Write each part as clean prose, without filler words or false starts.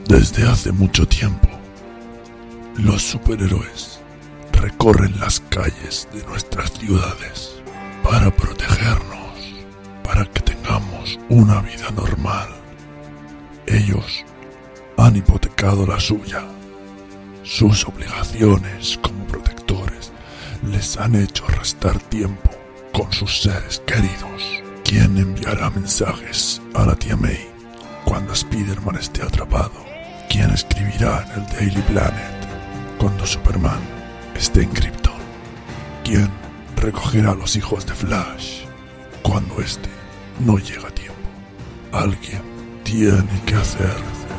Desde hace mucho tiempo, los superhéroes recorren las calles de nuestras ciudades para protegernos, para que tengamos una vida normal. Ellos han hipotecado la suya. Sus obligaciones como protectores les han hecho restar tiempo con sus seres queridos. ¿Quién enviará mensajes a la tía May cuando Spider-Man esté atrapado? ¿Quién escribirá en el Daily Planet cuando Superman esté en Krypton? ¿Quién recogerá a los hijos de Flash cuando este no llega a tiempo? Alguien tiene que hacer.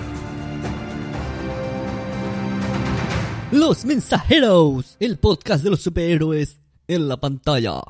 Los Mensajeros, el podcast de los superhéroes en la pantalla.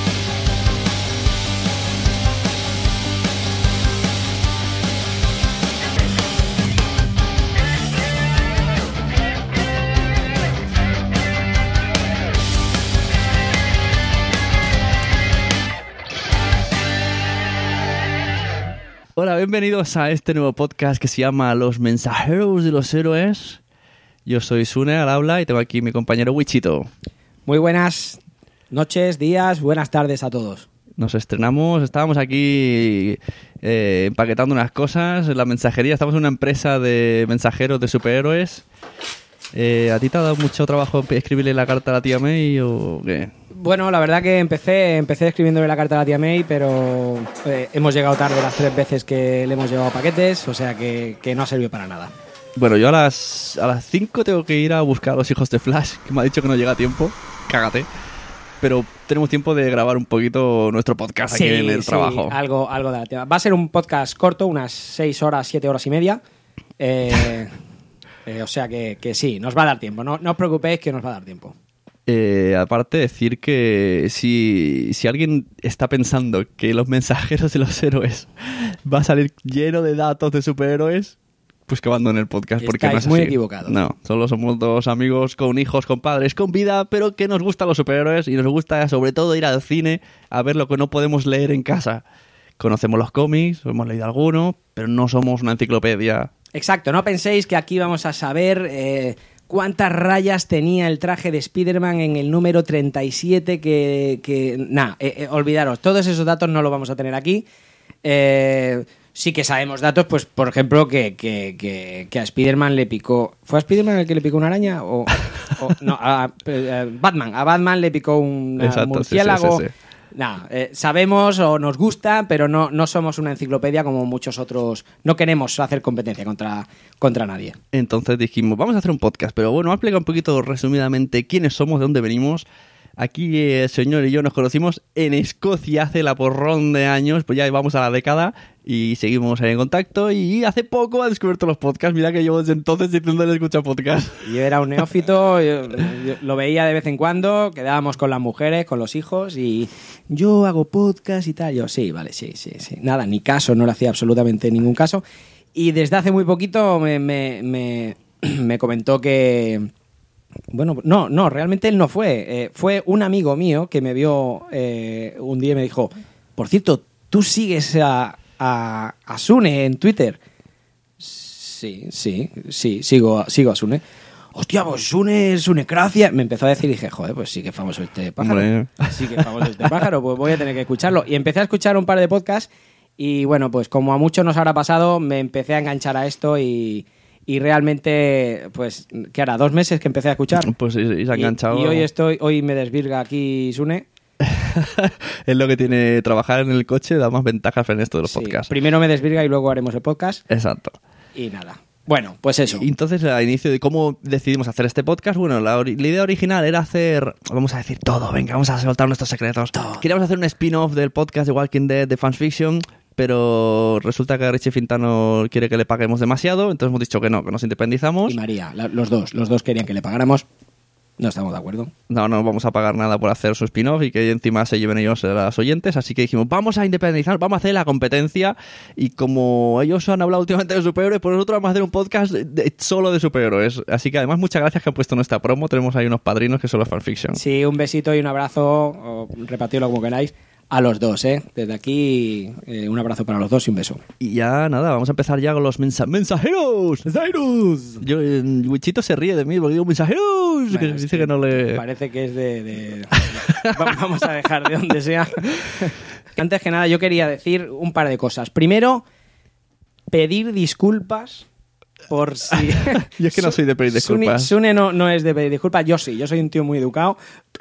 Hola, bienvenidos a este nuevo podcast que se llama Los Mensajeros de los Héroes. Yo soy Sune, al habla, y tengo aquí mi compañero Wichito. Muy buenas noches, días, buenas tardes a todos. Nos estrenamos, estábamos aquí empaquetando unas cosas en la mensajería. Estamos en una empresa de mensajeros de superhéroes. ¿A ti te ha dado mucho trabajo escribirle la carta a la tía May o qué? Bueno, la verdad que empecé escribiéndole la carta a la tía May, pero hemos llegado tarde las 3 veces que le hemos llevado paquetes, o sea que no ha servido para nada. Bueno, yo a las 5 tengo que ir a buscar a los hijos de Flash, que me ha dicho que no llega a tiempo. Cágate. Pero tenemos tiempo de grabar un poquito nuestro podcast aquí en el trabajo. Algo de la tía. Va a ser un podcast corto, unas 6 horas, 7 horas y media. O sea que sí, nos va a dar tiempo. No os preocupéis que nos va a dar tiempo. Aparte decir que si alguien está pensando que los mensajeros de los héroes va a salir lleno de datos de superhéroes, pues que abandone el podcast. Porque no es muy así. equivocados. No, solo somos dos amigos con hijos, con padres, con vida, pero que nos gustan los superhéroes y nos gusta sobre todo ir al cine a ver lo que no podemos leer en casa. Conocemos los cómics, hemos leído algunos, pero no somos una enciclopedia. Exacto, no penséis que aquí vamos a saber cuántas rayas tenía el traje de Spider-Man en el número 37 olvidaros, todos esos datos no los vamos a tener aquí. Sí que sabemos datos, pues por ejemplo que a Spider-Man le picó... ¿Fue a Spider-Man el que le picó una araña? No, a Batman le picó un murciélago. Sí. Sabemos o nos gusta, pero no somos una enciclopedia como muchos otros. No queremos hacer competencia contra nadie. Entonces dijimos, vamos a hacer un podcast, pero bueno, vamos a explicar un poquito resumidamente quiénes somos, de dónde venimos. Aquí el señor y yo nos conocimos en Escocia hace la porrón de años, pues ya vamos a la década y seguimos en contacto, y hace poco ha descubierto los podcasts. Mira que llevo desde entonces diciéndole escuchar podcast. Yo era un neófito, yo lo veía de vez en cuando, quedábamos con las mujeres, con los hijos, y yo hago podcast y tal. Yo, sí, vale, sí. Nada, ni caso, no le hacía absolutamente ningún caso. Y desde hace muy poquito me comentó que... Bueno, no, realmente él no fue. Fue un amigo mío que me vio un día y me dijo, por cierto, ¿tú sigues a Sune en Twitter? Sí, sigo a Sune. Hostia, pues Sunecracia. Me empezó a decir y dije, joder, pues sí que famoso este pájaro. Hombre. Sí que famoso este pájaro, pues voy a tener que escucharlo. Y empecé a escuchar un par de podcasts y bueno, pues como a muchos nos habrá pasado, me empecé a enganchar a esto y realmente, pues, ¿qué hará? 2 meses que empecé a escuchar. Pues sí, se ha enganchado. Y hoy me desvirga aquí Sune. Es lo que tiene trabajar en el coche, da más ventajas en esto de los podcasts. Primero me desvirga y luego haremos el podcast. Exacto. Y nada. Bueno, pues eso. Y entonces, al inicio de cómo decidimos hacer este podcast, bueno, la idea original era hacer... Vamos a decir todo, venga, vamos a soltar nuestros secretos. Todo. Queríamos hacer un spin-off del podcast de Walking Dead, de Fansfiction, pero resulta que Richie Fintano quiere que le paguemos demasiado, entonces hemos dicho que no, que nos independizamos. Y María, los dos querían que le pagáramos. No estamos de acuerdo. No vamos a pagar nada por hacer su spin-off y que encima se lleven ellos a las oyentes, así que dijimos, vamos a independizar, vamos a hacer la competencia, y como ellos han hablado últimamente de superhéroes, pues nosotros vamos a hacer un podcast solo de superhéroes. Así que además muchas gracias que han puesto nuestra promo, tenemos ahí unos padrinos que son los Fanfiction. Sí, un besito y un abrazo, o repartirlo como queráis, a los dos, ¿eh? Desde aquí, un abrazo para los dos y un beso. Y ya nada, vamos a empezar ya con los mensajeros. ¡Mensajeros! Wichito se ríe de mí porque digo mensajeros. Bueno, que dice que no le... Parece que es de... Vamos a dejar de donde sea. Antes que nada, yo quería decir un par de cosas. Primero, pedir disculpas por si... Yo es que no soy de pedir disculpas. Sune no es de pedir disculpas, yo sí. Yo soy un tío muy educado.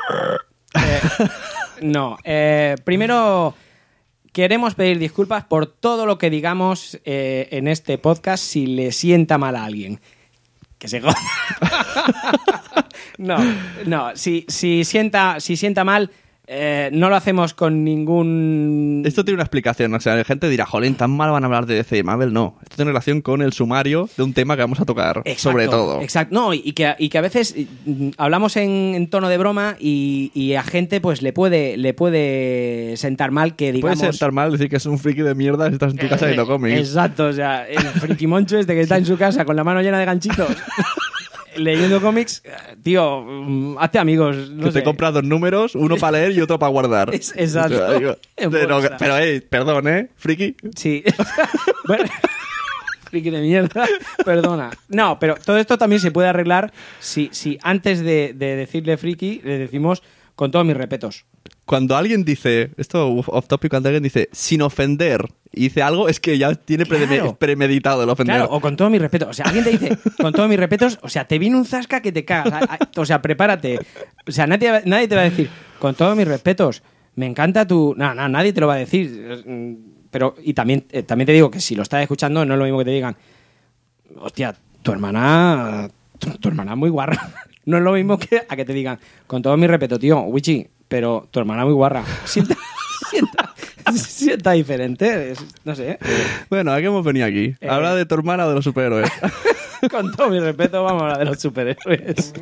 No. Primero, queremos pedir disculpas por todo lo que digamos en este podcast si le sienta mal a alguien. Que se joda. No. Si sienta mal... no lo hacemos con ningún... Esto tiene una explicación, o sea, la gente dirá, jolín, tan mal van a hablar de DC y Marvel. No, esto tiene relación con el sumario de un tema que vamos a tocar, sobre todo. Exacto, no, y que a veces hablamos en tono de broma y a gente pues le puede sentar mal que digamos... Puede sentar mal decir que es un friki de mierda si estás en tu casa y no comes. Exacto, o sea, el frikimoncho este que está en su casa con la mano llena de ganchitos... leyendo cómics, tío, hazte amigos. No que sé. te compras 2 números, uno para leer y otro para guardar. Exacto. Perdón, friki. Sí. Bueno, friki de mierda, perdona. No, pero todo esto también se puede arreglar si antes de decirle friki le decimos con todos mis respetos. Cuando alguien dice, esto off topic, cuando alguien dice sin ofender y dice algo, es que ya tiene premeditado el ofender. Claro, o con todo mi respeto. O sea, alguien te dice, con todos mis respetos, o sea, te viene un zasca que te cagas. O sea, prepárate. O sea, nadie te va a decir, con todos mis respetos, me encanta tu... No, nadie te lo va a decir. Pero, y también te digo que si lo estás escuchando, no es lo mismo que te digan, hostia, tu hermana es muy guarra. No es lo mismo que a que te digan, con todo mi respeto, tío, Wichi, pero tu hermana es muy guarra. Sienta diferente, no sé. Bueno, ¿a qué hemos venido aquí? ¿Habla de tu hermana o de los superhéroes? Con todo mi respeto, vamos a hablar de los superhéroes.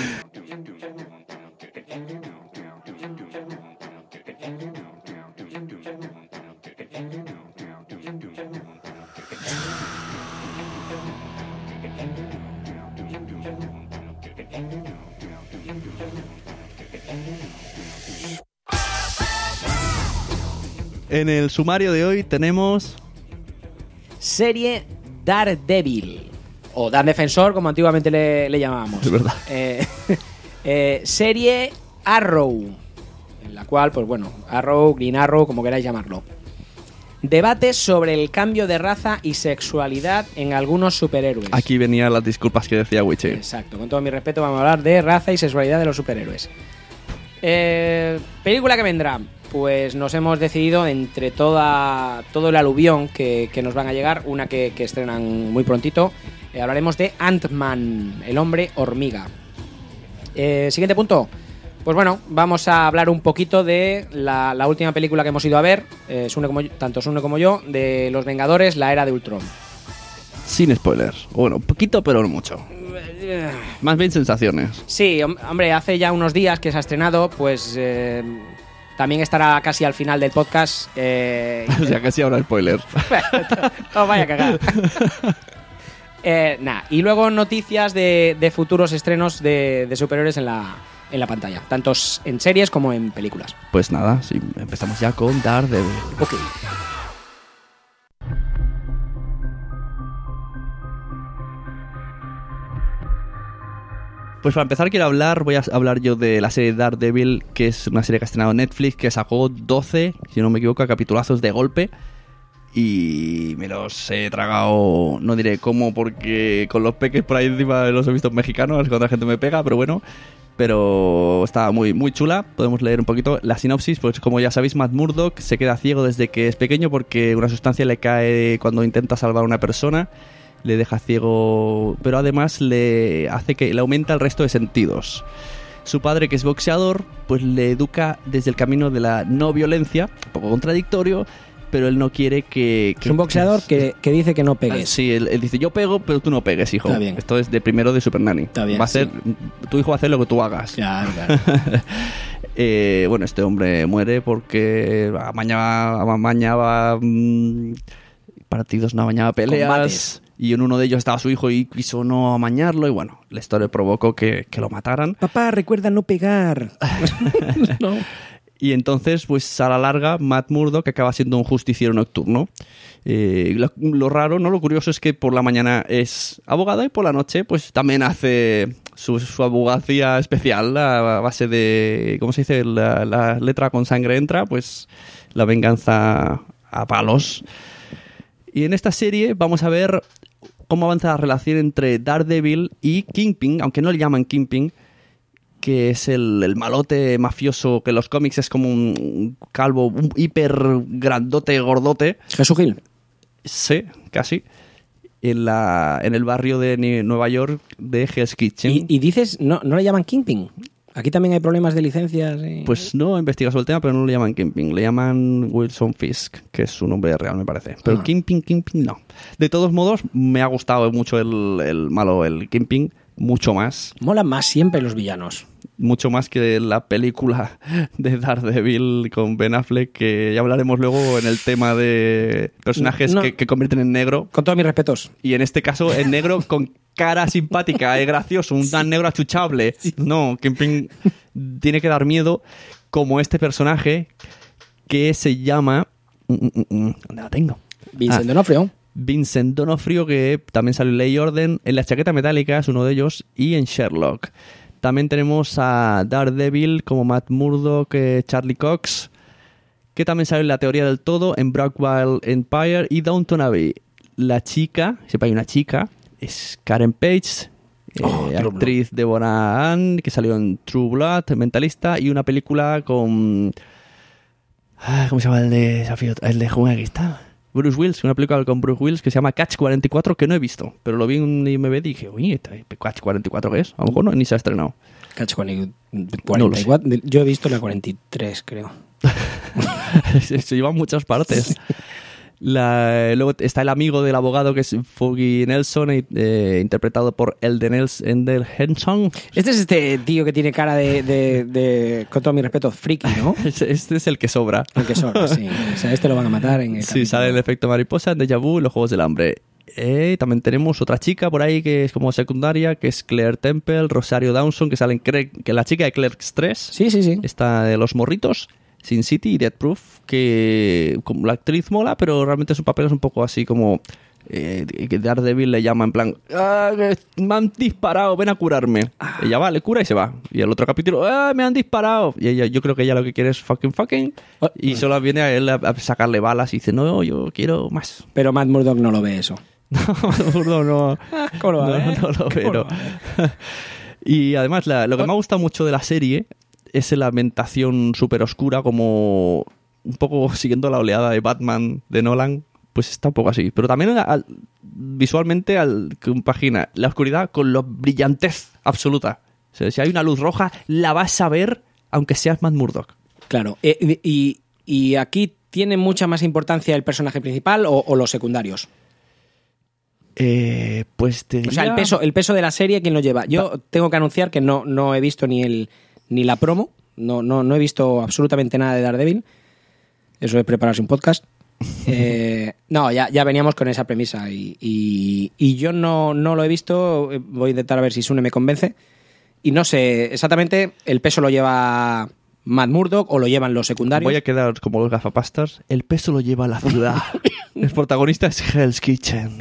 En el sumario de hoy tenemos... Serie Daredevil. O Dan Defensor, como antiguamente le llamábamos. Es verdad. Serie Arrow. En la cual, pues bueno, Arrow, Green Arrow, como queráis llamarlo. Debate sobre el cambio de raza y sexualidad en algunos superhéroes. Aquí venían las disculpas que decía Wichi. Exacto, con todo mi respeto vamos a hablar de raza y sexualidad de los superhéroes. Película que vendrá. Pues nos hemos decidido entre todo el aluvión que nos van a llegar, una que estrenan muy prontito. Hablaremos de Ant-Man, el hombre hormiga. Siguiente punto. Pues bueno, vamos a hablar un poquito de la última película que hemos ido a ver, tanto Sune como yo, de Los Vengadores, la Era de Ultron. Sin spoilers. Bueno, un poquito, pero no mucho. Más bien sensaciones. Sí, hombre, hace ya unos días que se ha estrenado, pues... también estará casi al final del podcast. O sea, casi habrá spoilers. No vaya a cagar. Y luego noticias de futuros estrenos de superhéroes en la pantalla, tanto en series como en películas. Pues nada, sí, empezamos ya con Daredevil. Ok. Pues para empezar voy a hablar yo de la serie Daredevil, que es una serie que ha estrenado Netflix, que sacó 12, si no me equivoco, capitulazos de golpe. Y me los he tragado, no diré cómo, porque con los peques por ahí encima los he visto mexicanos, cuando la gente me pega, pero bueno. Pero está muy, muy chula. Podemos leer un poquito la sinopsis. Pues como ya sabéis, Matt Murdock se queda ciego desde que es pequeño porque una sustancia le cae cuando intenta salvar a una persona. Le deja ciego, pero además le hace que le aumenta el resto de sentidos. Su padre, que es boxeador, pues le educa desde el camino de la no violencia, un poco contradictorio, pero él no quiere que... Es un boxeador que dice que no pegues. Sí, él dice, yo pego, pero tú no pegues, hijo. Está bien. Esto es de primero de Super Nanny. Está bien, va a ser, sí. Tu hijo va a hacer lo que tú hagas. Claro. Bueno, este hombre muere porque amañaba partidos, no amañaba peleas. Combates. Y en uno de ellos estaba su hijo y quiso no amañarlo. Y bueno, la historia provocó que lo mataran. Papá, recuerda no pegar. No. Y entonces, pues a la larga, Matt Murdock acaba siendo un justiciero nocturno. Lo raro, ¿no? Lo curioso es que por la mañana es abogado y por la noche, pues también hace su abogacía especial a base de, ¿cómo se dice? La letra con sangre entra, pues la venganza a palos. Y en esta serie vamos a ver cómo avanza la relación entre Daredevil y Kingpin, aunque no le llaman Kingpin, que es el malote mafioso que en los cómics es como un calvo, un hiper grandote, gordote. Jesús Gil. Sí, casi. En el barrio de Nueva York de Hell's Kitchen. Y dices, no le llaman Kingpin. Aquí también hay problemas de licencias. Pues no he investigado sobre el tema, pero no le llaman Kingpin. Le llaman Wilson Fisk, que es su nombre real, me parece. Pero Kingpin no. De todos modos, me ha gustado mucho el malo, el Kingpin. Mucho más. Molan más siempre los villanos. Mucho más que la película de Daredevil con Ben Affleck, que ya hablaremos luego en el tema de personajes que convierten en negro. Con todos mis respetos. Y en este caso, en negro con cara simpática, es gracioso, un tan negro achuchable. Sí. No, Kingpin tiene que dar miedo, como este personaje que se llama... ¿Dónde la tengo? Vincent D'Onofrio. Vincent D'Onofrio, que también salió en Ley y Orden, en La chaqueta metálica es uno de ellos, y en Sherlock. También tenemos a Daredevil como Matt Murdock, Charlie Cox, que también sale en La teoría del todo, en Brockwell Empire y Downton Abbey. La chica, siempre hay una chica, es Karen Page, actriz Deborah Ann, que salió en True Blood, Mentalista, y una película con... ¿Cómo se llama el de Desafío? El de Jungla de Cristal. Bruce Willis, una película con Bruce Willis que se llama Catch 44, que no he visto, pero lo vi en IMDb y dije, oye, ¿Catch 44 qué es? A lo mejor ni se ha estrenado. Catch 44, no yo he visto la 43, creo. Se lleva en muchas partes. Luego está el amigo del abogado, que es Foggy Nelson, interpretado por Elden Henson. Este es este tío que tiene cara de con todo mi respeto, friki, ¿no? Este es el que sobra. El que sobra, sí. O sea, este lo van a matar en el Sí, capítulo. sale el efecto mariposa, en Déjà Vu, los Juegos del Hambre. También tenemos otra chica por ahí que es como secundaria, que es Claire Temple, Rosario Dawson, que sale que la chica de Clerks 3. Sí. Está de Los Morritos, Sin City y Death Proof, que como la actriz mola, pero realmente su papel es un poco así como que Daredevil le llama en plan, me han disparado, ven a curarme. Ella va, le cura y se va. Y el otro capítulo, me han disparado. Y ella, yo creo que ella lo que quiere es fucking. Y solo viene a él a sacarle balas y dice, no, yo quiero más. Pero Matt Murdock no lo ve eso. No, ¿Cómo lo va, no lo veo. Y además, lo que me ha gustado mucho de la serie es la ambientación súper oscura, como un poco siguiendo la oleada de Batman de Nolan, pues está un poco así. Pero también visualmente compagina la oscuridad con la brillantez absoluta. O sea, si hay una luz roja, la vas a ver aunque seas Matt Murdock. Claro. ¿Y aquí tiene mucha más importancia el personaje principal o los secundarios? Pues te diría... O sea, el peso de la serie, ¿quién lo lleva? Yo tengo que anunciar que no he visto ni la promo, no he visto absolutamente nada de Daredevil. Eso es prepararse un podcast. No, ya veníamos con esa premisa y yo no lo he visto. Voy a intentar a ver si Sune me convence. Y no sé exactamente, ¿el peso lo lleva Matt Murdock o lo llevan los secundarios? Voy a quedar como los gafapastas. El peso lo lleva la ciudad. El protagonista es Hell's Kitchen.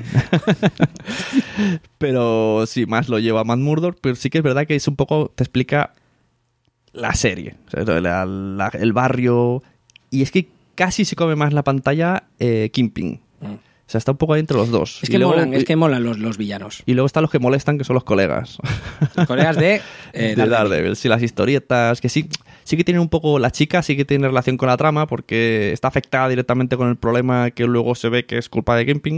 Pero sí, más lo lleva Matt Murdock. Pero sí que es verdad que es un poco... Te explica la serie. O sea, el barrio. Y es que casi se come más la pantalla Kingpin. O sea, está un poco ahí entre los dos. Es que molan los villanos. Y luego están los que molestan, que son los colegas. Los colegas de Daredevil. Sí, las historietas, que sí que tienen un poco... La chica sí que tiene relación con la trama, porque está afectada directamente con el problema que luego se ve que es culpa de Kingpin.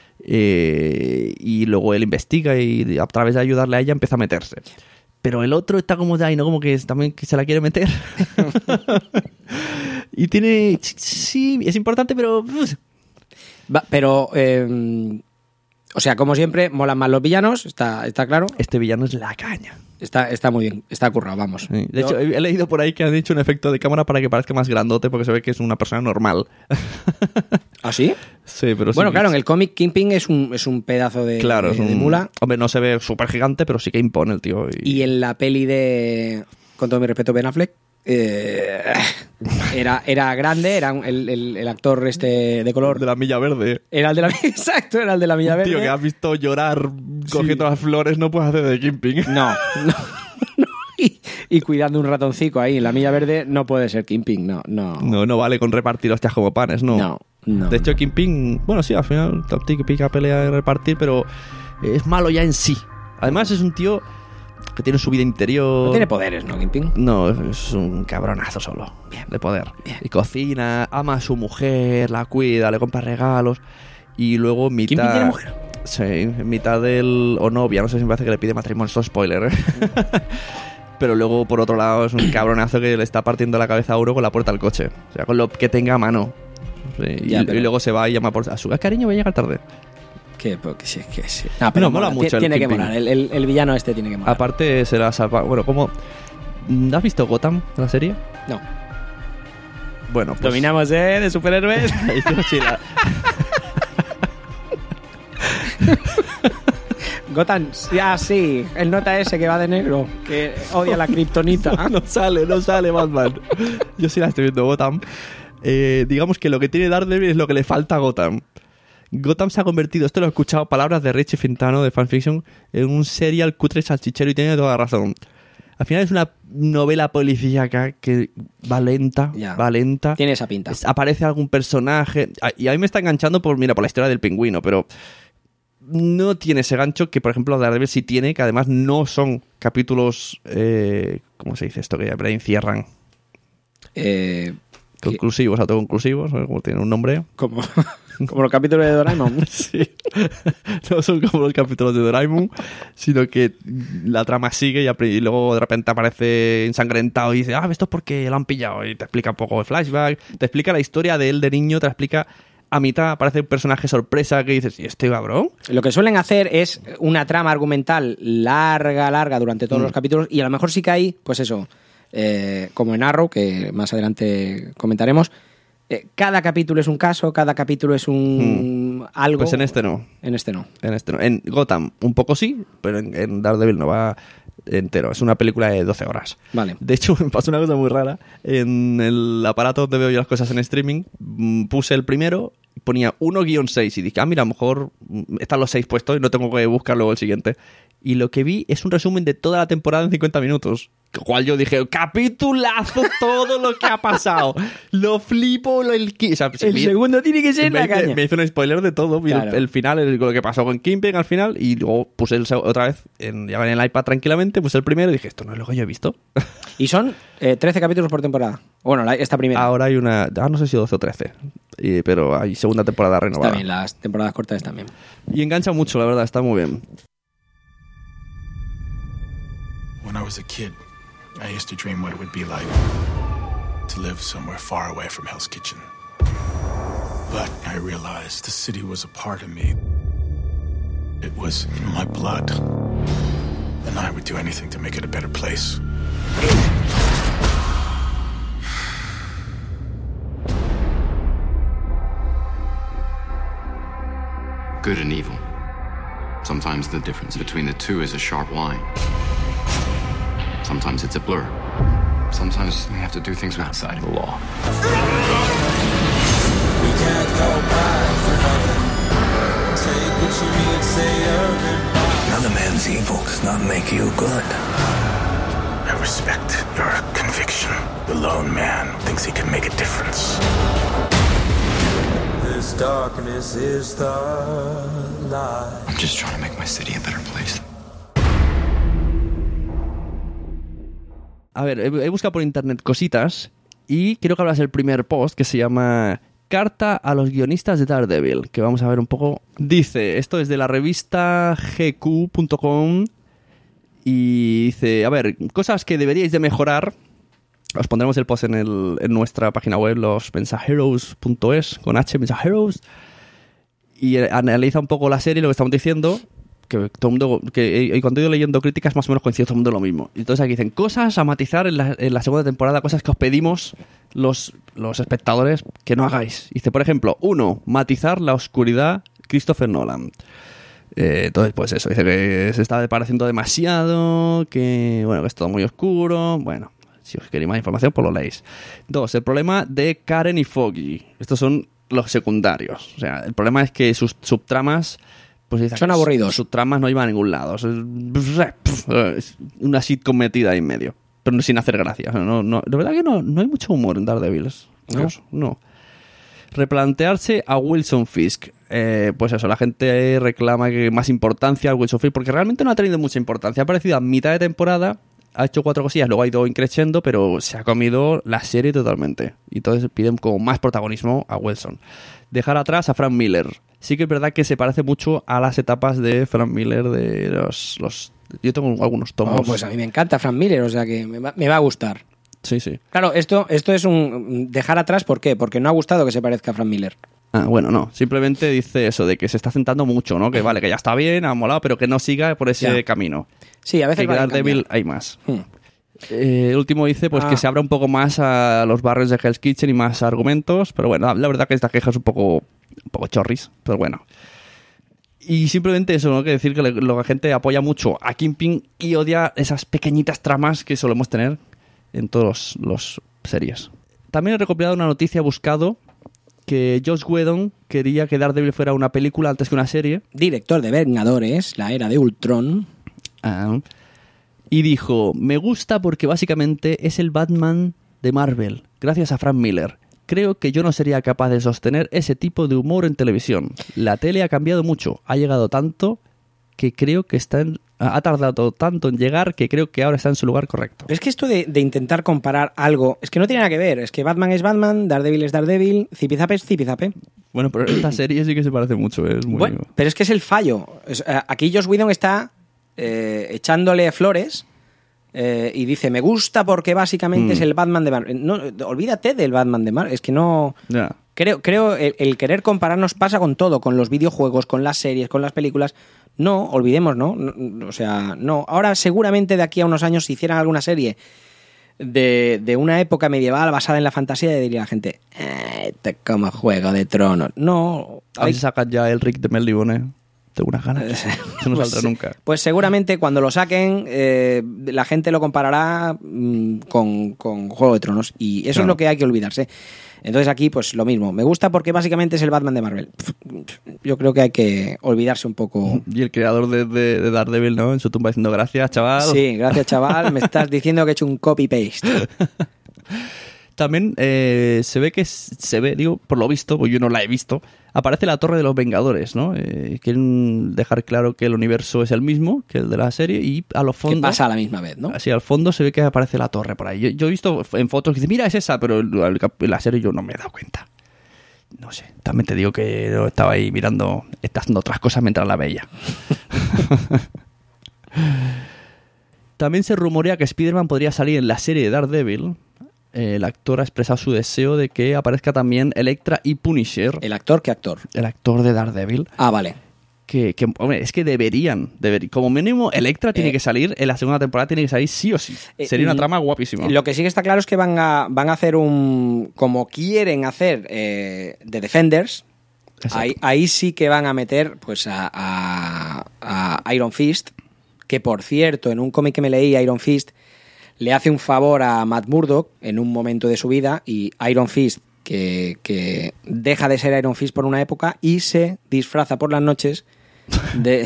Y luego él investiga y a través de ayudarle a ella empieza a meterse. Pero el otro está como ya, y no como que también que se la quiere meter. Y tiene... Sí, es importante, pero... Pero, o sea, como siempre, molan más los villanos, está claro. Este villano es la caña. Está muy bien, está currado, vamos. Sí. De hecho, he leído por ahí que han hecho un efecto de cámara para que parezca más grandote, porque se ve que es una persona normal. ¿Ah, sí? Sí, pero bueno, sí, claro, en el cómic Kingpin es un pedazo de, claro, de mula. Hombre, no se ve súper gigante, pero sí que impone el tío. Y en la peli de, con todo mi respeto, Ben Affleck, Era grande, era el actor de color. De la Milla Verde. Era el de la exacto, era el de la Milla Verde. Tío, que has visto llorar cogiendo las flores, no puedes hacer de Kingpin. No. Y cuidando un ratoncico ahí en la Milla Verde no puede ser Kingpin, no. No vale con repartir hostias como panes, no. No. De hecho, Kingpin, bueno, sí, al final pica pelea de repartir, pero es malo ya en sí. Además, es un tío que tiene su vida interior. No tiene poderes, ¿no, Kingpin? No, es un cabronazo solo. Bien. De poder. Bien. Y cocina, ama a su mujer, la cuida, le compra regalos. Y luego en mitad... ¿Kingpin tiene mujer? Sí, en mitad del... o novia, no sé si me parece que le pide matrimonio. Esto es spoiler, ¿eh? Pero luego, por otro lado, es un cabronazo que le está partiendo la cabeza a uno con la puerta del coche. O sea, con lo que tenga a mano. Sí, y luego se va y llama por... a su cariño, voy a llegar tarde. Que sí. No, pero mola mucho. Tiene que molar. El villano este tiene que molar. Aparte, será salvar... Bueno, como... ¿Has visto Gotham, la serie? No. Bueno, pues... Dominamos, de superhéroes. Sí, Gotham, sí, el nota ese que va de negro, que odia la kriptonita. No sale Batman. Yo sí la estoy viendo, Gotham. Digamos que lo que tiene Daredevil es lo que le falta a Gotham. Gotham se ha convertido, esto lo he escuchado, palabras de Richie Fintano de Fanfiction, en un serial cutre salchichero y tiene toda la razón. Al final es una novela policíaca que va lenta. Tiene esa pinta. Aparece algún personaje y a mí me está enganchando por la historia del pingüino, pero no tiene ese gancho que, por ejemplo, Daredevil sí tiene, que además no son capítulos, ¿cómo se dice esto? Que ya encierran. Conclusivos, autoconclusivos, como tiene un nombre. Como los capítulos de Doraemon. Sí. No son como los capítulos de Doraemon, sino que la trama sigue y luego de repente aparece ensangrentado y dice, esto es porque lo han pillado. Y te explica un poco el flashback, te explica la historia de él de niño, te la explica a mitad, aparece un personaje sorpresa que dices, ¿y este cabrón? Lo que suelen hacer es una trama argumental larga durante todos los capítulos y a lo mejor sí que hay, pues eso, como en Arrow, que más adelante comentaremos, cada capítulo es un caso, cada capítulo es un algo. Pues en este no. En Gotham un poco sí, pero en Daredevil no va entero. Es una película de 12 horas. Vale. De hecho, me pasó una cosa muy rara. En el aparato donde veo yo las cosas en streaming, puse el primero, ponía 1-6 y dije, mira, a lo mejor están los 6 puestos y no tengo que buscar luego el siguiente. Y lo que vi es un resumen de toda la temporada en 50 minutos. Cual yo dije, capitulazo todo lo que ha pasado. Lo flipo, el segundo tiene que ser la caña. Me hizo un spoiler de todo. Claro. El final, lo que pasó con Kingpin al final, y luego puse otra vez ya en el iPad tranquilamente, puse el primero y dije, esto no es lo que yo he visto. Y son 13 capítulos por temporada. Bueno, esta primera. Ahora hay una, no sé si 12 o 13, pero hay segunda temporada renovada. Está bien, las temporadas cortas también. Y engancha mucho, la verdad, está muy bien. When I was a kid, I used to dream what it would be like to live somewhere far away from Hell's Kitchen. But I realized the city was a part of me. It was in my blood. And I would do anything to make it a better place. Good and evil. Sometimes the difference between the two is a sharp line. Sometimes it's a blur. Sometimes we have to do things outside of the law. We can't go back for nothing. Take what you need, say urban. Another man's evil does not make you good. I respect your conviction. The lone man thinks he can make a difference. This darkness is the light. I'm just trying to make my city a better place. A ver, he buscado por internet cositas y quiero que hablas del primer post que se llama Carta a los guionistas de Daredevil, que vamos a ver un poco. Dice, esto es de la revista gq.com y dice, a ver, cosas que deberíais de mejorar. Os pondremos el post en nuestra página web, losmensajeros.es, con H, mensajeros, y analiza un poco la serie, lo que estamos diciendo. Que todo el mundo, que cuando he ido leyendo críticas más o menos coincide todo el mundo lo mismo. Entonces aquí dicen cosas a matizar en la segunda temporada, cosas que os pedimos los espectadores que no hagáis. Dice, por ejemplo, 1, matizar la oscuridad Christopher Nolan. Entonces, pues eso, dice que se está pareciendo demasiado, que bueno, que es todo muy oscuro. Bueno, Si os queréis más información, pues lo leéis. 2. El problema de Karen y Foggy. Estos son los secundarios. O sea, el problema es que sus subtramas... Pues son aburridos. Sus tramas no iban a ningún lado. Es una sitcom metida ahí en medio. Pero sin hacer gracia. De verdad que no hay mucho humor en Daredevil. No. Replantearse a Wilson Fisk. Pues eso, la gente reclama que más importancia a Wilson Fisk, porque realmente no ha tenido mucha importancia. Ha aparecido a mitad de temporada, ha hecho 4 cosillas, luego ha ido increciendo, pero se ha comido la serie totalmente. Y entonces piden como más protagonismo a Wilson. Dejar atrás a Frank Miller. Sí que es verdad que se parece mucho a las etapas de Frank Miller de los... Yo tengo algunos tomos. Pues a mí me encanta Frank Miller, o sea que me va a gustar. Sí, sí. Claro, esto es un dejar atrás, ¿por qué? Porque no ha gustado que se parezca a Frank Miller. Bueno, no. Simplemente dice eso, de que se está centrando mucho, ¿no? Que vale, que ya está bien, ha molado, pero que no siga por ese camino. Sí, a veces que Daredevil hay más. El último dice pues que se abra un poco más a los barrios de Hell's Kitchen y más argumentos, pero bueno, la verdad que esta queja es un poco chorris, pero bueno. Y simplemente eso, ¿no? Que decir que la gente apoya mucho a Kingpin y odia esas pequeñitas tramas que solemos tener en todos los series. También he recopilado una noticia buscado que Joss Whedon quería que Daredevil fuera una película antes que una serie. Director de Vengadores, la era de Ultron. Y dijo, me gusta porque básicamente es el Batman de Marvel, gracias a Frank Miller. Creo que yo no sería capaz de sostener ese tipo de humor en televisión. La tele ha cambiado mucho, ha llegado tanto que creo que ha tardado tanto en llegar que creo que ahora está en su lugar correcto. Pero es que esto de intentar comparar algo, es que no tiene nada que ver. Es que Batman es Batman, Daredevil es Daredevil, Zipizape es Zipizape. Bueno, pero esta serie sí que se parece mucho. Es muy... Bueno, pero es que es el fallo. Aquí Joss Whedon está echándole flores y dice, me gusta porque básicamente es el Batman de Marvel. No, olvídate del Batman de Marvel. Es que no... Ya. Creo el querer compararnos pasa con todo, con los videojuegos, con las series, con las películas. No, olvidemos, ¿no? O sea, no. Ahora seguramente de aquí a unos años si hicieran alguna serie de una época medieval basada en la fantasía, diría la gente, como Juego de Tronos. No. A ver si sacan ya el Rick de Melibone. Tengo unas ganas. Eso no saldrá nunca. Pues seguramente cuando lo saquen la gente lo comparará con Juego de Tronos y eso es lo que hay que olvidarse. Entonces aquí pues lo mismo. Me gusta porque básicamente es el Batman de Marvel. Yo creo que hay que olvidarse un poco. Y el creador de Daredevil, ¿no? En su tumba diciendo gracias, chaval. Sí, gracias, chaval. Me estás diciendo que he hecho un copy-paste. También se ve, digo, por lo visto, pues yo no la he visto, aparece la Torre de los Vengadores, ¿no? Quieren dejar claro que el universo es el mismo que el de la serie y a los fondos... Que pasa a la misma vez, ¿no? Así, al fondo se ve que aparece la torre por ahí. Yo he visto en fotos que dicen, mira, es esa, pero en la serie yo no me he dado cuenta. No sé, también te digo que yo estaba ahí mirando, está haciendo otras cosas mientras la veía. También se rumorea que Spider-Man podría salir en la serie de Daredevil. El actor ha expresado su deseo de que aparezca también Elektra y Punisher. ¿El actor? ¿Qué actor? El actor de Daredevil. Ah, vale. Que hombre, es que deberían. Como mínimo, Elektra tiene que salir, en la segunda temporada tiene que salir sí o sí. Sería una trama guapísima. Lo que sí que está claro es que van a hacer como quieren hacer The Defenders. Ahí sí que van a meter pues a Iron Fist, que por cierto, en un cómic que me leí, Iron Fist le hace un favor a Matt Murdock en un momento de su vida y Iron Fist, que deja de ser Iron Fist por una época y se disfraza por las noches de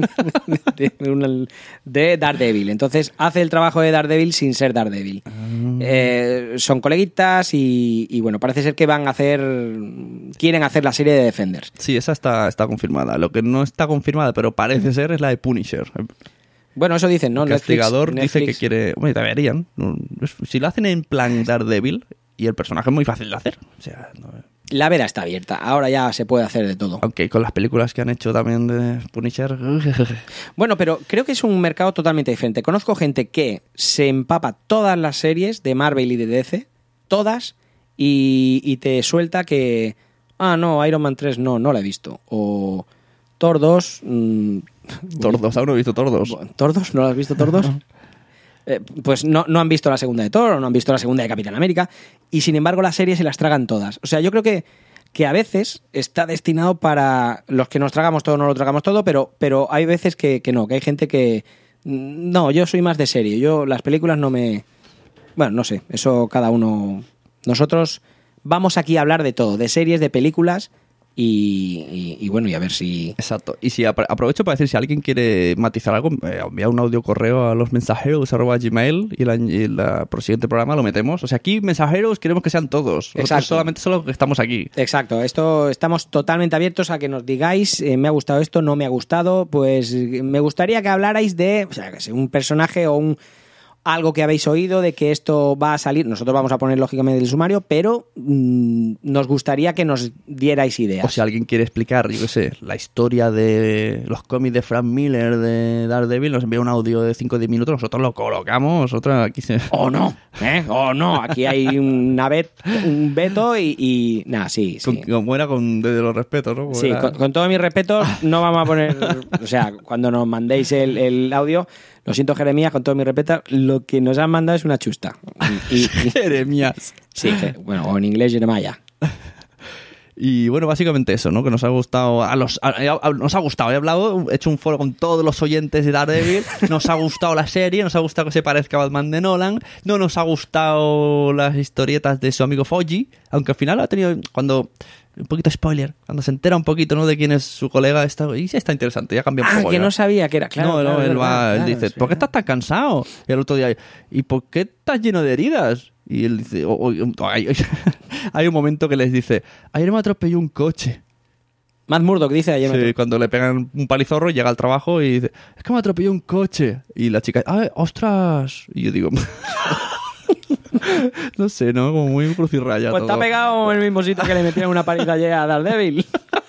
Daredevil. Entonces hace el trabajo de Daredevil sin ser Daredevil. Son coleguitas y bueno, parece ser que quieren hacer la serie de Defenders. Sí, esa está confirmada. Lo que no está confirmada, pero parece ser, es la de Punisher. Bueno, eso dicen, ¿no? El castigador dice que quiere... Bueno, deberían. Si lo hacen en plan Daredevil, y el personaje es muy fácil de hacer. O sea, la veda está abierta. Ahora ya se puede hacer de todo. Aunque con las películas que han hecho también de Punisher... Bueno, pero creo que es un mercado totalmente diferente. Conozco gente que se empapa todas las series de Marvel y de DC, todas, y te suelta que... Ah, no, Iron Man 3 no la he visto. O Thor 2... Thor 2, aún no he visto Thor 2. ¿Thor 2? ¿No lo has visto Thor 2? Pues no han visto la segunda de Thor o no han visto la segunda de Capitán América y sin embargo las series se las tragan todas. O sea, yo creo que a veces está destinado para los que nos tragamos todo, no lo tragamos todo, pero hay veces que no, que hay gente que... No, yo soy más de serie. Las películas no me Bueno, no sé, eso cada uno... Nosotros vamos aquí a hablar de todo, de series, de películas y bueno, y a ver si... Exacto. Y si aprovecho para decir, si alguien quiere matizar algo, envía un audio correo a los mensajeros@gmail y el siguiente programa lo metemos. O sea, aquí mensajeros queremos que sean todos. Nosotros solamente son los que estamos aquí. Exacto. Esto estamos totalmente abiertos a que nos digáis, me ha gustado esto, no me ha gustado. Pues me gustaría que hablarais de, o sea, que sea un personaje o algo que habéis oído de que esto va a salir. Nosotros vamos a poner lógicamente el sumario, pero nos gustaría que nos dierais ideas. O si alguien quiere explicar, yo qué sé, la historia de los cómics de Frank Miller de Daredevil, nos envía un audio de 5 o 10 minutos, nosotros lo colocamos, nosotros aquí se... ¡O no! ¡O no! Aquí hay un veto y nada, sí. Como era desde los respetos, ¿no? Sí, con todos mis respetos, no vamos a poner... O sea, cuando nos mandéis el audio... Lo siento, Jeremías, con todo mi respeto, lo que nos han mandado es una chusta. Jeremías. Sí, bueno, o en inglés Jeremiah. Y bueno, básicamente eso, ¿no? Que nos ha gustado, nos ha gustado, he hecho un foro con todos los oyentes de Daredevil, nos ha gustado la serie, nos ha gustado que se parezca a Batman de Nolan, no nos ha gustado las historietas de su amigo Foggy, aunque al final ha tenido, un poquito spoiler, cuando se entera un poquito, ¿no?, de quién es su colega, está interesante, ya cambia un poco. Que ya. No sabía que era, claro. No, él dice, sí, ¿por qué estás tan cansado? Y el otro día, ¿y por qué estás lleno de heridas? Y él dice, hay un momento que les dice, ayer me atropelló un coche. Matt Murdock dice ayer. Sí, cuando le pegan un palizorro, llega al trabajo y dice, es que me atropelló un coche. Y la chica, ¡ay, ostras! Y yo digo... No sé, ¿no? Como muy crucirraya. Pues todo. está pegado en el mismo sitio que le metieron una paliza ayer a Daredevil.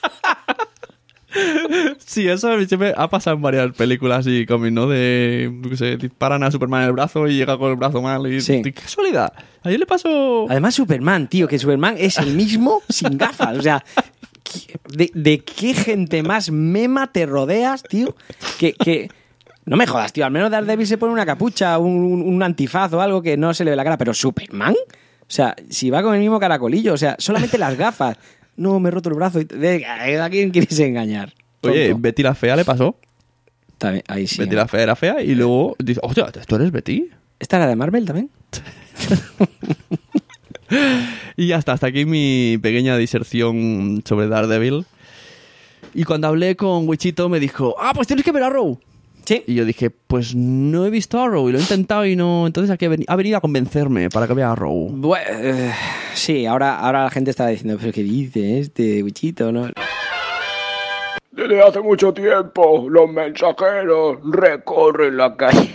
Sí, eso siempre ha pasado en varias películas y cómics, ¿no? Que se disparan a Superman en el brazo y llega con el brazo mal. Y sí. ¡Qué casualidad! Ayer le pasó... Además, Superman, tío, que Superman es el mismo sin gafas. O sea, ¿de qué gente más mema te rodeas, tío? Que... No me jodas, tío. Al menos Daredevil se pone una capucha, un antifaz o algo que no se le ve la cara. Pero ¿Superman? O sea, si va con el mismo caracolillo. O sea, solamente las gafas. No, me he roto el brazo. ¿A quién quieres engañar? Oye, Tonto. Betty la fea le pasó. También, ahí sí. Betty la fea era fea y luego dice, hostia, ¿tú eres Betty? ¿Esta era de Marvel también? Y ya está, hasta aquí mi pequeña diserción sobre Daredevil. Y cuando hablé con Wichito me dijo, pues tienes que ver Arrow. Sí. Y yo dije, pues no he visto Arrow y lo he intentado y no... Entonces aquí ha venido a convencerme para que vea Arrow. Bueno, sí, ahora la gente está diciendo, pero ¿qué dice este Wichito, no? Desde hace mucho tiempo, los mensajeros recorren la calle.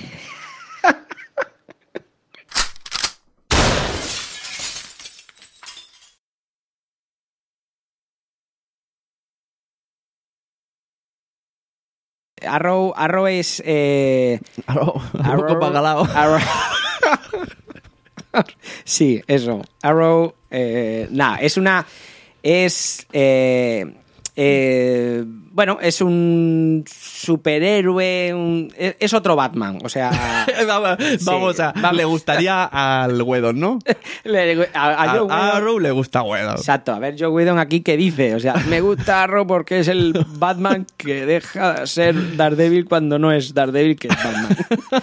Arrow es... Arrow bacalao. Sí, eso. Arrow... es una... bueno, es un superhéroe, es otro Batman, o sea... Vamos le gustaría al Whedon, ¿no? A Arrow le gusta Whedon. Exacto, a ver Joe Whedon aquí qué dice, o sea, me gusta Arrow porque es el Batman que deja de ser Daredevil cuando no es Daredevil, que es Batman.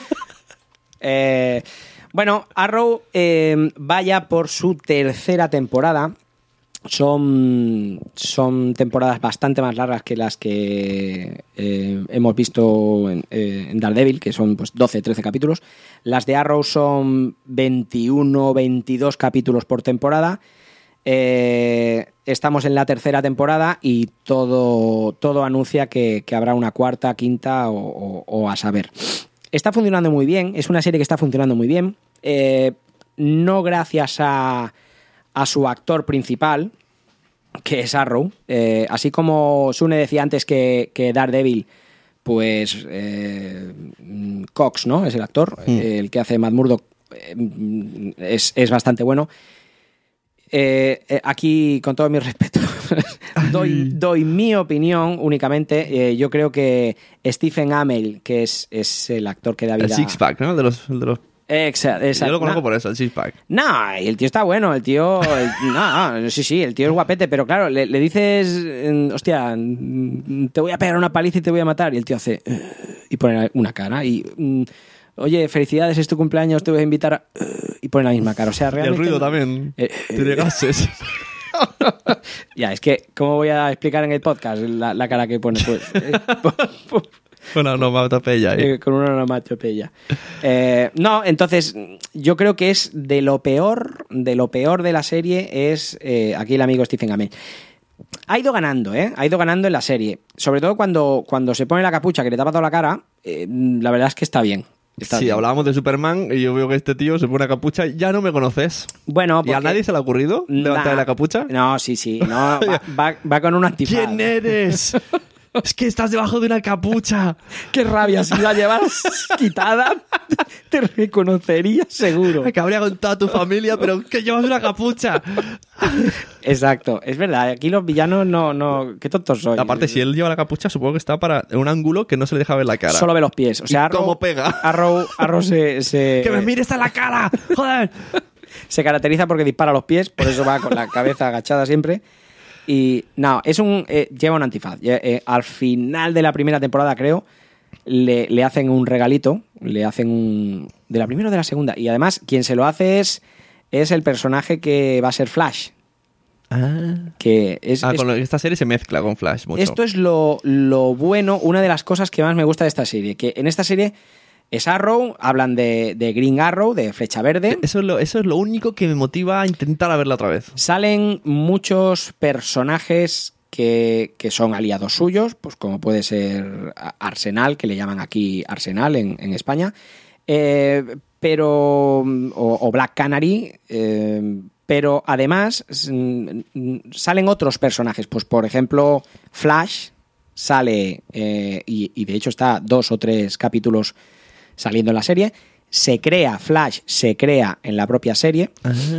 Bueno, Arrow vaya por su tercera temporada. Son temporadas bastante más largas que las que hemos visto en Daredevil, que son pues 12-13 capítulos. Las de Arrow son 21-22 capítulos por temporada. Estamos en la tercera temporada y todo anuncia que habrá una cuarta, quinta o a saber. Está funcionando muy bien, es una serie que está funcionando muy bien. No gracias a su actor principal, que es Arrow. Así como Sune decía antes que Daredevil, pues Cox, ¿no? Es el actor, el que hace Matt Murdock, es bastante bueno. Aquí, con todo mi respeto, doy mi opinión únicamente. Yo creo que Stephen Amell, que es el actor que da vida... El Six-Pack, ¿no? De los Exacto. Yo lo conozco por eso, el Six-Pack. No, el tío está bueno, el tío... sí, el tío es guapete, pero claro, le dices, hostia, te voy a pegar una paliza y te voy a matar, y el tío hace... y pone una cara, y... oye, felicidades, es tu cumpleaños, te voy a invitar a... Y pone la misma cara. O sea, Y el realmente... ruido también. Tiene gases. Ya, es que, ¿cómo voy a explicar en el podcast la cara que pone? Pues, Una onomatopeya. con una onomatopeya. No, entonces, yo creo que es de lo peor de la serie es aquí el amigo Stephen Amell. Ha ido ganando, ¿eh? Ha ido ganando en la serie. Sobre todo cuando se pone la capucha que le tapa toda la cara, la verdad es que está bien. Está Sí, bien. hablábamos de Superman y yo veo que este tío se pone una capucha y ya no me conoces. Bueno, ¿Y a porque- nadie se le ha ocurrido levantar la capucha? No, sí. No, va con un antifaz. ¿Quién eres? Es que estás debajo de una capucha. Qué rabia, si la llevaras quitada, te reconocería seguro. Que habría con toda tu familia, pero que llevas una capucha. Exacto, es verdad. Aquí los villanos no... Qué tontos soy. Aparte, si él lleva la capucha, supongo que está en un ángulo que no se le deja ver la cara. Solo ve los pies. O sea, ¿Y cómo pega? Arrow se... ¡Que me mires a la cara! ¡Joder! Se caracteriza porque dispara los pies, por eso va con la cabeza agachada siempre. Y no, lleva un antifaz. Al final de la primera temporada, creo, le hacen un regalito, le hacen de la primera o de la segunda. Y además, quien se lo hace es el personaje que va a ser Flash. Que Esta serie se mezcla con Flash mucho. Esto es lo bueno, una de las cosas que más me gusta de esta serie, que en esta serie es Arrow, hablan de Green Arrow, de Flecha Verde. Eso es lo único que me motiva a intentar a verla otra vez. Salen muchos personajes que son aliados suyos, pues como puede ser Arsenal, que le llaman aquí Arsenal en España, o Black Canary, pero además salen otros personajes, pues por ejemplo Flash sale, y de hecho está 2 o 3 capítulos saliendo en la serie. Flash se crea en la propia serie.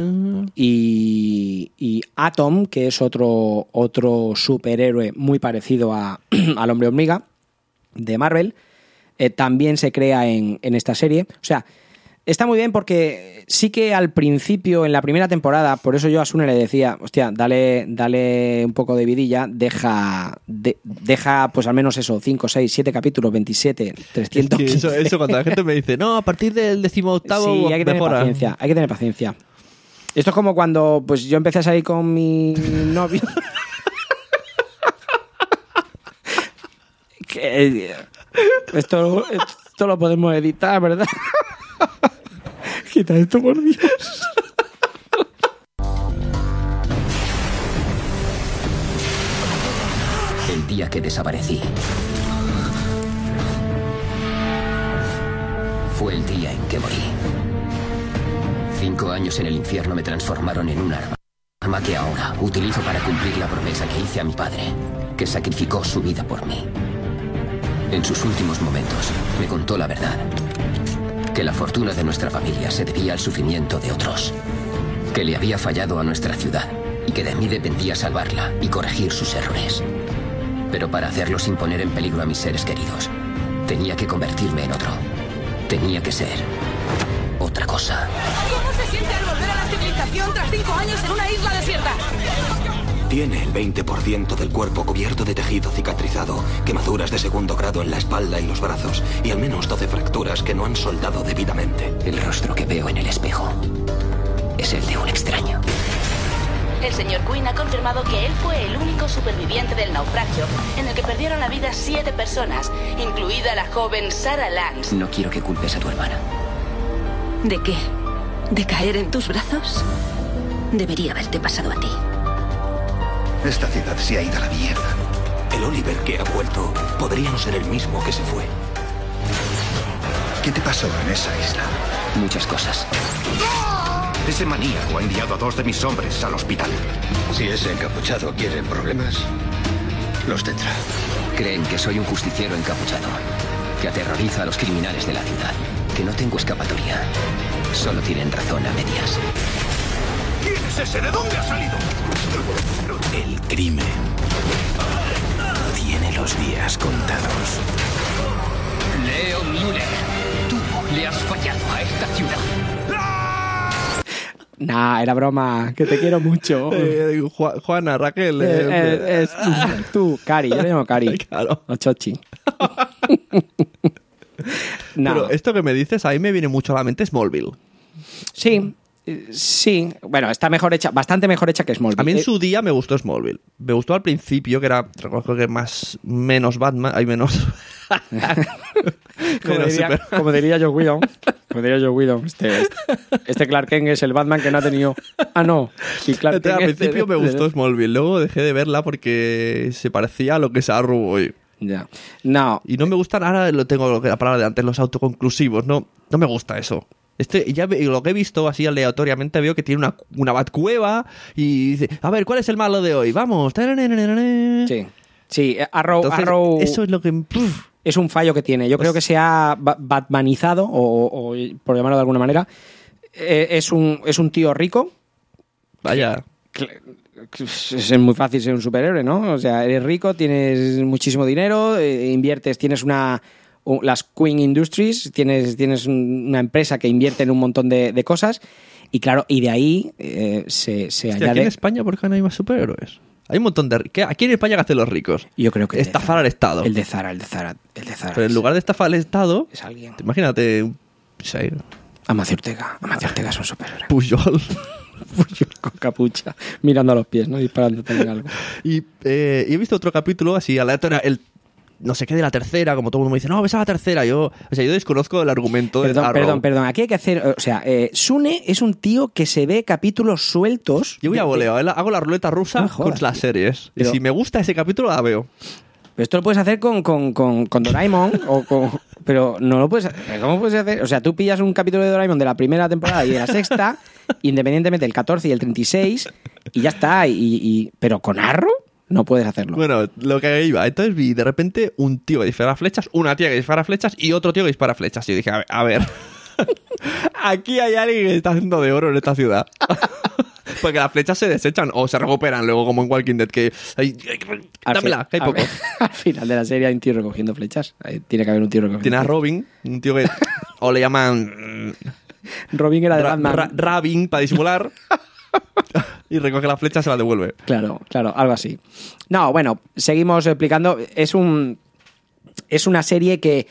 Y Atom, que es otro superhéroe muy parecido al Hombre Hormiga de Marvel, también se crea en esta serie. O sea, está muy bien porque sí que al principio, en la primera temporada, por eso yo a Sune le decía, hostia, dale un poco de vidilla, deja pues al menos eso, 5, 6, 7 capítulos, 27, 315. Es que eso cuando la gente me dice, no, a partir del 18º Sí, hay que tener mejora. paciencia, hay que tener paciencia. Esto es como cuando pues yo empecé a salir con mi novio. Esto lo podemos editar, ¿verdad? Quita esto, por Dios. El día que desaparecí fue el día en que morí. 5 años en el infierno me transformaron en un arma que ahora utilizo para cumplir la promesa que hice a mi padre, que sacrificó su vida por mí. En sus últimos momentos me contó la verdad, que la fortuna de nuestra familia se debía al sufrimiento de otros, que le había fallado a nuestra ciudad y que de mí dependía salvarla y corregir sus errores. Pero para hacerlo sin poner en peligro a mis seres queridos, tenía que convertirme en otro. Tenía que ser otra cosa. ¿Cómo se siente al volver a la civilización tras 5 años en una isla desierta? Tiene el 20% del cuerpo cubierto de tejido cicatrizado, quemaduras de 2º grado en la espalda y los brazos, y al menos 12 fracturas que no han soldado debidamente. El rostro que veo en el espejo es el de un extraño. El señor Quinn ha confirmado que él fue el único superviviente del naufragio en el que perdieron la vida 7 personas, incluida la joven Sarah Lance. No quiero que culpes a tu hermana. ¿De qué? ¿De caer en tus brazos? Debería haberte pasado a ti. Esta ciudad se ha ido a la mierda. El Oliver que ha vuelto podría no ser el mismo que se fue. ¿Qué te pasó en esa isla? Muchas cosas. Ese maníaco ha enviado a 2 de mis hombres al hospital. Si ese encapuchado quiere problemas, los tendrá. Creen que soy un justiciero encapuchado, que aterroriza a los criminales de la ciudad, que no tengo escapatoria. Solo tienen razón a medias. ¿Quién es ese? ¿De dónde ha salido? El crimen tiene los días contados. Leo Müller, tú le has fallado a esta ciudad. Nah, era broma, que te quiero mucho. Juana, Raquel. Tú, Cari, yo le llamo Cari. Claro. O Chochi. No. Pero esto que me dices, a mí me viene mucho a la mente Smallville. Sí. Sí, bueno, está mejor hecha, bastante mejor hecha que Smallville. A mí en su día me gustó Smallville. Me gustó al principio, que era, reconozco que menos Batman, hay menos... como diría Joe Whedon. Este Clark Kent es el Batman que no ha tenido... Ah, no. Y Clark Kent al principio me gustó Smallville, luego dejé de verla porque se parecía a lo que es Arrow hoy. Ya. No. Y no me gustan, ahora lo tengo la palabra de antes, los autoconclusivos. No me gusta eso. Ya lo que he visto así aleatoriamente veo que tiene una Batcueva y dice, a ver, ¿cuál es el malo de hoy? Vamos. Sí, Arrow, Entonces, Arrow eso es lo que... es un fallo que tiene. Yo creo que se ha batmanizado, o por llamarlo de alguna manera. Es un tío rico. Vaya. Es muy fácil ser un superhéroe, ¿no? O sea, eres rico, tienes muchísimo dinero, inviertes, tienes las Queen Industries, tienes una empresa que invierte en un montón de cosas, y claro, y de ahí se añade... Aquí en España, ¿por qué no hay más superhéroes? Hay un montón de... Aquí en España, ¿qué hacen los ricos? Yo creo que... Estafar al Estado. El de Zara. Pero en lugar de estafar al Estado... Es alguien. Imagínate... Amancio Ortega es un superhéroe. Pujol con capucha, mirando a los pies, ¿no? Disparando también algo. Y he visto otro capítulo así aleatorio, no sé qué de la tercera, como todo el mundo me dice, no, ves a la tercera. Yo desconozco el argumento de Arrow. Perdón. Aquí hay que hacer... O sea, Sune es un tío que se ve capítulos sueltos... Yo voy a voleo, hago la ruleta rusa con las series. Y si me gusta ese capítulo, la veo. Pero esto lo puedes hacer con Doraemon pero no lo puedes... ¿Cómo puedes hacer? O sea, tú pillas un capítulo de Doraemon de la primera temporada y de la sexta, independientemente del 14 y el 36, y ya está. Pero con Arrow no puedes hacerlo. Bueno, lo que iba. Entonces vi de repente un tío que dispara flechas, una tía que dispara flechas y otro tío que dispara flechas. Y yo dije, a ver. Aquí hay alguien que está haciendo de oro en esta ciudad. Porque las flechas se desechan o se recuperan luego, como en Walking Dead, que... dámela, que hay poco. Al final de la serie hay un tío recogiendo flechas. Tiene que haber un tío recogiendo Tiene a flechas. Robin, un tío que... o le llaman... Robin era de Batman. Rabin, para disimular. Y recoge las flechas y se las devuelve. Claro, algo así. No, bueno, seguimos explicando. Es una serie que...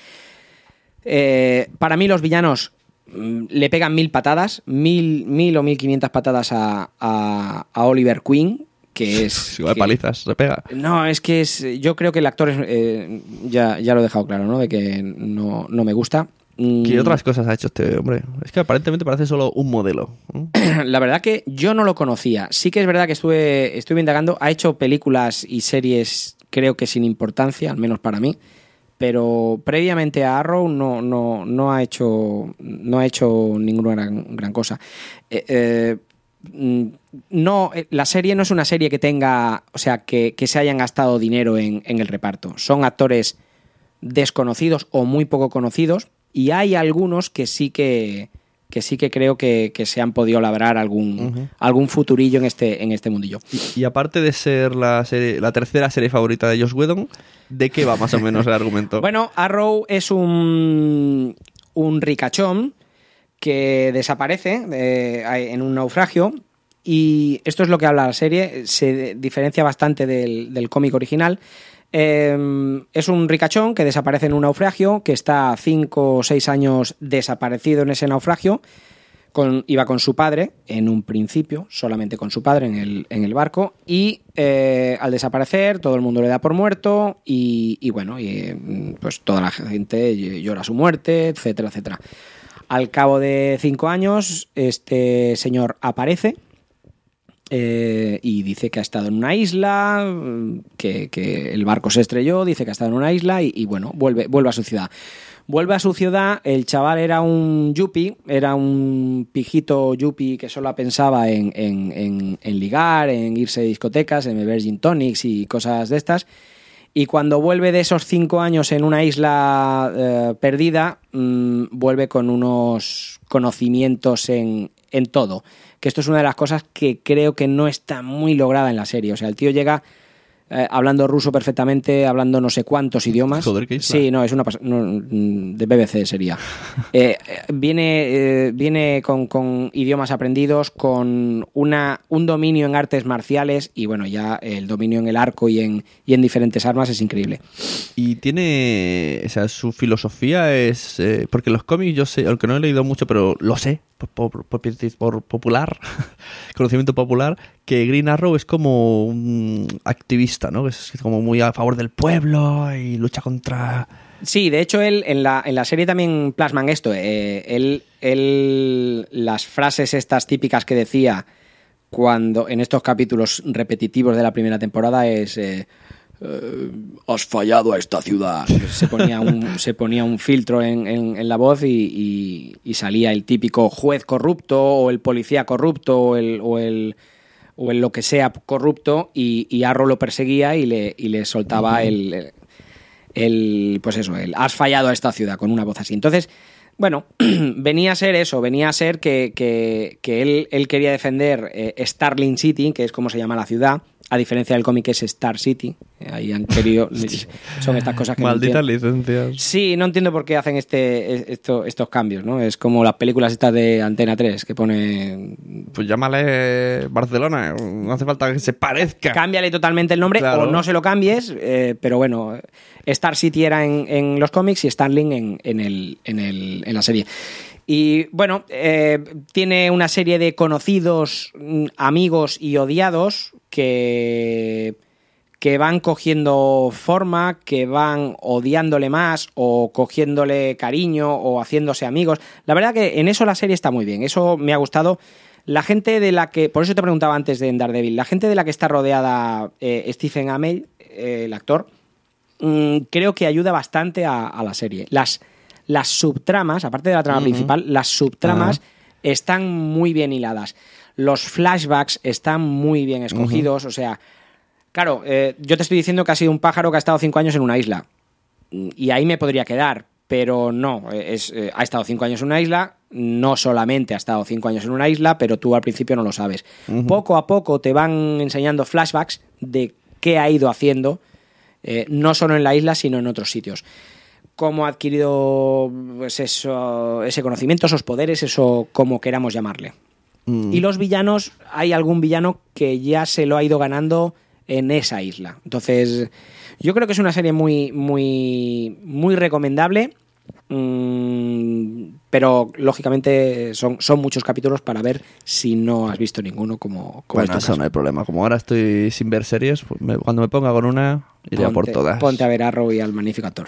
para mí los villanos... le pegan 1000 patadas, 1000 o 1500 patadas a Oliver Queen, que es... Igual palizas, se pega. No, es que yo creo que el actor ya lo he dejado claro, ¿no? De que no me gusta. ¿Qué otras cosas ha hecho este hombre? Es que aparentemente parece solo un modelo. La verdad que yo no lo conocía. Sí que es verdad que estuve indagando. Ha hecho películas y series, creo que sin importancia, al menos para mí. Pero previamente a Arrow no ha hecho ninguna gran cosa. La serie no es una serie que tenga, o sea, que se hayan gastado dinero en el reparto. Son actores desconocidos o muy poco conocidos, y hay algunos que sí que creo que se han podido labrar algún futurillo en este mundillo. Y aparte de ser la tercera serie favorita de Joss Whedon, ¿de qué va más o menos el argumento? Bueno, Arrow es un ricachón que desaparece en un naufragio, y esto es lo que habla la serie. Se diferencia bastante del cómic original. Es un ricachón que desaparece en un naufragio, que está 5 o 6 años desaparecido en ese naufragio. Iba con su padre, en un principio, solamente con su padre en el barco, y al desaparecer todo el mundo le da por muerto, y bueno, pues toda la gente llora su muerte, etcétera, etcétera. Al cabo de 5 años, este señor aparece y dice que ha estado en una isla, que el barco se estrelló, dice que ha estado en una isla, y bueno, vuelve a su ciudad. Vuelve a su ciudad. El chaval era un yuppie, era un pijito yuppie que solo pensaba en ligar, en irse a discotecas, en beber gin tonics y cosas de estas. Y cuando vuelve de esos 5 años en una isla perdida, vuelve con unos conocimientos en todo. Que esto es una de las cosas que creo que no está muy lograda en la serie. O sea, el tío llega hablando ruso perfectamente, hablando no sé cuántos idiomas. Joder, ¿qué isla? Sí, no, es una de BBC sería. Viene con idiomas aprendidos, con un dominio en artes marciales y bueno, ya el dominio en el arco y en diferentes armas es increíble. Y tiene, o sea, su filosofía es, porque los cómics yo sé, aunque no he leído mucho, pero lo sé, por popular, conocimiento popular, que Green Arrow es como un activista, ¿no? Es como muy a favor del pueblo y lucha contra... Sí, de hecho él en la serie también plasman esto. Él las frases estas típicas que decía cuando en estos capítulos repetitivos de la primera temporada es... has fallado a esta ciudad. Se ponía un filtro en la voz y salía el típico juez corrupto o el policía corrupto o el lo que sea corrupto y Arrow lo perseguía y le soltaba el has fallado a esta ciudad con una voz así. Entonces, bueno, venía a ser eso, venía a ser que él quería defender Starling City, que es como se llama la ciudad, a diferencia del cómic que es Star City. Ahí han querido... Son estas cosas que malditas no licencias. Sí, no entiendo por qué hacen estos cambios, ¿no? Es como las películas estas de Antena 3, que pone... Pues llámale Barcelona, no hace falta que se parezca. Cámbiale totalmente el nombre, claro. O no se lo cambies, pero bueno, Star City era en los cómics y Starling en la serie. Y bueno, tiene una serie de conocidos, amigos y odiados que van cogiendo forma, que van odiándole más o cogiéndole cariño o haciéndose amigos. La verdad que en eso la serie está muy bien, eso me ha gustado. La gente de la que, por eso te preguntaba antes de Daredevil, la gente de la que está rodeada Stephen Amell, el actor, creo que ayuda bastante a la serie. Las subtramas, aparte de la trama principal, las subtramas están muy bien hiladas. Los flashbacks están muy bien escogidos. O sea, claro, yo te estoy diciendo que ha sido un pájaro que ha estado 5 años en una isla. Y ahí me podría quedar, pero no. Ha estado 5 años en una isla, no solamente ha estado 5 años en una isla, pero tú al principio no lo sabes. Poco a poco te van enseñando flashbacks de qué ha ido haciendo, no solo en la isla, sino en otros sitios. Cómo ha adquirido pues ese conocimiento, esos poderes, eso como queramos llamarle. Y los villanos, hay algún villano que ya se lo ha ido ganando en esa isla. Entonces, yo creo que es una serie muy, muy, muy recomendable, pero lógicamente son muchos capítulos para ver si no has visto ninguno como bueno, eso no hay problema. Como ahora estoy sin ver series, pues cuando me ponga con una, iré a por todas. Ponte a ver Arrow y al Magnificator.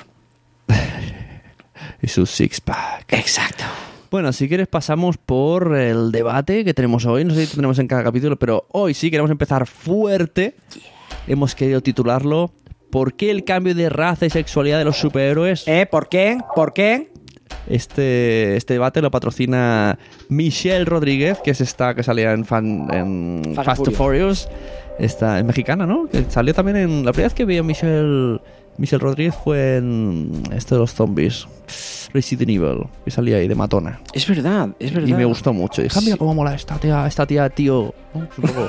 Y su six-pack. Exacto. Bueno, si quieres pasamos por el debate que tenemos hoy. No sé si tenemos en cada capítulo, pero hoy sí queremos empezar fuerte. Yeah. Hemos querido titularlo ¿Por qué el cambio de raza y sexualidad de los superhéroes? ¿Por qué? ¿Por qué? Este debate lo patrocina Michelle Rodríguez, que es esta que salía en Fast and Furious. Esta es mexicana, ¿no? Que salió también en... La primera vez que vi a Michelle Rodríguez fue en esto de los zombies, Resident Evil, que salía ahí de matona. Es verdad. Y me gustó mucho. Y dije, mira cómo mola esta tía, tío. ¿No? Un poco...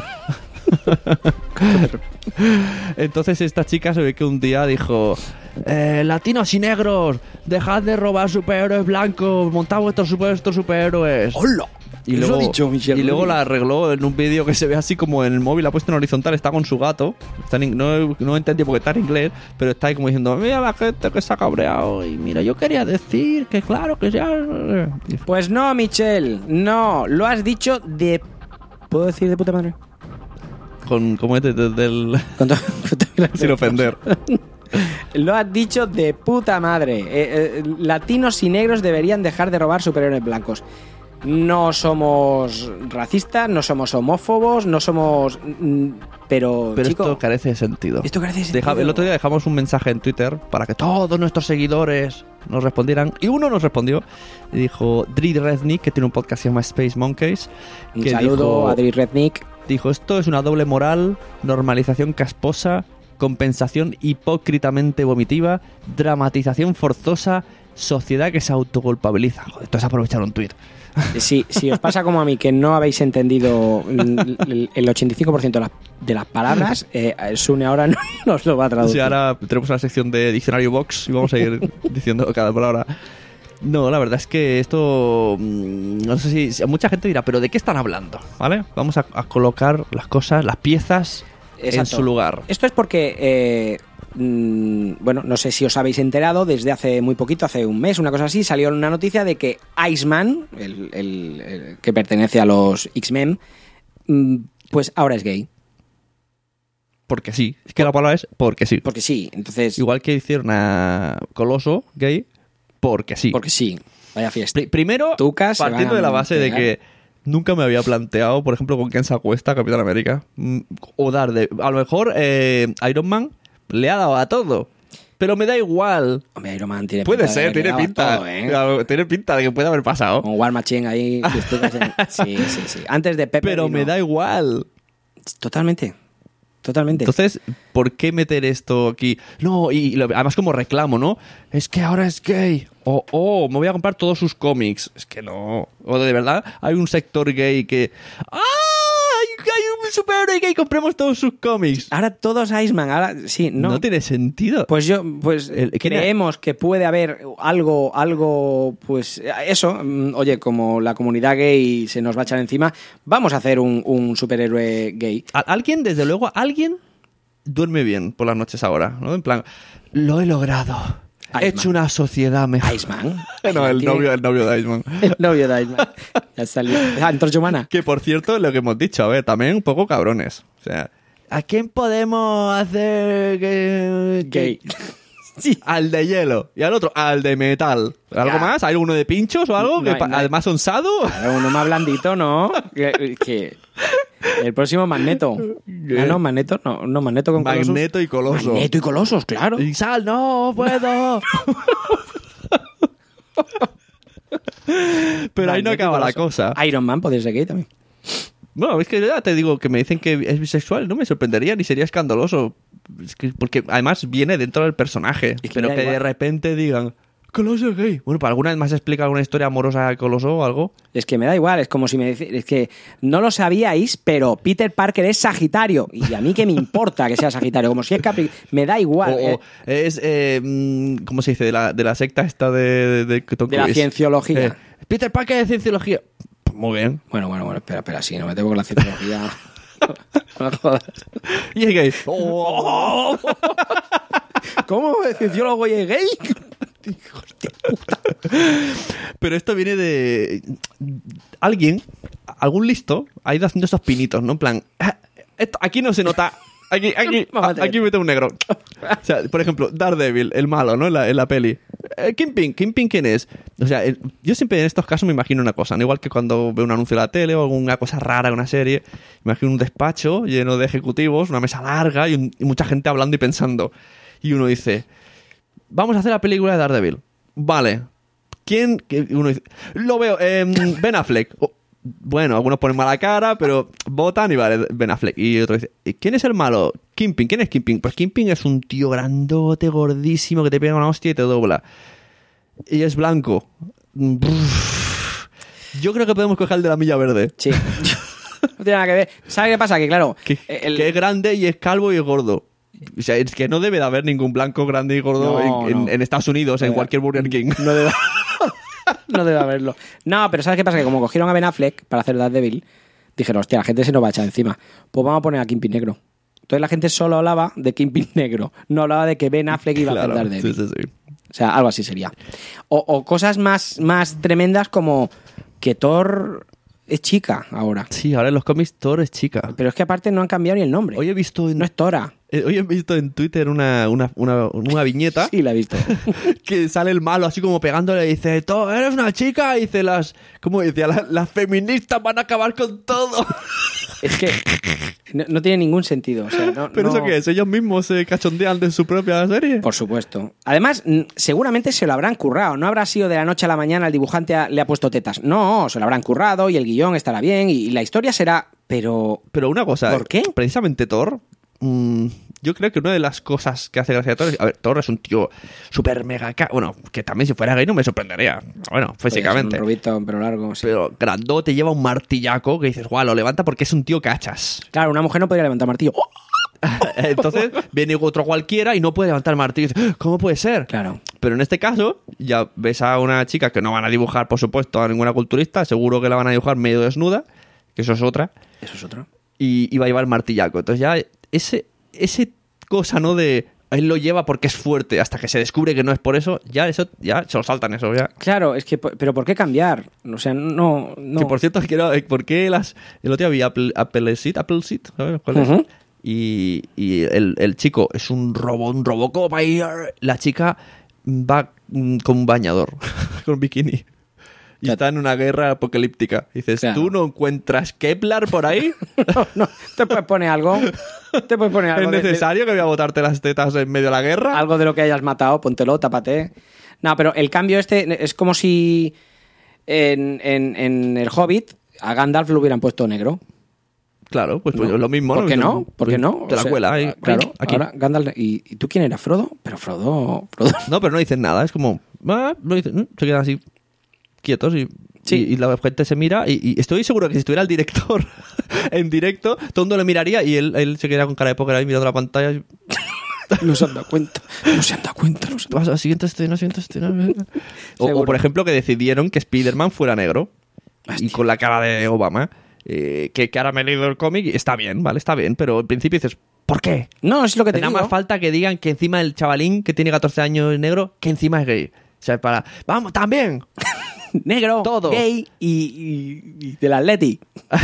Entonces esta chica se ve que un día dijo latinos y negros, dejad de robar superhéroes blancos, montad vuestros superhéroes. ¡Hola! Y luego la arregló en un vídeo que se ve así como en el móvil, la ha puesto en horizontal, está con su gato. No entendí porque está en inglés, pero está ahí como diciendo, mira la gente que se ha cabreado. Y mira, yo quería decir que claro, que ya... Pues no, Michelle, no, lo has dicho de... ¿Puedo decir de puta madre? ¿Cómo es? Sin ofender. Lo has dicho de puta madre. Latinos y negros deberían dejar de robar superhéroes blancos. No somos racistas, no somos homófobos, no somos... Pero chico, esto carece de sentido. Esto carece de sentido. El otro día dejamos un mensaje en Twitter para que todos nuestros seguidores nos respondieran. Y uno nos respondió y dijo, Dri Rednick, que tiene un podcast que se llama Space Monkeys. Un saludo a Dri Rednick. Dijo, esto es una doble moral, normalización casposa compensación hipócritamente vomitiva, dramatización forzosa, sociedad que se autoculpabiliza. Joder, esto es aprovechar un tuit. Si os pasa como a mí, que no habéis entendido el 85% de las palabras, Sune ahora nos lo va a traducir. Sí, ahora tenemos una sección de Diccionario Box y vamos a ir diciendo cada palabra. No, la verdad es que esto... No sé si mucha gente dirá, ¿pero de qué están hablando? ¿Vale? Vamos a colocar las cosas, las piezas en su lugar. Esto es porque... bueno, no sé si os habéis enterado, desde hace muy poquito, hace un mes, una cosa así, salió una noticia de que Iceman, el que pertenece a los X-Men, pues ahora es gay. Porque sí. Es que la palabra es porque sí. Porque sí. Entonces, igual que hicieron a Coloso gay, porque sí. Porque sí. Vaya fiesta. Primero, Tucas partiendo de la base de que nunca me había planteado, por ejemplo, con quién se acuesta Capitán América. O dar de... A lo mejor Iron Man le ha dado a todo. Pero me da igual. Hombre, Iron Man tiene puede pinta ser, de tiene pinta. Todo, tiene pinta de que puede haber pasado. Con War Machine ahí. Sí. Antes de Pepe. Pero me da igual. Totalmente. Entonces, ¿por qué meter esto aquí? No, además como reclamo, ¿no? Es que ahora es gay. O me voy a comprar todos sus cómics. Es que no. O de verdad hay un sector gay que... ¡Ah! Hay un superhéroe gay, compremos todos sus cómics. Ahora todos Iceman, ahora sí, no. No tiene sentido. Pues creemos que puede haber algo, pues eso, oye, como la comunidad gay se nos va a echar encima, vamos a hacer un superhéroe gay. Alguien, desde luego, alguien duerme bien por las noches ahora, ¿no? En plan, lo he logrado. He hecho una sociedad mejor. Iceman. No, el novio de Iceman. El novio de Iceman. Ya salió. Antorcha Humana. Que por cierto, lo que hemos dicho, a ver, también un poco cabrones. O sea, ¿a quién podemos hacer gay? Sí. Al de hielo. Y al otro, al de metal. ¿Algo más? ¿Hay uno de pinchos o algo? Además son Sado. Claro, uno más blandito, ¿no? que el próximo Magneto. No, Magneto con Colosos. Magneto y Coloso. Magneto y Colosos, claro. Y Sal, no puedo. Pero ahí no acaba la cosa. Iron Man podría ser gay también. Bueno, es que ya te digo que me dicen que es bisexual, no me sorprendería ni sería escandaloso. Es que, porque además viene dentro del personaje. Pero que de repente digan, Coloso es gay. Bueno, ¿para alguna vez más explica alguna historia amorosa de Coloso o algo? Es que me da igual, es como si me decís, es que no lo sabíais, pero Peter Parker es Sagitario. Y a mí qué me importa que sea Sagitario, como si es Capri, me da igual. Es, ¿cómo se dice? De la secta esta de la cienciología. Peter Parker de cienciología. Muy bien. Bueno, espera, sí, no me tengo con la cienciología. No jodas. Y es gay. ¿Cómo? ¿El cienciólogo y es gay? Pero esto viene de alguien, algún listo, ha ido haciendo esos pinitos, ¿no? En plan, aquí no se nota. Aquí mete un negro. O sea, por ejemplo, Daredevil, el malo, ¿no? En la peli. Kingpin, ¿quién es? O sea, yo siempre en estos casos me imagino una cosa, ¿no? Igual que cuando veo un anuncio en la tele o alguna cosa rara en una serie, me imagino un despacho lleno de ejecutivos, una mesa larga y mucha gente hablando y pensando. Y uno dice, vamos a hacer la película de Daredevil. Vale. ¿Quién? Uno dice, lo veo, Ben Affleck. Bueno, algunos ponen mala cara, pero votan y vale, Ben Affleck. Y otro dice, ¿quién es el malo? Kingpin. ¿Quién es Kingpin? Pues Kingpin es un tío grandote, gordísimo, que te pega una hostia y te dobla. Y es blanco. Yo creo que podemos coger el de la milla verde. Sí. No tiene nada que ver. ¿Sabes qué pasa? Que claro... Que es grande y es calvo y es gordo. O sea, es que no debe de haber ningún blanco grande y gordo en Estados Unidos, en cualquier Burger King. No debe haberlo. No, pero ¿sabes qué pasa? Que como cogieron a Ben Affleck para hacer Daredevil, dijeron, hostia, la gente se nos va a echar encima. Pues vamos a poner a Kingpin negro. Entonces la gente solo hablaba de Kingpin negro. No hablaba de que Ben Affleck iba a hacer Daredevil. Sí. O sea, algo así sería. O cosas más tremendas como que Thor es chica ahora. Sí, ahora en los cómics Thor es chica. Pero es que aparte no han cambiado ni el nombre. Hoy he visto... No es Tora. Hoy he visto en Twitter una viñeta. Sí, la he visto. Que sale el malo así como pegándole y dice, eres una chica, y dice ¿cómo decía? Las feministas van a acabar con todo. Es que no tiene ningún sentido. O sea, ¿Pero eso qué es? ¿Ellos mismos se cachondean de su propia serie? Por supuesto. Además, seguramente se lo habrán currado. No habrá sido de la noche a la mañana el dibujante le ha puesto tetas. No, se lo habrán currado y el guión estará bien y la historia será... Pero una cosa, ¿por qué? Precisamente Thor yo creo que una de las cosas que hace gracia a Thor es... A ver, Thor es un tío súper mega... Bueno, que también si fuera gay no me sorprendería. Bueno, físicamente. Un rubito, pero largo, sí. Pero grandote, lleva un martillaco que dices, guau, lo levanta porque es un tío cachas. Claro, una mujer no podría levantar martillo. Entonces viene otro cualquiera y no puede levantar el martillo. ¿Cómo puede ser? Claro. Pero en este caso, ya ves a una chica que no van a dibujar, por supuesto, a ninguna culturista. Seguro que la van a dibujar medio desnuda, que eso es otra. Eso es otra. Y va a llevar el martillaco. Entonces ya ese cosa, ¿no? De él lo lleva porque es fuerte, hasta que se descubre que no es por eso, ya se lo saltan eso, ya. Claro, es que, pero ¿por qué cambiar? O sea, no. Que por cierto, ¿por qué el otro día vi Appleseed, ¿sabes cuál es? Y el chico es un Robocop ahí, la chica va con un bañador, con bikini. Y está en una guerra apocalíptica. Dices, claro. ¿Tú no encuentras Kepler por ahí? No, te puedes poner algo. ¿Es necesario que voy a botarte las tetas en medio de la guerra? Algo de lo que hayas matado, póntelo, tápate. No, pero el cambio es como si en El Hobbit a Gandalf lo hubieran puesto negro. Claro, pues no. Lo mismo. ¿Por qué no? ¿Por qué no? Te la cuela ahí. Claro, aquí. Ahora Gandalf... ¿Y tú quién eras? ¿Frodo? Pero Frodo... No, pero no dicen nada. Es como... no dicen, se quedan así quietos y la gente se mira y estoy seguro que si estuviera el director en directo, todo el mundo le miraría y él se quedaría con cara de póker ahí mirando la pantalla. No se han dado cuenta. Vas a la siguiente escena. O por ejemplo, que decidieron que Spider-Man fuera negro. Hostia. Y con la cara de Obama. Que ahora me he leído el cómic y está bien, ¿vale? Está bien, pero al principio dices, ¿por qué? No, es lo que te digo. Nada más falta que digan que encima el chavalín que tiene 14 años negro, que encima es gay. O sea, ¡vamos, también! Negro, todo. Gay y del Atleti.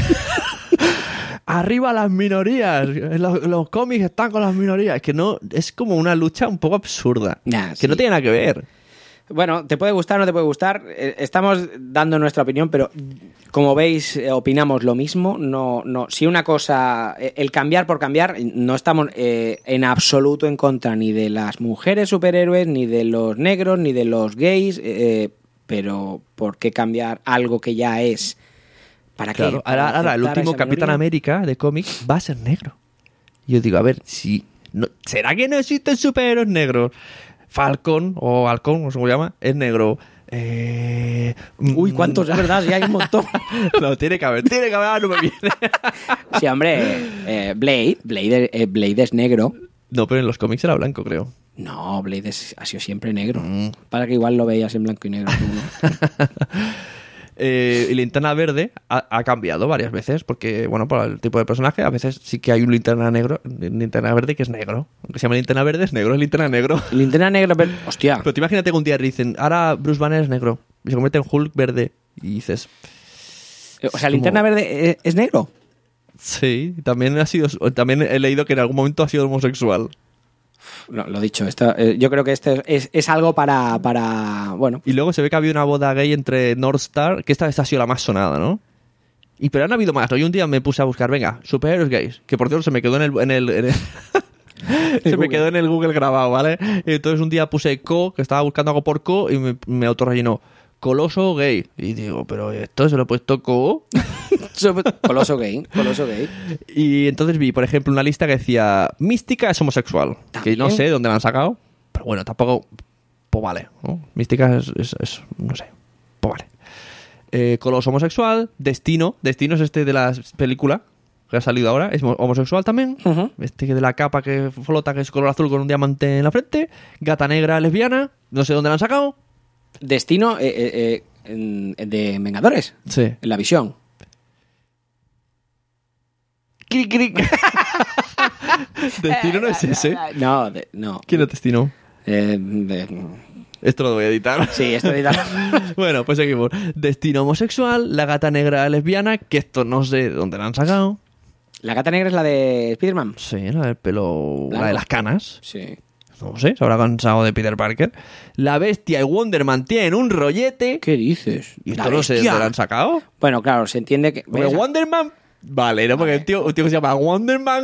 Arriba las minorías. Los cómics están con las minorías. Es que no, es como una lucha un poco absurda. Que no tiene nada que ver. Bueno, te puede gustar, no te puede gustar. Estamos dando nuestra opinión, pero como veis, opinamos lo mismo. No, si una cosa, el cambiar por cambiar, no estamos en absoluto en contra ni de las mujeres superhéroes, ni de los negros, ni de los gays. Pero ¿por qué cambiar algo que ya es? ¿Para qué? Claro, ahora el último Capitán América de cómics va a ser negro. Y yo digo, a ver, si no, ¿será que no existen superhéroes negros? Falcon o Halcón, no sé cómo se llama, es negro. Uy, ¿cuántos? Es verdad, sí hay un montón. No, tiene que haber, no me viene. Sí, hombre, Blade es negro. No, pero en los cómics era blanco, creo. No, Blade ha sido siempre negro. Para que igual lo veías en blanco y negro. Y Linterna Verde ha cambiado varias veces, porque, bueno, por el tipo de personaje, a veces sí que hay un Linterna Verde que es negro. Aunque se llama Linterna Verde, es negro, es Linterna Negro. Linterna Negro, hostia. Pero te imagínate que un día dicen, ahora Bruce Banner es negro, y se convierte en Hulk verde, y dices... O sea, ¿Linterna Verde es negro? Sí, también he leído que en algún momento ha sido homosexual. No, lo dicho, yo creo que esto es algo para bueno. Y luego se ve que había una boda gay entre Northstar, que esta ha sido la más sonada, ¿no? Pero han habido más, ¿no? Yo un día me puse a buscar, venga, superhéroes gays, que por cierto se me quedó en el me quedó en el Google grabado, ¿vale? Entonces un día puse Co, que estaba buscando algo por Co, y me autorrellenó Coloso gay. Y digo, pero esto se lo he puesto Co. Coloso gay. Y entonces vi, por ejemplo, una lista que decía Mística es homosexual. ¿También? Que no sé dónde la han sacado, pero bueno, tampoco. Pues vale, ¿no? Mística es no sé. Pues vale. Coloso homosexual. Destino es este de la película que ha salido ahora. Es homosexual también. Este de la capa que flota, que es color azul con un diamante en la frente. Gata negra lesbiana. No sé dónde la han sacado. Destino de Vengadores. Sí. En la visión. Cric. ¿Destino no es ese? No. ¿Quién es Destino? Esto lo voy a editar. Sí, esto editar. Bueno, pues seguimos. Destino homosexual, la gata negra lesbiana, que esto no sé dónde la han sacado. ¿La gata negra es la de Spider-Man? Sí, la del pelo... ¿Blanco? La de las canas. Sí. No sé, se habrá cansado de Peter Parker. La Bestia y Wonder Man tienen un rollete. ¿Qué dices? ¿Y esto no sé dónde lo han sacado? Bueno, claro, se entiende que... Porque Wonder Man... Vale, ¿no? Porque un tío que se llama Wonder Man...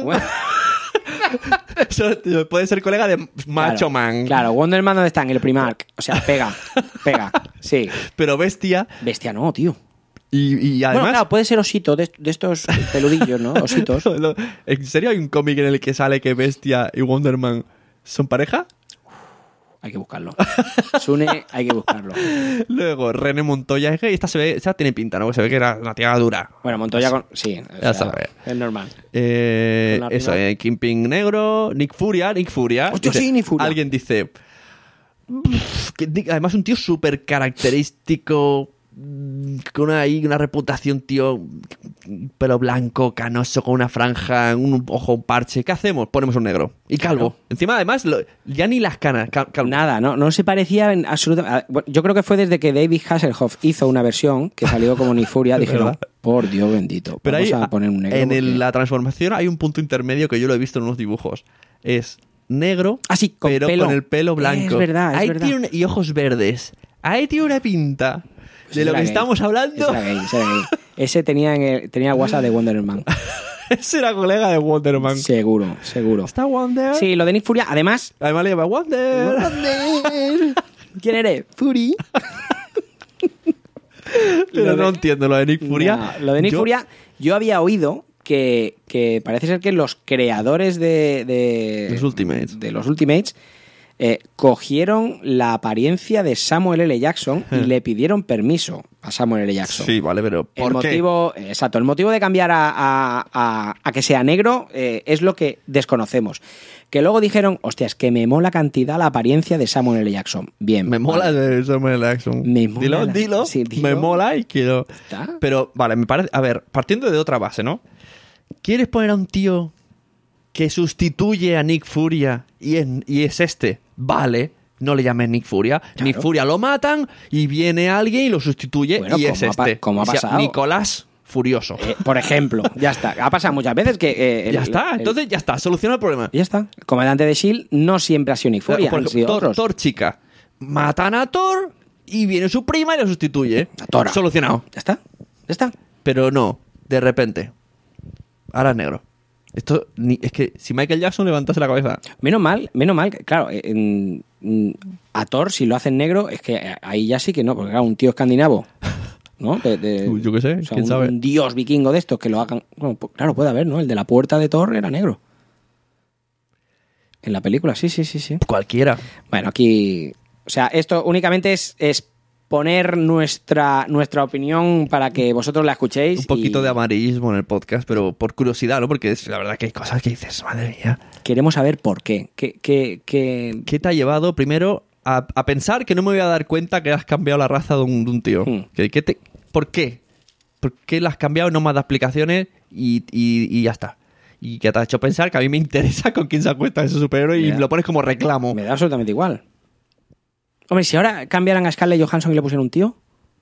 puede ser colega de Macho Man. Claro, Wonder Man ¿dónde está? En el Primark. O sea, pega. Sí. Pero Bestia... Bestia no, tío. Y además... Bueno, claro, puede ser osito de estos peludillos, ¿no? Ositos. ¿En serio hay un cómic en el que sale que Bestia y Wonder Man son pareja? Hay que buscarlo. Sune, hay que buscarlo. Luego, René Montoya. Es que esta tiene pinta, ¿no? Se ve que era una tía dura. Bueno, Montoya con... Sí, ya sabes. Es normal. Eso, Kingpin negro, Nick Furia. Hostia, Dice, sí, Nick Furia. Alguien dice... además un tío súper característico, con una reputación, tío, pelo blanco, canoso, con una franja, un ojo, un parche. ¿Qué hacemos? Ponemos un negro. Y calvo. Claro. Encima, además, ya ni las canas. Nada, no se parecía en absolutamente... Yo creo que fue desde que David Hasselhoff hizo una versión que salió como Nick Furia, dijeron, por Dios bendito, pero vamos ahí, a poner un negro. En la transformación hay un punto intermedio que yo lo he visto en unos dibujos. Es negro, pero con el pelo blanco. Es verdad, ahí tiene y ojos verdes. Ahí tiene una pinta de lo que estamos hablando. Ese era gay. Ese tenía el WhatsApp de Wonder Man. Ese era colega de Wonder Man. Seguro. ¿Está Wonder? Sí, lo de Nick Furia. Además le llama Wonder. ¿Quién eres? Fury. Pero no entiendo lo de Nick Furia. No, lo de Nick Furia, yo había oído que parece ser que los creadores de los Ultimates cogieron la apariencia de Samuel L. Jackson y le pidieron permiso a Samuel L. Jackson. Sí, vale, pero ¿por qué? Exacto, el motivo de cambiar a que sea negro es lo que desconocemos. Que luego dijeron, hostia, es que me mola cantidad la apariencia de Samuel L. Jackson. Bien. Me mola de Samuel L. Jackson. Dilo. Sí, me mola y quiero... ¿Está? Pero, vale, me parece... A ver, partiendo de otra base, ¿no? ¿Quieres poner a un tío que sustituye a Nick Furia y es este? Vale, no le llames Nick Furia. Claro. Nick Furia lo matan y viene alguien y lo sustituye y es este. ¿Cómo ha pasado? Nicolás Furioso. Por ejemplo, ya está. Ha pasado muchas veces que... entonces ya está, soluciona el problema. Ya está. El comandante de S.H.I.E.L.D. no siempre ha sido Nick Furia. Por ejemplo, Thor chica. Matan a Thor y viene su prima y lo sustituye. Thor. Solucionado. Ya está. Pero no, de repente. Ahora es negro. Esto es que si Michael Jackson levantase la cabeza. Menos mal, claro. A Thor, si lo hacen negro, es que ahí ya sí que no, porque claro, un tío escandinavo, ¿no? Yo qué sé, o sea, quién sabe. Un dios vikingo de estos que lo hagan. Bueno, claro, puede haber, ¿no? El de la puerta de Thor era negro. En la película, sí. Cualquiera. Bueno, aquí. O sea, esto únicamente es poner nuestra opinión para que vosotros la escuchéis. Un poquito de amarillismo en el podcast, pero por curiosidad, ¿no? Porque es la verdad que hay cosas que dices, madre mía. Queremos saber por qué. ¿Qué te ha llevado primero a pensar que no me voy a dar cuenta que has cambiado la raza de un tío? ¿Por qué? ¿Por qué la has cambiado y no me has dado explicaciones y ya está? Y que te ha hecho pensar que a mí me interesa con quién se acuesta ese superhéroe y lo pones como reclamo. Me da absolutamente igual. Hombre, si ahora cambiaran a Scarlett Johansson y le pusieran un tío.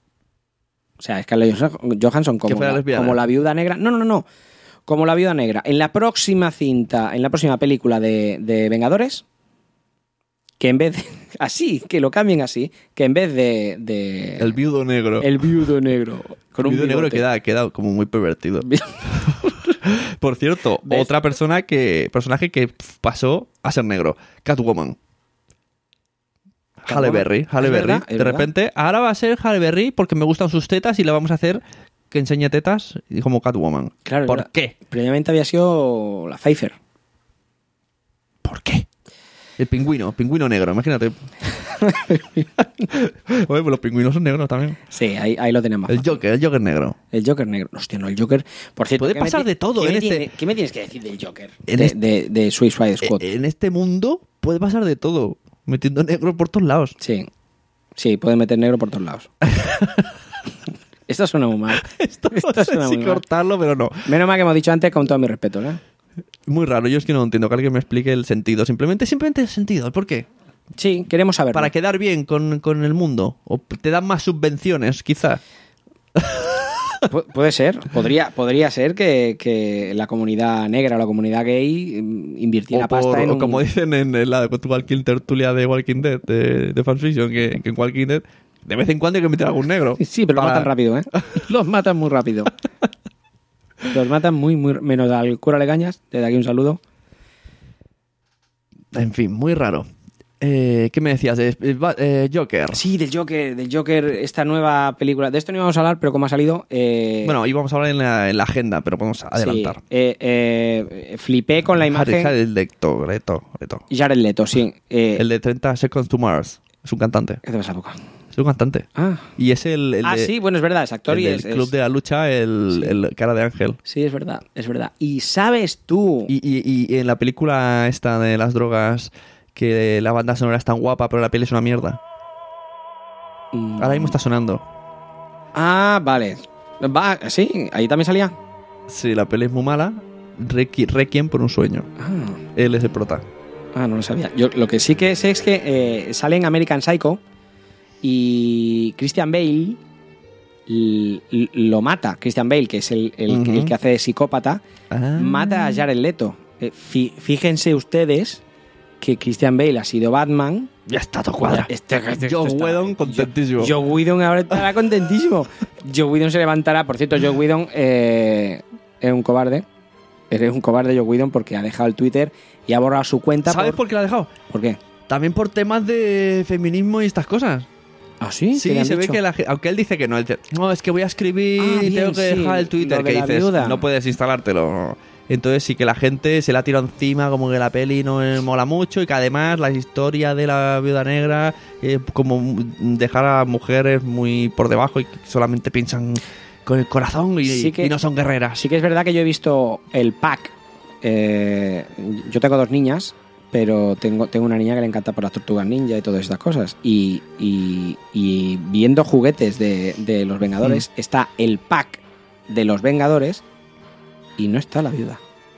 O sea, Scarlett Johansson como la viuda negra. No. Como la viuda negra. En la próxima película de Vengadores, que en vez de... Así, que lo cambien así, que en vez de el viudo negro. El viudo negro. Con el viudo negro queda como muy pervertido. Por cierto, ¿ves? Otra personaje que pasó a ser negro. Catwoman. Halle Berry. De repente, ahora va a ser Halle Berry porque me gustan sus tetas y le vamos a hacer que enseñe tetas como Catwoman. Claro, ¿Por qué? Previamente había sido la Pfeiffer. ¿Por qué? El pingüino negro, imagínate. Oye, pues los pingüinos son negros también. Sí, ahí lo tenemos. El Joker negro. El Joker negro. Hostia, no, el Joker... Por cierto, puede pasar de todo en este... ¿Qué me tienes que decir del Joker? De Suicide Squad. En este mundo puede pasar de todo. Metiendo negro por todos lados. Sí, puede meter negro por todos lados. Esto suena muy mal. Esto suena muy mal. Cortarlo, pero no. Menos mal que hemos dicho antes, con todo mi respeto, ¿no? Muy raro, yo es que no entiendo que alguien me explique el sentido. Simplemente el sentido, ¿por qué? Sí, queremos saberlo. Para quedar bien con el mundo. O te dan más subvenciones, quizá. Puede ser, podría ser que la comunidad negra o la comunidad gay invirtiera pasta en como dicen en la Walking tertulia de Walking Dead, de fanfiction, que en Walking Dead de vez en cuando hay que meter algún negro. Sí, pero lo matan rápido, ¿eh? Los matan muy rápido. Los matan muy, menos al cura Legañas, desde aquí un saludo. En fin, muy raro. ¿Qué me decías? Joker. Sí, del Joker, esta nueva película. De esto no íbamos a hablar, pero como ha salido... Bueno, íbamos a hablar en la agenda, pero podemos adelantar. Sí, flipé con la imagen... Jared Leto. Jared Leto, sí. El de 30 Seconds to Mars. Es un cantante. ¿Qué te pasa la boca? Es un cantante. Ah. Y es el sí, bueno, es verdad, es actor y el Club de la Lucha, el cara de ángel. Sí, es verdad. Y ¿sabes tú? Y en la película esta de las drogas, que la banda sonora es tan guapa, pero la peli es una mierda. Ahora mismo está sonando. Ah, vale. Sí, ahí también salía. Sí, la peli es muy mala. Requiem por un sueño. Él es el prota. Ah, no lo sabía. Yo lo que sí que sé es que sale en American Psycho y Christian Bale lo mata. Christian Bale, que es el que hace de psicópata, mata a Jared Leto. Fíjense ustedes que Christian Bale ha sido Batman. Ya está todo cuadrado. Joss Whedon contentísimo. Joss Whedon ahora estará contentísimo. Joss Whedon se levantará. Por cierto, Joss Whedon es un cobarde. Eres un cobarde, Joss Whedon, porque ha dejado el Twitter y ha borrado su cuenta. ¿Sabes por qué la ha dejado? ¿Por qué? También por temas de feminismo y estas cosas. ¿Ah, sí? Sí, se ve que aunque él dice que no, él dice, no, es que voy a escribir y tengo que dejar el Twitter, que dices, no puedes instalártelo. Entonces sí que la gente se la tira encima, como que la peli no me mola mucho y que además la historia de la Viuda Negra, como dejar a mujeres muy por debajo y que solamente piensan con el corazón y no son guerreras. Sí que es verdad que yo he visto el pack. Yo tengo 2 niñas, pero tengo una niña que le encanta por las tortugas ninja y todas estas cosas. Y viendo juguetes de los Vengadores, está el pack de los Vengadores y no está la viuda.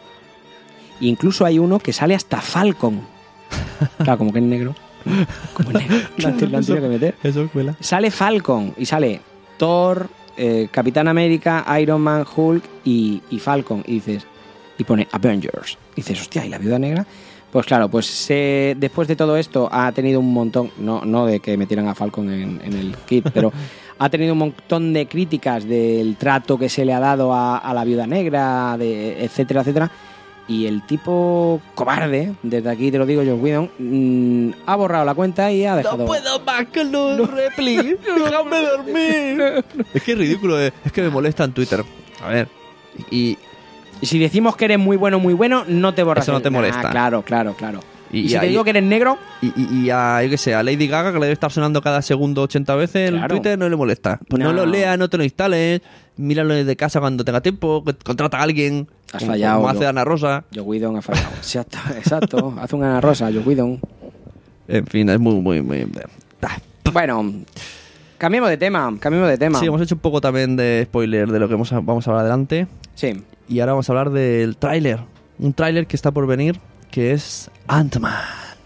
Incluso hay uno que sale hasta Falcon. Claro, como que es negro. Como es negro. Lo han tenido que meter. Eso cuela. Sale Falcon y sale Thor, Capitán América, Iron Man, Hulk y Falcon. Y pone Avengers. Y dices, hostia, ¿y la viuda negra? Pues claro, pues después de todo esto ha tenido un montón, no de que metieran a Falcon en el kit, pero ha tenido un montón de críticas del trato que se le ha dado a la viuda negra, etcétera, etcétera. Y el tipo cobarde, desde aquí te lo digo, Joss Whedon, ha borrado la cuenta y ha dejado... ¡No puedo más con los replis! ¡Déjame dormir! Es que es ridículo, es que me molesta en Twitter. A ver, y si decimos que eres muy bueno, no te borras. Eso no te molesta. Claro. Y si te digo que eres negro... Y a, yo qué sé, a Lady Gaga, que le debe estar sonando cada segundo 80 veces en Twitter, no le molesta. Pues no lo leas, no te lo instales, míralo desde casa cuando tenga tiempo, contrata a alguien. Has fallado. Como hace Ana Rosa. Joss Whedon ha fallado. Exacto. Hace una Ana Rosa, Joss Whedon. En fin, es muy... Bueno, cambiemos de tema. Sí, hemos hecho un poco también de spoiler de lo que vamos a hablar adelante. Sí. Y ahora vamos a hablar del tráiler. Un tráiler que está por venir, que es Ant-Man.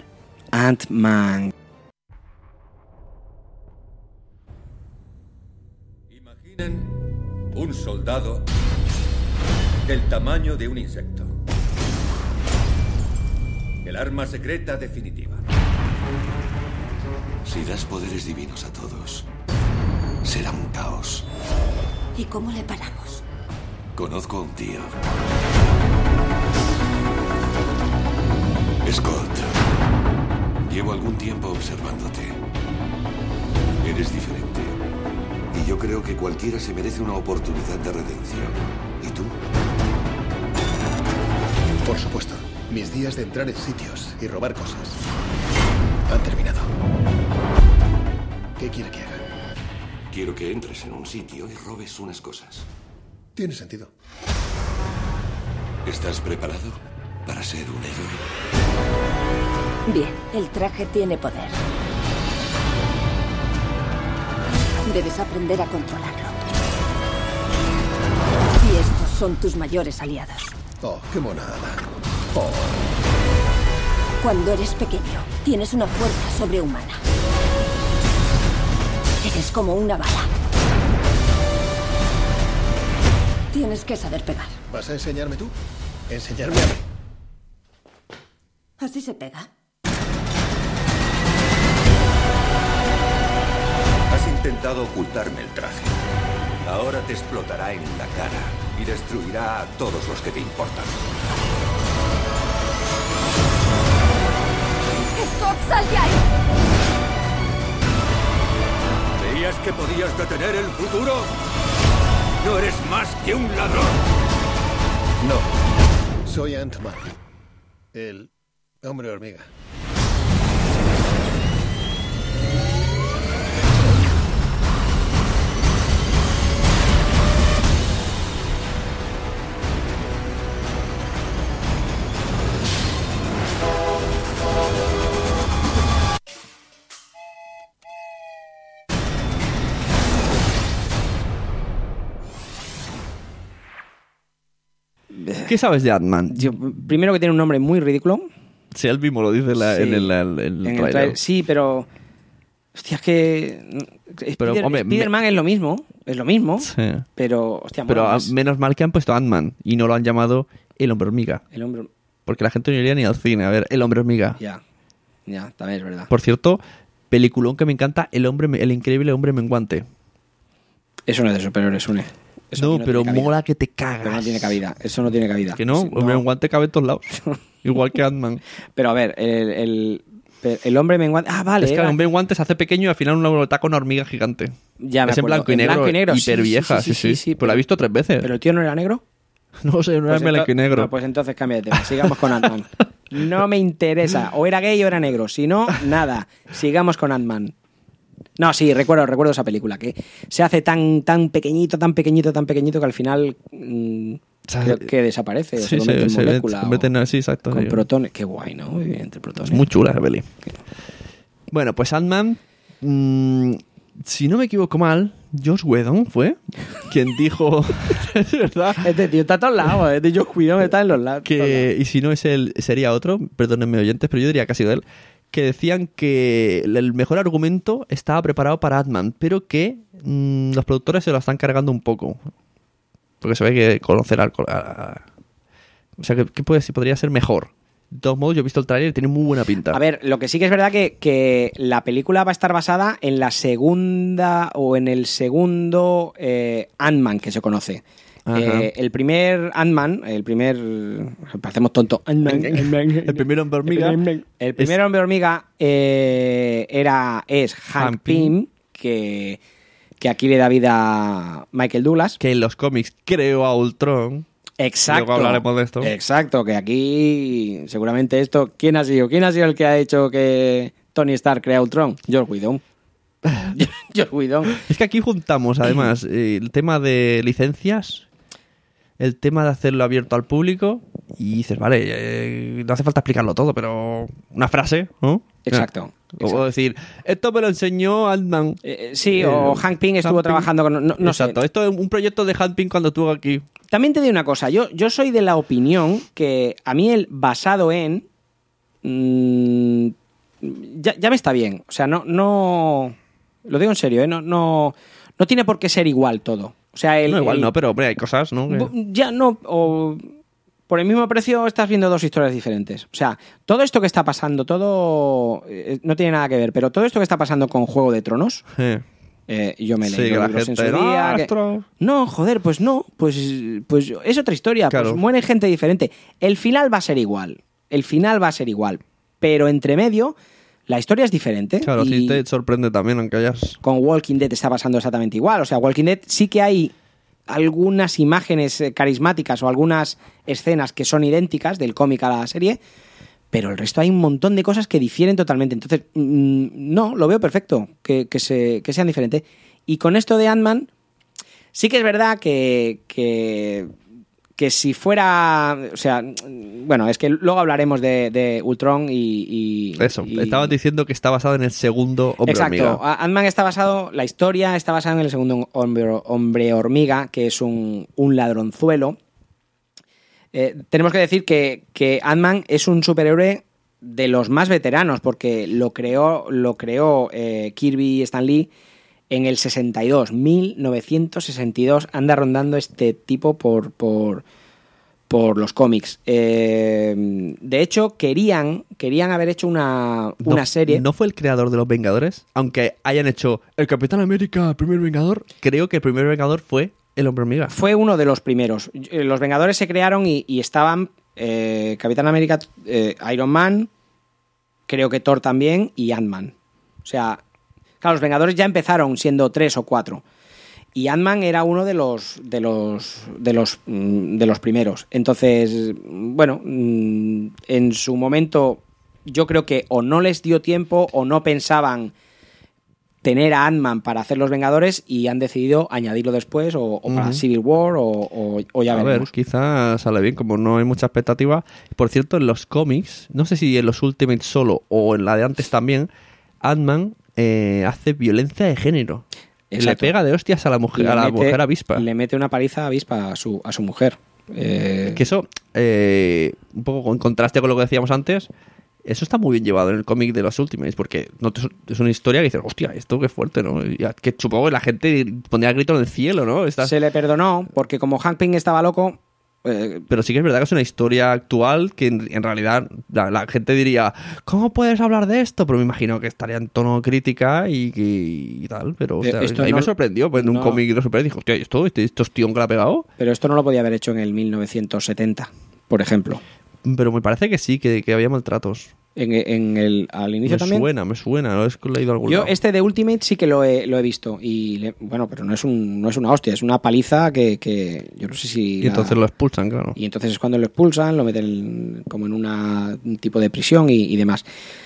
Imaginen un soldado del tamaño de un insecto. El arma secreta definitiva. Si das poderes divinos a todos, será un caos. ¿Y cómo le paramos? Conozco a un tío. Scott, llevo algún tiempo observándote. Eres diferente. Y yo creo que cualquiera se merece una oportunidad de redención. ¿Y tú? Por supuesto. Mis días de entrar en sitios y robar cosas han terminado. ¿Qué quiere que haga? Quiero que entres en un sitio y robes unas cosas. Tiene sentido. ¿Estás preparado para ser un héroe? Bien, el traje tiene poder. Debes aprender a controlarlo. Y estos son tus mayores aliados. Oh, qué monada. Cuando eres pequeño, tienes una fuerza sobrehumana. Eres como una bala. Tienes que saber pegar. ¿Vas a enseñarme tú? ¿Enseñarme a mí? ¿Así se pega? Has intentado ocultarme el traje. Ahora te explotará en la cara y destruirá a todos los que te importan. Scott, sal de ahí. ¿Creías que podías detener el futuro? No eres más que un ladrón. No, soy Ant-Man, el hombre hormiga. ¿Qué sabes de Ant-Man? Primero que tiene un nombre muy ridículo. Sí, él mismo lo dice en el trailer. Sí, pero... Hostia, es que... Pero, hombre, Spider-Man es lo mismo. Es lo mismo. Sí. Pero, hostia, pero más. menos mal que han puesto Ant-Man y no lo han llamado el hombre hormiga. El hombre... Porque la gente no iría ni al cine a ver el hombre hormiga. Ya, también es verdad. Por cierto, peliculón que me encanta, el increíble hombre menguante. Eso no es de superhéroes, Une. Eso No, pero mola que te cagas. Pero no tiene cabida. Eso no tiene cabida. Que no, hombre menguante cabe en todos lados. Igual que Ant-Man. Pero a ver, el hombre menguante... Ah, vale. Es que el hombre menguante se hace pequeño y al final uno ataca una hormiga gigante. Ya me es en acuerdo. blanco y negro. Hiper vieja, sí. Pues la he visto 3 veces. ¿Pero el tío no era negro? No sé, no era blanco y negro. No, pues entonces cambia de tema. Sigamos con Ant-Man. No me interesa. O era gay o era negro. Si no, nada. Sigamos con Ant-Man. No, sí, recuerdo esa película, que se hace tan pequeñito que al final creo que desaparece, o se convierte en molécula. Sí, exacto. Con protones. Qué guay, ¿no? Muy bien, entre protones. Es muy chula esa peli. Bueno, pues Ant-Man, si no me equivoco mal, Joss Whedon fue quien dijo... Es verdad. Este tío está a todos lados, este Joss Whedon está en los lados. Y si no es él, sería otro, perdónenme oyentes, pero yo diría que ha sido él, que decían que el mejor argumento estaba preparado para Ant-Man, pero que los productores se lo están cargando un poco. Porque se ve que conocer al... O sea, que podría ser mejor. De todos modos, yo he visto el tráiler y tiene muy buena pinta. A ver, lo que sí que es verdad que la película va a estar basada en la segunda o en el segundo Ant-Man que se conoce. El primer Ant-Man, parecemos tontos. El primer hombre hormiga. El primer hombre hormiga es Hank Pym, que aquí le da vida a Michael Douglas. Que en los cómics creó a Ultron. Exacto. Luego hablaremos de esto. Exacto, que aquí seguramente esto... ¿Quién ha sido el que ha hecho que Tony Stark crea Ultron? Joss Whedon. Joss Whedon. Es que aquí juntamos, además, el tema de licencias, el tema de hacerlo abierto al público, y dices, vale, no hace falta explicarlo todo, pero una frase, ¿no? Exacto. O decir, esto me lo enseñó Ant-Man. Sí, o Hank Pym estuvo trabajando con... No exacto, sé. Esto es un proyecto de Hank Pym cuando estuvo aquí. También te digo una cosa, yo soy de la opinión que a mí el basado en... ya me está bien. O sea, no lo digo en serio, no tiene por qué ser igual todo. O sea, no, pero hombre, hay cosas, ¿no? Ya no... O por el mismo precio estás viendo dos historias diferentes. O sea, todo esto que está pasando, todo... no tiene nada que ver, pero todo esto que está pasando con Juego de Tronos... yo me leí los libros en su día. No, joder, pues no. Pues es otra historia. Claro. Pues muere gente diferente. El final va a ser igual. Pero entre medio, la historia es diferente. Claro, sí te sorprende también, aunque hayas... Con Walking Dead está pasando exactamente igual. O sea, Walking Dead sí que hay algunas imágenes carismáticas o algunas escenas que son idénticas del cómic a la serie, pero el resto hay un montón de cosas que difieren totalmente. Entonces, no, lo veo perfecto, que sean diferentes. Y con esto de Ant-Man, sí que es verdad que si fuera... O sea, bueno, es que luego hablaremos de Ultron y eso, estabas diciendo que está basado en el segundo hombre hormiga. Exacto, Ant-Man la historia está basada en el segundo hombre hormiga, que es un ladronzuelo. Tenemos que decir que Ant-Man es un superhéroe de los más veteranos, porque lo creó Kirby Stan Lee en el 1962, anda rondando este tipo por los cómics. De hecho, querían haber hecho una serie. ¿No fue el creador de los Vengadores? Aunque hayan hecho el Capitán América, el primer Vengador, creo que el primer Vengador fue el hombre hormiga. Fue uno de los primeros. Los Vengadores se crearon y estaban Capitán América, Iron Man, creo que Thor también y Ant-Man. O sea, claro, los Vengadores ya empezaron siendo 3 o 4 y Ant-Man era uno de los primeros. Entonces, bueno, en su momento yo creo que o no les dio tiempo o no pensaban tener a Ant-Man para hacer los Vengadores y han decidido añadirlo después o para Civil War o ya veremos. A ver, quizás sale bien, como no hay mucha expectativa. Por cierto, en los cómics, no sé si en los Ultimates solo o en la de antes también, Ant-Man hace violencia de género. Exacto. Le pega de hostias a la mujer, mujer avispa. Le mete una paliza a avispa a su mujer. Que eso, un poco en contraste con lo que decíamos antes, eso está muy bien llevado en el cómic de los Ultimates, porque no es una historia que dices, hostia, esto qué fuerte, ¿no? Que supongo que la gente pondría grito en el cielo, ¿no? Se le perdonó, porque como Hank Pym estaba loco... Pero sí que es verdad que es una historia actual que en realidad la gente diría, ¿cómo puedes hablar de esto? Pero me imagino que estaría en tono crítica y tal, pero o sea, ahí me sorprendió, pues en un cómic de superhéroes dije, hostia, ¿esto es tío que la ha pegado? Pero esto no lo podía haber hecho en el 1970, por ejemplo. Pero me parece que sí, que había maltratos. Al inicio también. Me suena, lo he leído algún lado. Yo este de Ultimate sí que lo he visto y bueno, pero no es una hostia, es una paliza que yo no sé si... Y entonces lo expulsan, claro. Y entonces es cuando lo expulsan, lo meten como en un tipo de prisión y demás.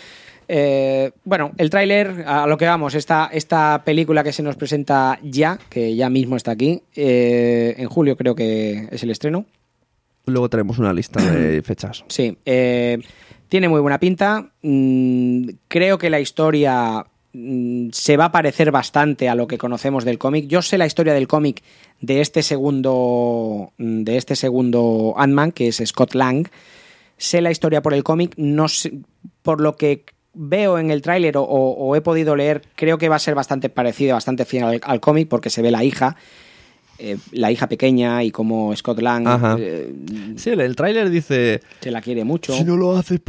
Bueno, el tráiler, a lo que vamos, esta película que se nos presenta ya, que ya mismo está aquí, en julio creo que es el estreno. Luego tenemos una lista de fechas. Sí, tiene muy buena pinta. Creo que la historia se va a parecer bastante a lo que conocemos del cómic. Yo sé la historia del cómic de este segundo Ant-Man, que es Scott Lang. Sé la historia por el cómic, no sé, por lo que veo en el tráiler o he podido leer, creo que va a ser bastante parecido, bastante fiel al cómic, porque se ve la hija pequeña y como Scott Lang sí, el tráiler dice se la quiere mucho. Si no lo haces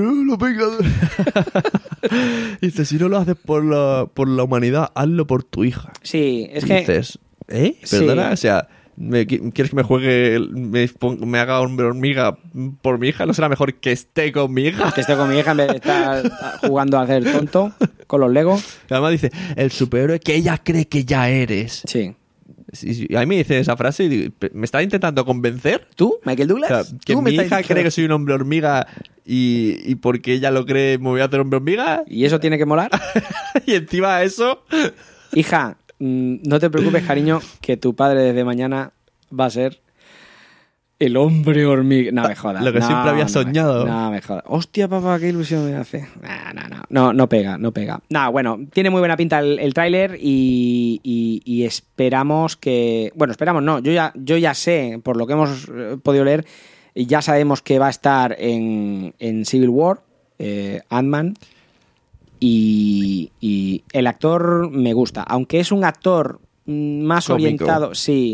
dice, si no lo haces por la humanidad, hazlo por tu hija. Sí, es y que dices, perdona, sí. O sea, ¿quieres que me juegue, me haga hombre hormiga por mi hija? ¿No será mejor que esté con mi hija? Que esté con mi hija en vez de estar jugando a hacer tonto con los Legos. Y además dice, el superhéroe que ella cree que ya eres. Sí. A mí me dice esa frase y digo, ¿me está intentando convencer? ¿Tú, Michael Douglas? O sea, que mi hija cree que soy un hombre hormiga y porque ella lo cree me voy a hacer hombre hormiga. ¿Y eso tiene que molar? Y encima eso... Hija, no te preocupes, cariño, que tu padre desde mañana va a ser el hombre hormiga. No me jodas. Lo que siempre había soñado. No me jodas. Hostia, papá, qué ilusión me hace. No pega. No, bueno, tiene muy buena pinta el tráiler y esperamos que... Bueno, esperamos no. Yo ya sé, por lo que hemos podido leer, ya sabemos que va a estar en Civil War, Ant-Man. Y el actor me gusta, aunque es un actor más orientado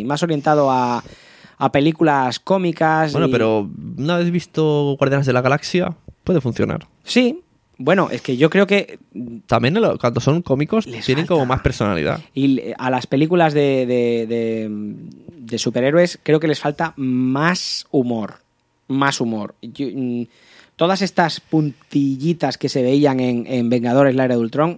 a películas cómicas. Bueno, pero ¿no has visto Guardianes de la Galaxia? Puede funcionar. Sí, bueno, es que yo creo que también cuando son cómicos tienen como más personalidad. Y a las películas de superhéroes creo que les falta más humor. Todas estas puntillitas que se veían en Vengadores, la era de Ultron,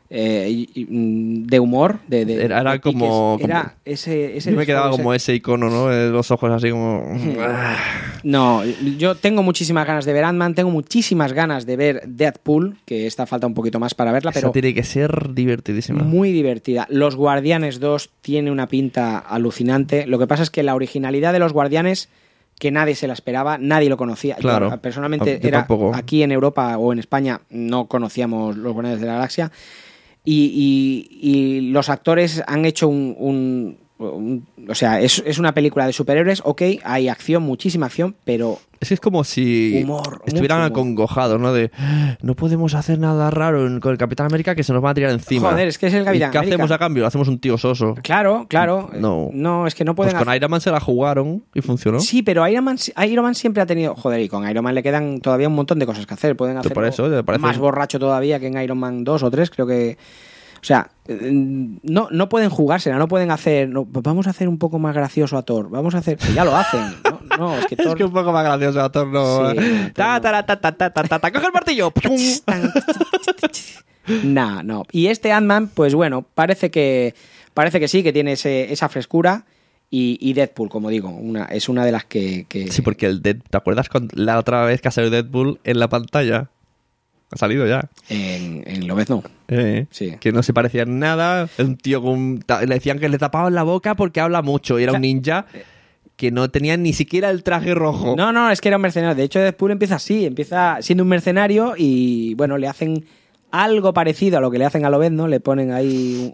de humor, era como ese yo me quedaba como ese icono, ¿no? Los ojos así como... No, yo tengo muchísimas ganas de ver Ant-Man, tengo muchísimas ganas de ver Deadpool, que esta falta un poquito más para verla, pero tiene que ser divertidísima. Muy divertida. Los Guardianes 2 tiene una pinta alucinante. Lo que pasa es que la originalidad de los Guardianes, que nadie se la esperaba, nadie lo conocía. Claro, yo, personalmente tampoco. Aquí en Europa o en España no conocíamos los Guardianes de la Galaxia y los actores han hecho o sea, es una película de superhéroes, ok, hay acción, muchísima acción, pero... Es como si estuvieran acongojados, ¿no? De, no podemos hacer nada raro con el Capitán América que se nos va a tirar encima. Joder, es que es el Capitán América. ¿Qué hacemos a cambio? Hacemos un tío soso. Claro. No, es que no pueden... Pues con Iron Man se la jugaron y funcionó. Sí, pero Iron Man siempre ha tenido... Joder, y con Iron Man le quedan todavía un montón de cosas que hacer. Pueden hacer más borracho todavía que en Iron Man 2 o 3, creo que... O sea, no pueden jugársela, no pueden hacer... vamos a hacer un poco más gracioso a Thor, vamos a hacer... Que ya lo hacen, ¿no? No, es que Es que un poco más gracioso a Thor, ¿no? Sí, ¡Coge el martillo! ¡Pum! No. Y este Ant-Man, pues bueno, parece que sí, que tiene esa frescura. Y Deadpool, como digo, es una de las que... Sí, porque ¿te acuerdas la otra vez que ha salido Deadpool en la pantalla? Ha salido ya. En Lobezno. Sí. Que no se parecía en nada. Un tío le decían que le tapaban la boca porque habla mucho. Y era un ninja que no tenía ni siquiera el traje rojo. No, es que era un mercenario. De hecho, Deadpool empieza así. Empieza siendo un mercenario y, bueno, le hacen algo parecido a lo que le hacen a Lobezno. Le ponen ahí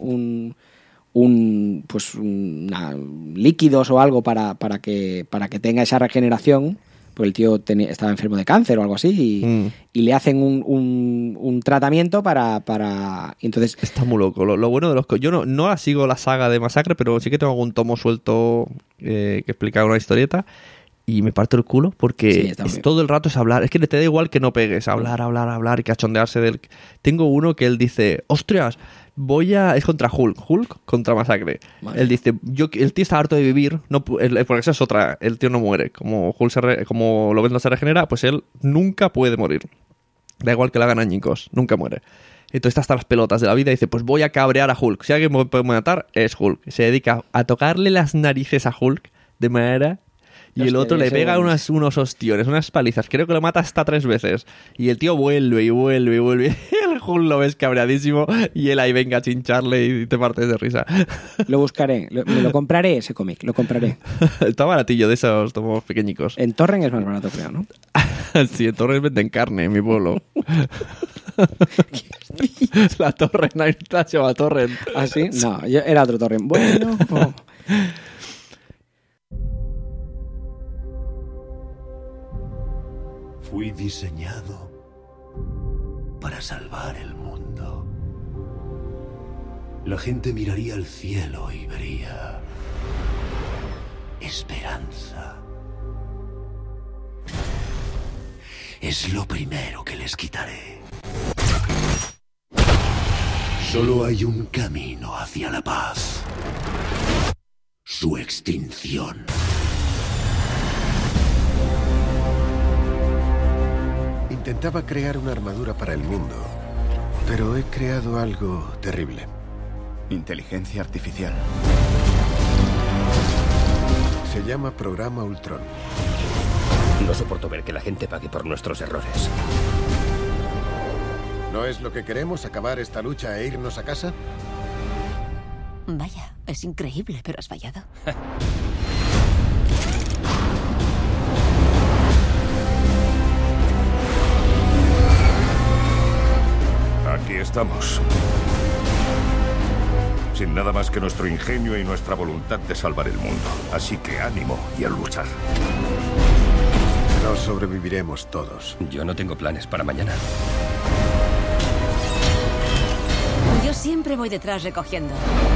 líquidos o algo para que tenga esa regeneración, porque el tío estaba enfermo de cáncer o algo así y le hacen un tratamiento para entonces está muy loco. Lo bueno de los... Yo no sigo la saga de Masacre, pero sí que tengo algún tomo suelto que explica una historieta y me parto el culo porque todo el rato es hablar. Es que te da igual que no pegues, hablar y cachondearse del... Tengo uno que él dice, ¡hostias! Es contra Hulk contra Masacre. Vale. Él dice, el tío está harto de vivir, porque esa es otra, el tío no muere. Como Hulk como Lobezno se regenera, pues él nunca puede morir. Da igual que le hagan añicos, nunca muere. Entonces está hasta las pelotas de la vida y dice, pues voy a cabrear a Hulk. Si alguien me puede matar, es Hulk. Se dedica a tocarle las narices a Hulk de manera... Y el otro le pega unos ostiones, unas palizas. Creo que lo mata hasta 3 veces. Y el tío vuelve. El Hulk lo ves cabreadísimo. Y él ahí venga a chincharle y te partes de risa. Lo buscaré. Me lo compraré ese cómic. Lo compraré. Está baratillo de esos tomos pequeñicos. En Torrent es más barato, creo, ¿no? Sí, en Torrent venden carne en mi pueblo. La Torrent, no se llama Torrent. ¿Ah, sí? No, era otro Torrent. Bueno... Fui diseñado para salvar el mundo. La gente miraría al cielo y vería esperanza. Es lo primero que les quitaré. Solo hay un camino hacia la paz. Su extinción. Intentaba crear una armadura para el mundo, pero he creado algo terrible. Inteligencia artificial. Se llama Programa Ultron. No soporto ver que la gente pague por nuestros errores. ¿No es lo que queremos, acabar esta lucha e irnos a casa? Vaya, es increíble, pero has fallado. Aquí estamos. Sin nada más que nuestro ingenio y nuestra voluntad de salvar el mundo. Así que ánimo y a luchar. No sobreviviremos todos. Yo no tengo planes para mañana. Yo siempre voy detrás recogiendo.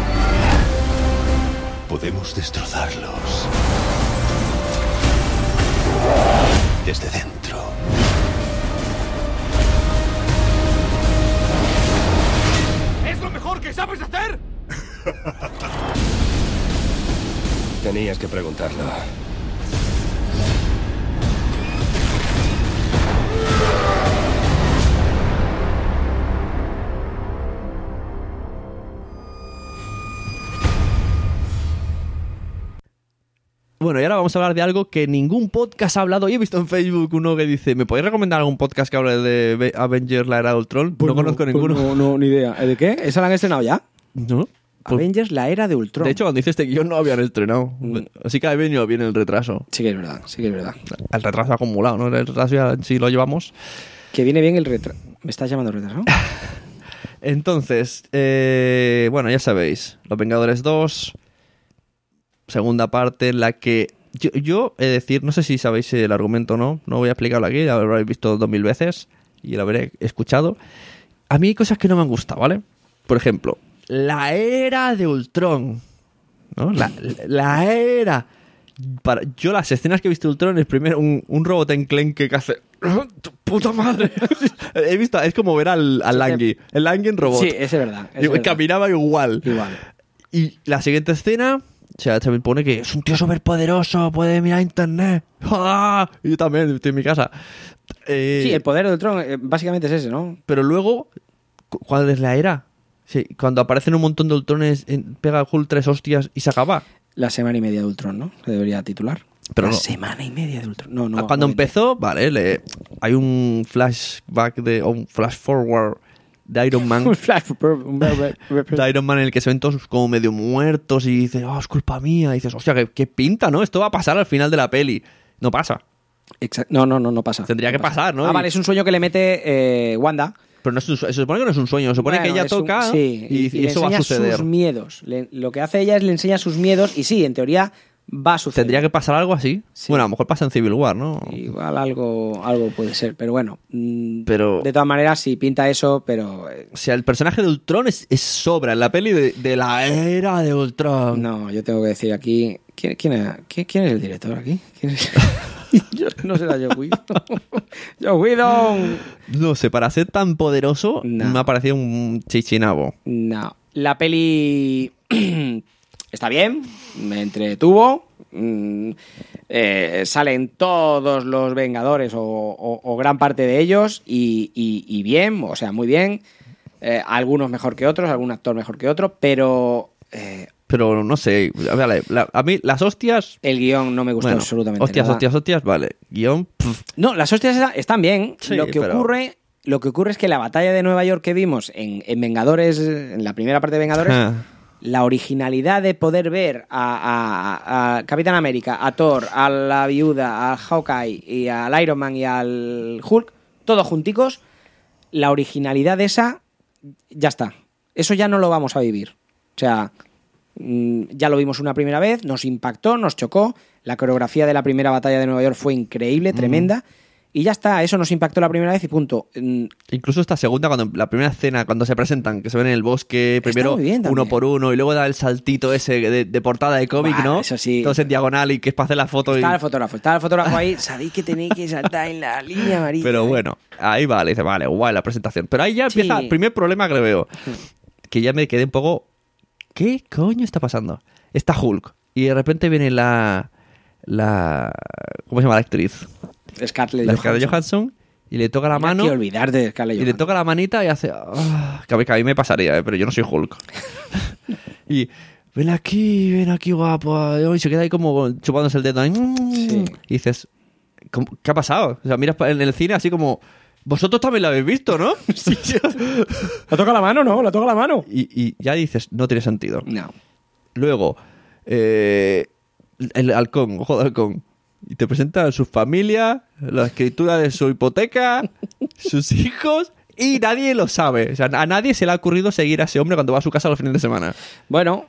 Podemos destrozarlos. Desde dentro. ¿Es lo mejor que sabes hacer? Tenías que preguntarlo. Bueno, y ahora vamos a hablar de algo que ningún podcast ha hablado. Yo he visto en Facebook uno que dice, ¿me podéis recomendar algún podcast que hable de Avengers, la era de Ultron? Pues no conozco ninguno. No, ni idea. ¿De qué? ¿Esa la han estrenado ya? No. Avengers, la era de Ultron. De hecho, cuando hice este guión no habían estrenado. Así que ha venido bien el retraso. Sí que es verdad. El retraso acumulado, ¿no? El retraso ya sí lo llevamos. Que viene bien el retraso. ¿Me estás llamando retraso? Entonces, bueno, ya sabéis. Los Vengadores 2... Segunda parte en la que yo he de decir, no sé si sabéis el argumento o no voy a explicarlo aquí, ya lo habréis visto 2000 veces y lo habré escuchado. A mí hay cosas que no me han gustado, ¿vale? Por ejemplo, la era de Ultron, ¿no? La era... Yo las escenas que he visto de Ultron es primero un robot enclenque que hace... ¡Tu puta madre! He visto, es como ver al Langui. El Langui en robot. Sí, es verdad. Caminaba igual. Igual. Y la siguiente escena... O sea, se me pone que es un tío súper poderoso, puede mirar internet. ¡Ah! Y yo también, estoy en mi casa. Sí, el poder de Ultron básicamente es ese, ¿no? Pero luego, ¿cuál es la era? Sí, cuando aparecen un montón de Ultrones, pega Hulk 3 hostias y se acaba. La semana y media de Ultron, ¿no? Que debería titular. Pero la no. semana y media de Ultron. No, Cuando empezó, vale, hay un flashback o un flash forward de Iron Man. De Iron Man en el que se ven todos como medio muertos y dices, es culpa mía. Y dices, hostia, qué pinta, ¿no? Esto va a pasar al final de la peli. No pasa. No pasa. Tendría que pasar, ¿no? Vale, es un sueño que le mete Wanda. Pero no se supone que no es un sueño, se supone que ella toca y eso va a suceder. Sus miedos. Lo que hace ella es le enseña sus miedos y sí, en teoría va a suceder. ¿Tendría que pasar algo así? Sí. Bueno, a lo mejor pasa en Civil War, ¿no? Igual algo puede ser, pero bueno. Pero de todas maneras, sí, pinta eso, pero... O sea, el personaje de Ultron es sobra en la peli de la era de Ultron. No, yo tengo que decir aquí... ¿Quién es el director aquí? ¿Quién es? No será Joss Whedon. Joss Whedon. No sé, para ser tan poderoso me ha parecido un chichinabo. No. La peli está bien, me entretuvo. Salen todos los Vengadores o gran parte de ellos y bien, o sea, muy bien. Algunos mejor que otros, algún actor mejor que otro, pero no sé, vale, a mí las hostias... El guión no me gustó absolutamente Hostias, vale. Guión... No, las hostias están bien. Sí, lo que ocurre es que la batalla de Nueva York que vimos en Vengadores, en la primera parte de Vengadores, la originalidad de poder ver a Capitán América, a Thor, a la Viuda, a Hawkeye y al Iron Man y al Hulk, todos junticos, la originalidad esa ya está. Eso ya no lo vamos a vivir. O sea... ya lo vimos una primera vez, nos impactó, nos chocó. La coreografía de la primera batalla de Nueva York fue increíble, tremenda. Y ya está, eso nos impactó la primera vez y punto. Incluso esta segunda, la primera escena, cuando se presentan, que se ven en el bosque, primero uno por uno, y luego da el saltito ese de portada de cómic, ¿no? Eso sí. Todos en diagonal y que es para hacer la foto. Estaba el fotógrafo ahí, sabéis que tenéis que saltar en la línea amarilla. Pero bueno, ahí vale, dice, vale, guay la presentación. Pero ahí ya empieza el primer problema que le veo. Que ya me quedé un poco... ¿Qué coño está pasando? Está Hulk. Y de repente viene la ¿cómo se llama la actriz? Scarlett Johansson. Y le toca la mano. No hay que olvidar de Scarlett Johansson. Y le toca la manita y hace... que a mí me pasaría, pero yo no soy Hulk. Y ven aquí, guapo. Y se queda ahí como chupándose el dedo. Sí. Y dices, ¿qué ha pasado? O sea, miras en el cine así como... Vosotros también lo habéis visto, ¿no? Sí. ¿La toca la mano, no? ¿La toca la mano? Y ya dices, no tiene sentido. No. Luego, el halcón, ojo de halcón. Y te presenta a su familia, la escritura de su hipoteca, sus hijos, y nadie lo sabe. O sea, a nadie se le ha ocurrido seguir a ese hombre cuando va a su casa los fines de semana. Bueno,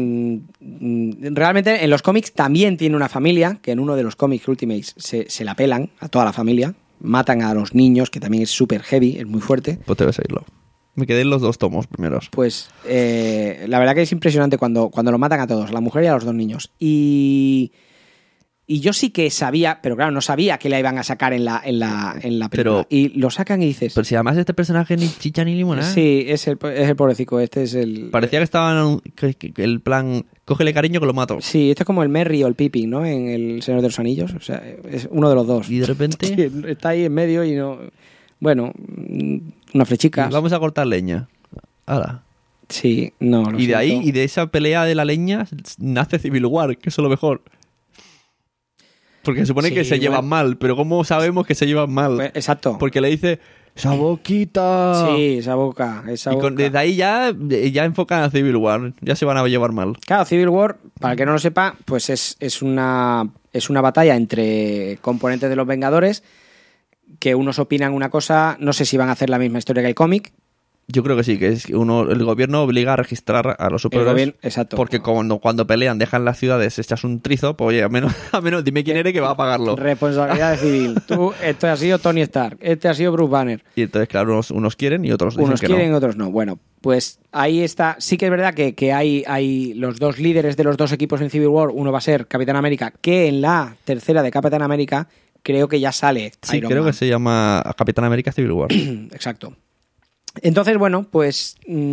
realmente en los cómics también tiene una familia, que en uno de los cómics Ultimates se la pelan a toda la familia. Matan a los niños, que también es súper heavy, es muy fuerte. Pues debes seguirlo. Me quedé en los 2 tomos primeros. Pues la verdad que es impresionante cuando lo matan a todos, a la mujer y a los 2 niños. Y yo sí que sabía, pero claro, no sabía que la iban a sacar en la película. Pero, y lo sacan y dices... Pero si además este personaje ni chicha ni limonada. Sí, es el pobrecito, este es el... Parecía que estaba en el plan... Cógele cariño que lo mato. Sí, esto es como el Merry o el Pippin, ¿no? En El Señor de los Anillos. O sea, es uno de los dos. Y de repente... Está ahí en medio y no... Bueno, una flechica. Vamos a cortar leña. Ahora. Sí, no, lo Y de siento. ahí, y de esa pelea de la leña, nace Civil War, que eso es lo mejor. Porque se supone que se llevan mal, pero ¿cómo sabemos que se llevan mal? Pues, exacto. Porque le dice... ¡Esa boquita! Sí, esa boca. Desde ahí ya enfocan a Civil War. Ya se van a llevar mal. Claro, Civil War, para el que no lo sepa, pues es una batalla entre componentes de los Vengadores que unos opinan una cosa, no sé si van a hacer la misma historia que el cómic. Yo creo que sí, que es el gobierno obliga a registrar a los superhéroes. Exacto. Porque cuando pelean, dejan las ciudades, echas un trizo, pues oye, a menos dime quién eres que va a pagarlo. Responsabilidad civil. Tú, este ha sido Tony Stark, este ha sido Bruce Banner. Y entonces, claro, unos quieren y otros dicen unos que quieren, no. otros no. Bueno, pues ahí está. Sí que es verdad que hay los 2 líderes de los 2 equipos en Civil War. Uno va a ser Capitán América, que en la tercera de Capitán América creo que ya sale Sí, Iron creo Man. que se llama Capitán América Civil War. Exacto. Entonces, bueno, pues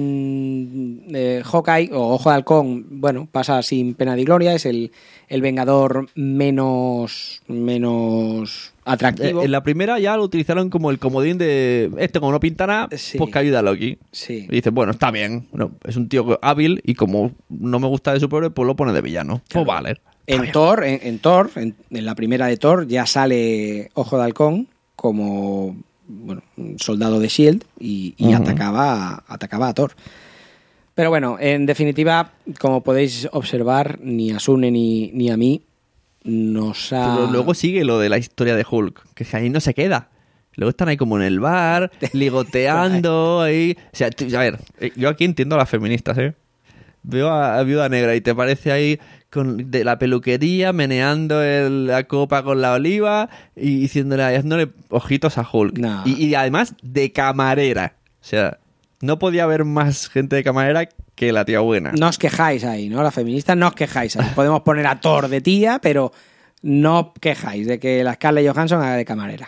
Hawkeye, o Ojo de Halcón, bueno, pasa sin pena ni gloria, es el Vengador menos atractivo. En la primera ya lo utilizaron como el comodín de como no pinta nada, pues que ayuda a Loki. Sí. Y dices, bueno, está bien, bueno, es un tío hábil y como no me gusta de superhéroe, pues lo pone de villano. Pues vale. En Thor, en la primera de Thor, ya sale Ojo de Halcón como un soldado de S.H.I.E.L.D. y atacaba a Thor. Pero bueno, en definitiva, como podéis observar, ni a Sune ni a mí nos ha... Pero luego sigue lo de la historia de Hulk, que ahí no se queda. Luego están ahí como en el bar, ligoteando, ahí... O sea, a ver, yo aquí entiendo a las feministas, ¿eh? Veo a Viuda Negra y te parece ahí de la peluquería, meneando la copa con la oliva y haciéndole ojitos a Hulk. No. Y además de camarera. O sea, no podía haber más gente de camarera que la tía buena. No os quejáis ahí, ¿no? Las feministas no os quejáis ahí. Podemos poner a Thor de tía, pero no os quejáis de que la Scarlett Johansson haga de camarera.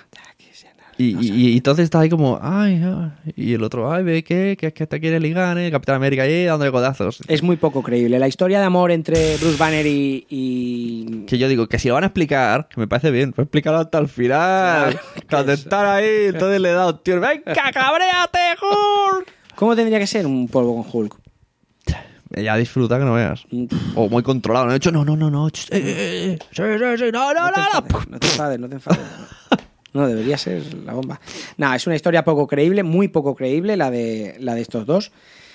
Y entonces está ahí como, ay, y el otro, ay, ve que te quiere ligar, Capitán América ahí dándole codazos. Es muy poco creíble. La historia de amor entre Bruce Banner y... Que yo digo, que si lo van a explicar, que me parece bien, pues explicarlo hasta el final. Cuando estar ahí, entonces le da un tío, venga, cabréate, Hulk. ¿Cómo tendría que ser un polvo con Hulk? Ella disfruta que no veas. O muy controlado. No he hecho, no. No te enfades. No, debería ser la bomba. Nada, es una historia poco creíble, muy poco creíble la de estos dos.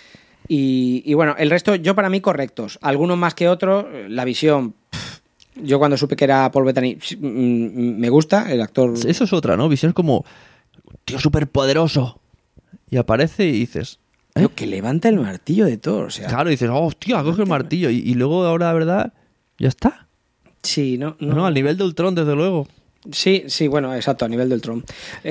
Y bueno, el resto, yo para mí correctos. Algunos más que otros. La visión, yo cuando supe que era Paul Bettany, me gusta, el actor... Eso es otra, ¿no? Visión es como, tío súper poderoso. Y aparece y dices... Tío, que levanta el martillo de Thor. O sea, claro, y dices, hostia, coge el martillo. Y luego ahora, la verdad, ya está. Sí, no. No, al nivel de Ultron, desde luego. Sí, bueno, exacto, a nivel del Ultron.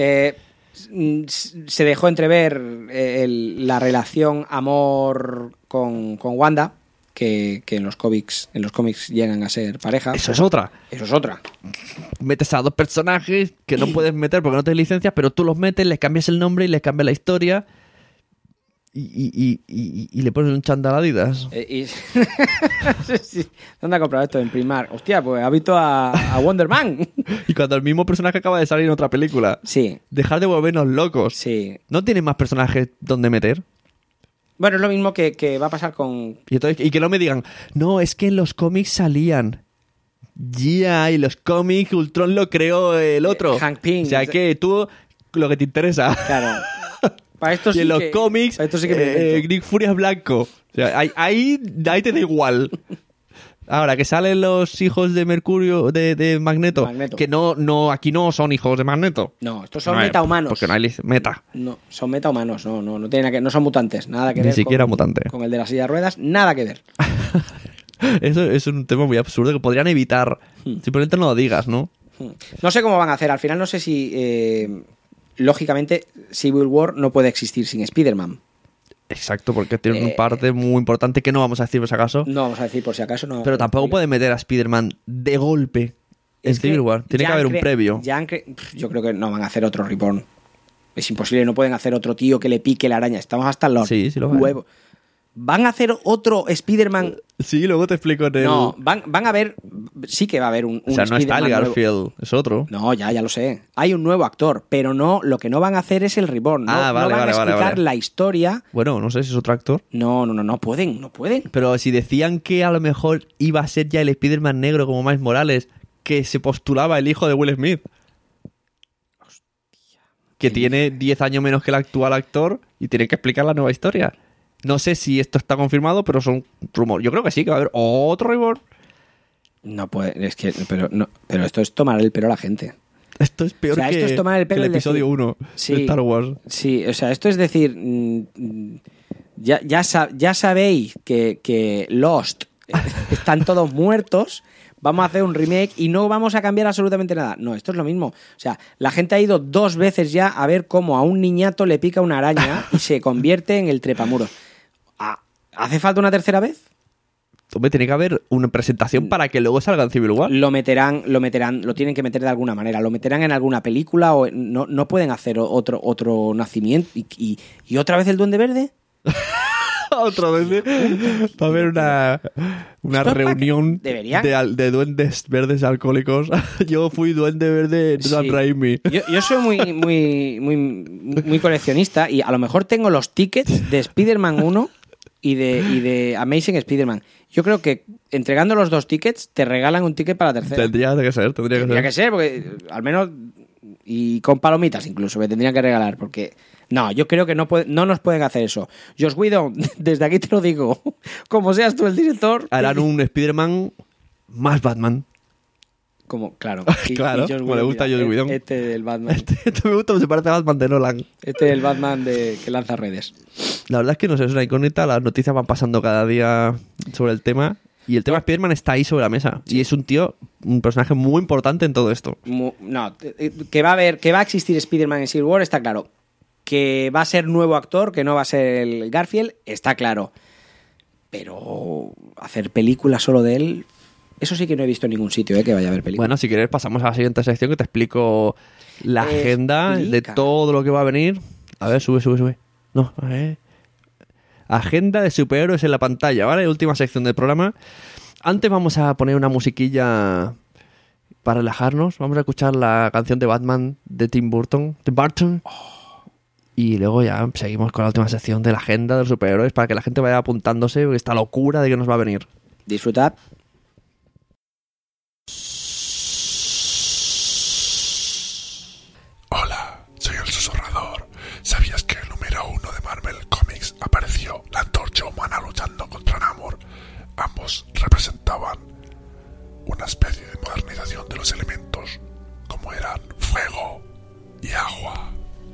Se dejó entrever la relación amor con Wanda, que en los cómics llegan a ser pareja. Eso es otra. Metes a dos personajes que no puedes meter porque no tienes licencias, pero tú los metes, les cambias el nombre y les cambias la historia. Y le pones un chándal a Adidas. Sí. ¿Dónde ha comprado esto? En Primark. Hostia, pues ha visto a Wonder Man. Y cuando el mismo personaje acaba de salir en otra película. Sí. Dejar de volvernos locos. Sí. ¿No tienes más personajes donde meter? Bueno, es lo mismo que va a pasar con... Y que no me digan, no, es que en los cómics salían. Y los cómics Ultron lo creó el otro. Hank Pym. O sea que tú, lo que te interesa. Claro. Para esto y en los cómics, Nick Fury es blanco. O sea, ahí te da igual. Ahora, que salen los hijos de Mercurio, de Magneto. Que no, aquí no son hijos de Magneto. No, estos son metahumanos. Porque no hay meta. No, son metahumanos. No tienen que, no son mutantes. Nada que ver. Ni siquiera mutante. Con el de la silla de ruedas, nada que ver. Eso es un tema muy absurdo que podrían evitar. Simplemente no lo digas, ¿no? No sé cómo van a hacer. Al final no sé si... lógicamente, Civil War no puede existir sin Spider-Man. Exacto, porque tiene una parte muy importante que no vamos a decir por si acaso. No vamos a decir por si acaso. No. Pero tampoco puede meter a Spider-Man de golpe en Civil War. Tiene que haber un previo. Yo creo que no van a hacer otro Reborn. Es imposible, no pueden hacer otro tío que le pique la araña. Estamos hasta los huevos. ¿Van a hacer otro Spider-Man? Sí, luego te explico en el... No, van a ver... Sí que va a haber un o sea, no está el Garfield, es otro. No, ya lo sé. Hay un nuevo actor, pero no, lo que no van a hacer es el Reborn. No, no van a explicar la historia. Bueno, no sé si es otro actor. No pueden. Pero si decían que a lo mejor iba a ser ya el Spider-Man negro como Miles Morales, que se postulaba el hijo de Will Smith. Hostia. Que tiene 10 años menos que el actual actor y tiene que explicar la nueva historia. No sé si esto está confirmado, pero son rumores. Yo creo que sí, que va a haber otro Reborn. No puede, es que... Pero esto es tomar el pelo a la gente. Esto es peor esto es tomar el pelo que el episodio 1 de Star Wars. Sí, o sea, esto es decir... Ya sabéis que Lost están todos muertos, vamos a hacer un remake y no vamos a cambiar absolutamente nada. No, esto es lo mismo. O sea, la gente ha ido 2 veces ya a ver cómo a un niñato le pica una araña y se convierte en el trepamuros. ¿Hace falta una tercera vez? Hombre, tiene que haber una presentación para que luego salga en Civil War. Lo tienen que meter de alguna manera, lo meterán en alguna película o no pueden hacer otro nacimiento y otra vez el Duende Verde. Otra vez va a haber una reunión de duendes verdes alcohólicos. Yo fui Duende Verde en Sam Raimi. Yo soy muy coleccionista y a lo mejor tengo los tickets de Spider-Man 1 y de Amazing Spider-Man. Yo creo que entregando los 2 tickets te regalan un ticket para la tercera. Tendría que ser, porque al menos, y con palomitas incluso, me tendrían que regalar, porque no, yo creo que no nos pueden hacer eso. Joss Whedon, desde aquí te lo digo, como seas tú el director... Harán un Spider-Man más Batman. Claro. Claro, como le gusta a Joss Whedon. Este el Batman. Este me gusta, se parece a Batman de Nolan. Este es el Batman que lanza redes. La verdad es que no sé, es una incógnita. Las noticias van pasando cada día sobre el tema. Y el tema de Spider-Man está ahí sobre la mesa. Sí. Y es un personaje muy importante en todo esto. Que va a existir Spider-Man en Civil War, está claro. Que va a ser nuevo actor, que no va a ser el Garfield, está claro. Pero hacer películas solo de él... Eso sí que no he visto en ningún sitio que vaya a haber películas. Bueno, si quieres pasamos a la siguiente sección que te explico la agenda de todo lo que va a venir. A ver, sube. No, a ver. Agenda de superhéroes en la pantalla, ¿vale? Última sección del programa. Antes vamos a poner una musiquilla para relajarnos. Vamos a escuchar la canción de Batman de Tim Burton. Y luego ya seguimos con la última sección de la agenda de los superhéroes para que la gente vaya apuntándose esta locura de que nos va a venir. Disfrutad. Hola, soy el Susurrador. ¿Sabías que el número 1 de Marvel Comics apareció la Antorcha Humana luchando contra Namor? Ambos representaban una especie de modernización de los elementos, como eran fuego y agua.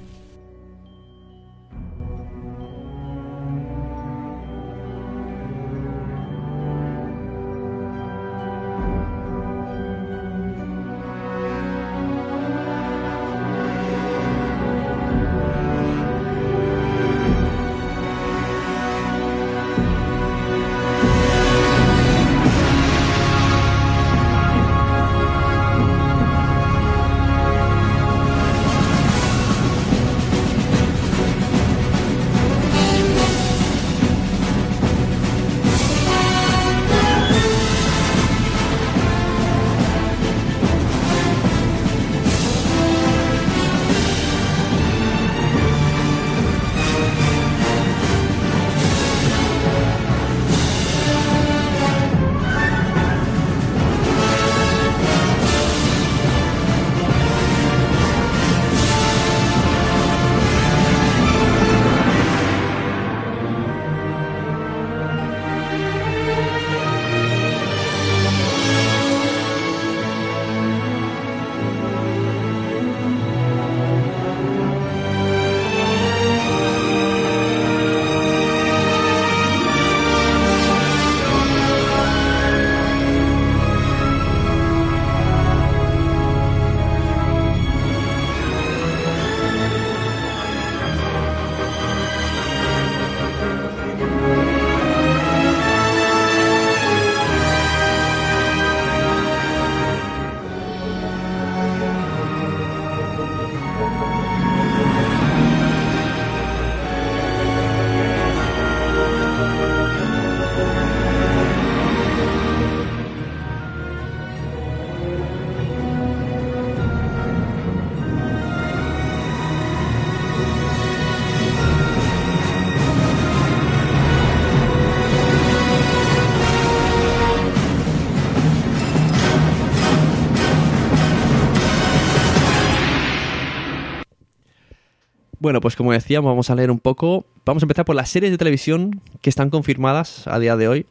Bueno, pues como decíamos, vamos a leer un poco. Vamos a empezar por las series de televisión que están confirmadas a día de hoy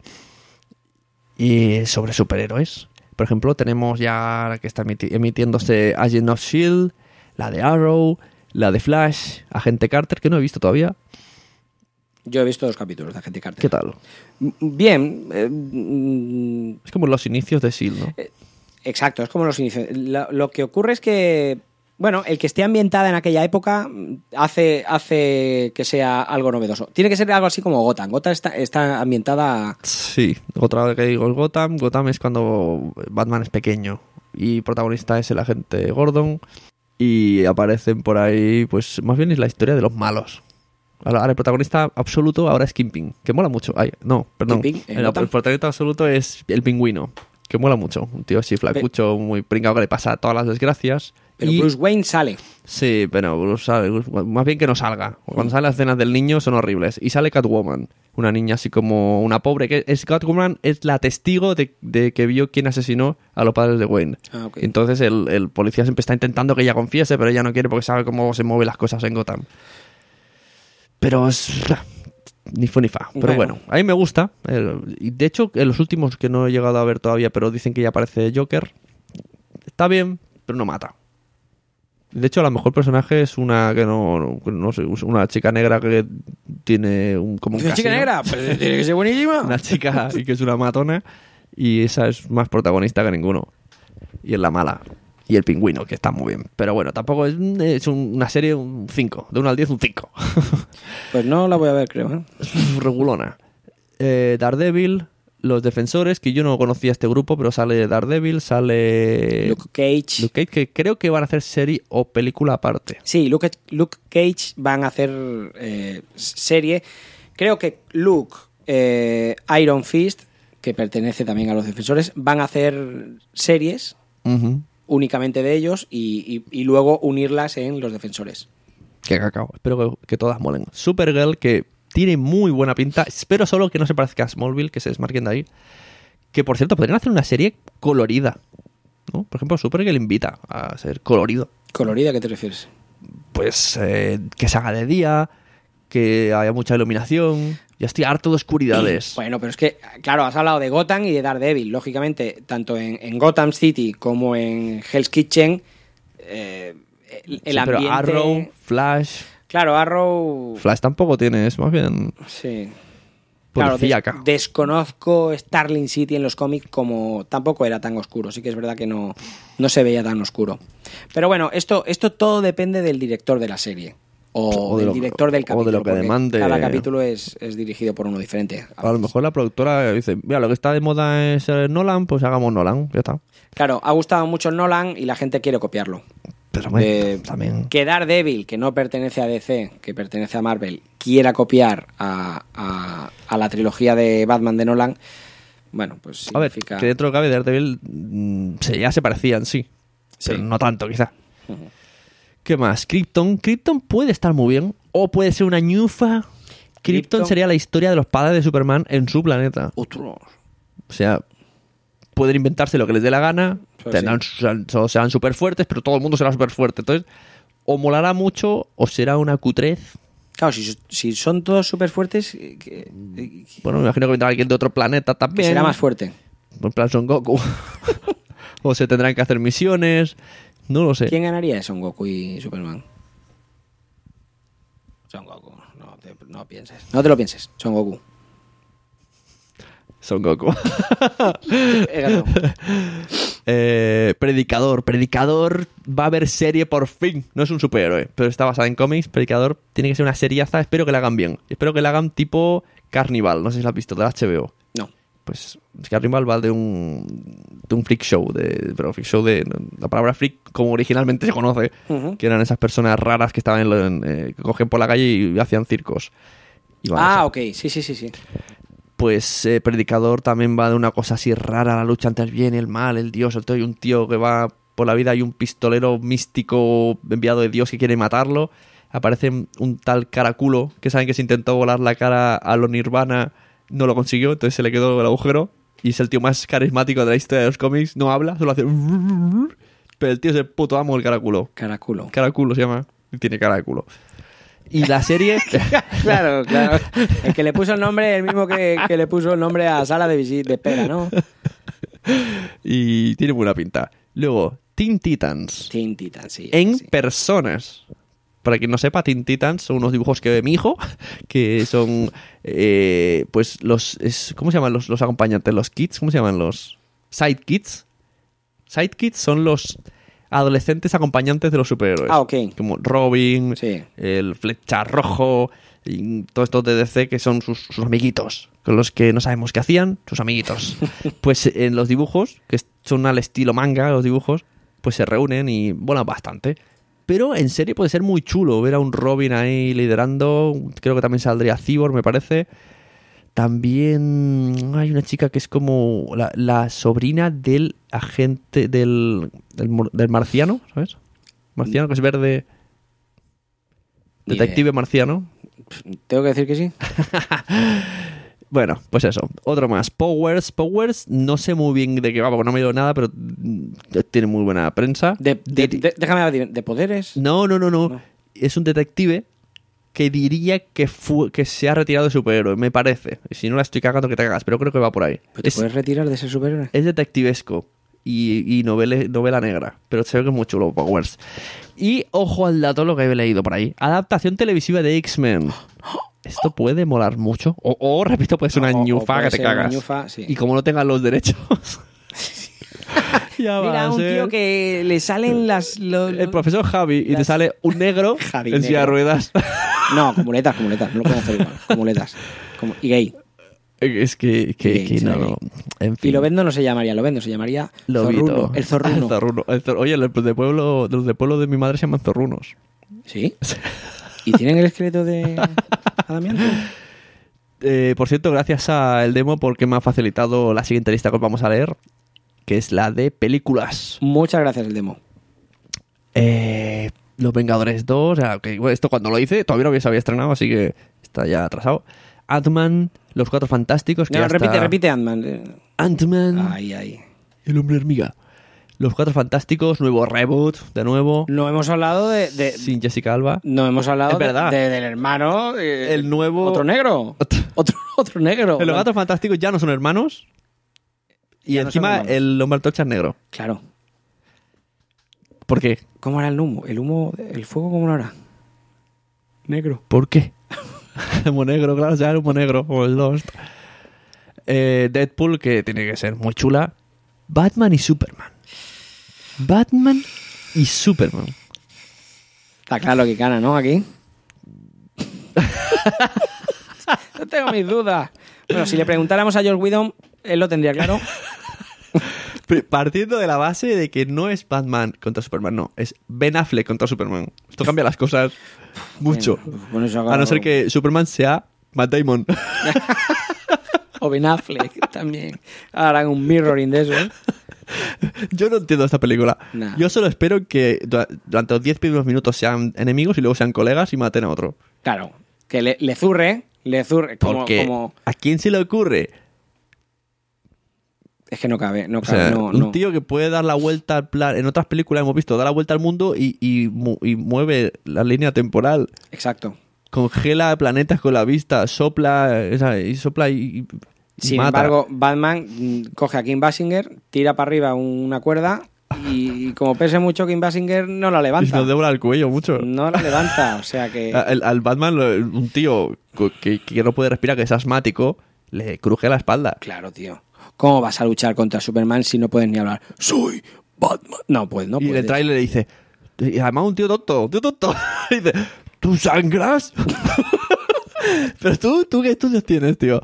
y sobre superhéroes. Por ejemplo, tenemos ya la que está emitiéndose Agent of S.H.I.E.L.D., la de Arrow, la de Flash, Agente Carter, que no he visto todavía. Yo he visto 2 capítulos de Agente Carter. ¿Qué tal? Bien. Es como los inicios de S.H.I.E.L.D., ¿no? Exacto, es como los inicios. Lo que ocurre es que Bueno, el que esté ambientada en aquella época hace que sea algo novedoso. Tiene que ser algo así como Gotham. Gotham está ambientada... Sí, otra vez que digo es Gotham. Gotham es cuando Batman es pequeño y protagonista es el agente Gordon y aparecen por ahí, pues más bien es la historia de los malos. Ahora el protagonista absoluto ahora es Kingpin, que mola mucho. Ay, no, perdón. El protagonista absoluto es el Pingüino, que mola mucho. Un tío así flacucho, muy pringado, que le pasa todas las desgracias. Pero Bruce Wayne sale. Sí, pero Bruce más bien que no salga. Cuando salen las escenas del niño son horribles. Y sale Catwoman, una niña así como una pobre. Catwoman es la testigo de que vio quién asesinó a los padres de Wayne. Ah, okay. Entonces el policía siempre está intentando que ella confiese, pero ella no quiere porque sabe cómo se mueven las cosas en Gotham. Pero es... ni fu ni fa. Pero bueno, a mí me gusta. Y de hecho, en los últimos que no he llegado a ver todavía, pero dicen que ya aparece Joker, está bien, pero no mata. De hecho, la mejor personaje es una que no sé, una chica negra que tiene como un ¿Una chica negra? Pues tiene que ser buenísima. Una chica y que es una matona y esa es más protagonista que ninguno. Y es la mala. Y el Pingüino, que está muy bien. Pero bueno, tampoco es una serie un 5. De 1 al 10, un 5. Pues no la voy a ver, creo. Regulona. Daredevil, Los Defensores, que yo no conocía este grupo, pero sale Daredevil, sale... Luke Cage, que creo que van a hacer serie o película aparte. Sí, Luke Cage van a hacer serie. Creo que Luke, Iron Fist, que pertenece también a Los Defensores, van a hacer series... únicamente de ellos y luego unirlas en Los Defensores. Qué cacao. Espero que todas molen. Supergirl, que tiene muy buena pinta. Espero solo que no se parezca a Smallville, que se desmarquen de ahí. Que, por cierto, podrían hacer una serie colorida, ¿no? Por ejemplo, Supergirl invita a ser colorido. ¿Colorida? ¿A qué te refieres? Pues que se haga de día, que haya mucha iluminación. Ya estoy harto de oscuridades. Bueno, pero es que, claro, has hablado de Gotham y de Daredevil. Lógicamente, tanto en Gotham City como en Hell's Kitchen, el ambiente... Pero Arrow, Flash... Claro, Arrow... Flash tampoco tiene, es más bien... Sí. Policíaca. Claro, desconozco Starling City en los cómics como... Tampoco era tan oscuro. Sí que es verdad que no se veía tan oscuro. Pero bueno, esto todo depende del director de la serie. O del director del capítulo. O de lo que demande. Cada capítulo es dirigido por uno diferente. A lo mejor la productora dice, mira, lo que está de moda es Nolan, pues hagamos Nolan, ya está. Claro, ha gustado mucho Nolan y la gente quiere copiarlo. Pero bueno, también... Que Daredevil, que no pertenece a DC, que pertenece a Marvel, quiera copiar a la trilogía de Batman de Nolan, bueno, pues significa... A ver, que dentro de cabe Daredevil ya se parecían, sí. Pero no tanto, quizá. ¿Qué más? Krypton puede estar muy bien. O puede ser una ñufa. Krypton sería la historia de los padres de Superman en su planeta. Otros. O sea, pueden inventarse lo que les dé la gana. Serán súper fuertes, pero todo el mundo será súper fuerte. Entonces, o molará mucho o será una cutrez. Claro, si son todos súper fuertes... Bueno, me imagino que vendrá alguien de otro planeta también. Que será más fuerte. En plan Son Goku. O se tendrán que hacer misiones... No lo sé. ¿Quién ganaría de Son Goku y Superman? Son Goku. No pienses. No te lo pienses. Son Goku. Son Goku. Predicador. Predicador va a haber serie por fin. No es un superhéroe, pero está basada en cómics. Predicador tiene que ser una seriaza. Espero que la hagan bien. Espero que la hagan tipo Carnival. No sé si la has visto, de HBO. No. Pues Carnival va de un freak show, pero freak show de la palabra freak como originalmente se conoce, que eran esas personas raras que estaban que cogen por la calle y hacían circos. Ok, sí. Pues Predicador también va de una cosa así rara, la lucha entre el bien y el mal, el dios, hay un tío que va por la vida y un pistolero místico enviado de Dios que quiere matarlo. Aparece un tal Caraculo, que saben que se intentó volar la cara a lo Nirvana, no lo consiguió, entonces se le quedó el agujero. Y es el tío más carismático de la historia de los cómics. No habla, solo hace... Pero el tío es el puto amo del Caraculo. Caraculo se llama. Y tiene cara de culo. Y la serie... Claro. El que le puso el nombre es el mismo que le puso el nombre a Sala de Pera, ¿no? Y tiene buena pinta. Luego, Teen Titans. Teen Titans, sí. En personas. Para quien no sepa, Teen Titans son unos dibujos que ve mi hijo, que son, pues, ¿cómo se llaman los acompañantes? ¿Los kids? ¿Cómo se llaman los sidekits? Sidekits son los adolescentes acompañantes de los superhéroes. Ah, ok. Como Robin, Sí. el Flecha Rojo, y todos estos de DC que son sus amiguitos, con los que no sabemos qué hacían, sus amiguitos. Pues en los dibujos, que son al estilo manga, los dibujos, pues se reúnen y volan bastante. Pero en serie puede ser muy chulo ver a un Robin ahí liderando. Creo que también saldría Cyborg, me parece. También hay una chica que es como la sobrina del agente del marciano, ¿sabes? Marciano, que es verde. Detective marciano. Tengo que decir que sí. Bueno, pues eso. Otro más. Powers, no sé muy bien de qué va, porque no me dio nada, pero tiene muy buena prensa. Déjame ver, ¿de poderes? No. Es un detective que diría que se ha retirado de superhéroe, me parece. Y si no la estoy cagando, que te cagas, pero creo que va por ahí. ¿Pero te puedes retirar de ser superhéroe? Es detectivesco y novela negra, pero se ve que es muy chulo, Powers. Y ojo al dato, lo que he leído por ahí. Adaptación televisiva de X-Men. Esto puede molar mucho. O repito, puede ser una ñufa que te cagas. Ñufa, sí. Y como no tengan los derechos... Mira, un tío que le salen el profesor Javi y te sale un negro en silla de ruedas. No, con muletas. No lo pueden hacer igual. Con muletas. Y gay. Es que no. En fin. Y Lobezno no se llamaría Lobezno, se llamaría Zorruno. El Zorruno. Oye, los de pueblo de mi madre se llaman zorrunos. ¿Sí? ¿Y tienen el esqueleto de Adamianto? Por cierto, gracias al demo porque me ha facilitado la siguiente lista que os vamos a leer, que es la de películas. Muchas gracias, el demo. Los Vengadores 2, esto cuando lo hice todavía no se había estrenado, así que está ya atrasado. Ant-Man, Los Cuatro Fantásticos. Que repite Ant-Man. Ant-Man. Ay. El Hombre Hormiga. Los Cuatro Fantásticos, nuevo reboot, de nuevo. No hemos hablado de sin Jessica Alba. No hemos hablado del hermano. El nuevo. Otro negro. Otro negro. Los Cuatro Fantásticos ya no son hermanos. Y ya encima el Hombre Antorcha es negro. Claro. ¿Por qué? ¿Cómo era el humo? ¿El fuego cómo lo hará? Negro. ¿Por qué? Humo negro, claro, ya el humo negro, como el Lost. Deadpool, que tiene que ser muy chula. Batman y Superman. Está claro que gana, ¿no? Aquí. No tengo mis dudas. Bueno, si le preguntáramos a Joss Whedon, él lo tendría claro. Partiendo de la base de que no es Batman contra Superman, no, es Ben Affleck contra Superman. Esto cambia las cosas mucho. Bueno, a no ser que Superman sea Matt Damon. O Ben Affleck también. Harán un mirroring de eso, ¿eh? Yo no entiendo esta película. Nah. Yo solo espero que durante los 10 primeros minutos sean enemigos y luego sean colegas y maten a otro. Claro, que le zurre como... ¿A quién se le ocurre? Es que no cabe. Un tío que puede dar la vuelta al plan. En otras películas hemos visto, da la vuelta al mundo y mueve la línea temporal. Exacto. Congela planetas con la vista, sopla y sin mata. Embargo, Batman coge a Kim Basinger, tira para arriba una cuerda y como pese mucho Kim Basinger no la levanta. Y nos dobla el cuello mucho. No la levanta, o sea que... Al Batman, un tío que no puede respirar, que es asmático, le cruje la espalda. Claro, tío. ¿Cómo vas a luchar contra Superman si no puedes ni hablar? ¡Soy Batman! No puedes. Y en el tráiler le dice... Y además un tío tonto. Y dice... ¿Tú sangras? Pero tú ¿qué estudios tienes, tío?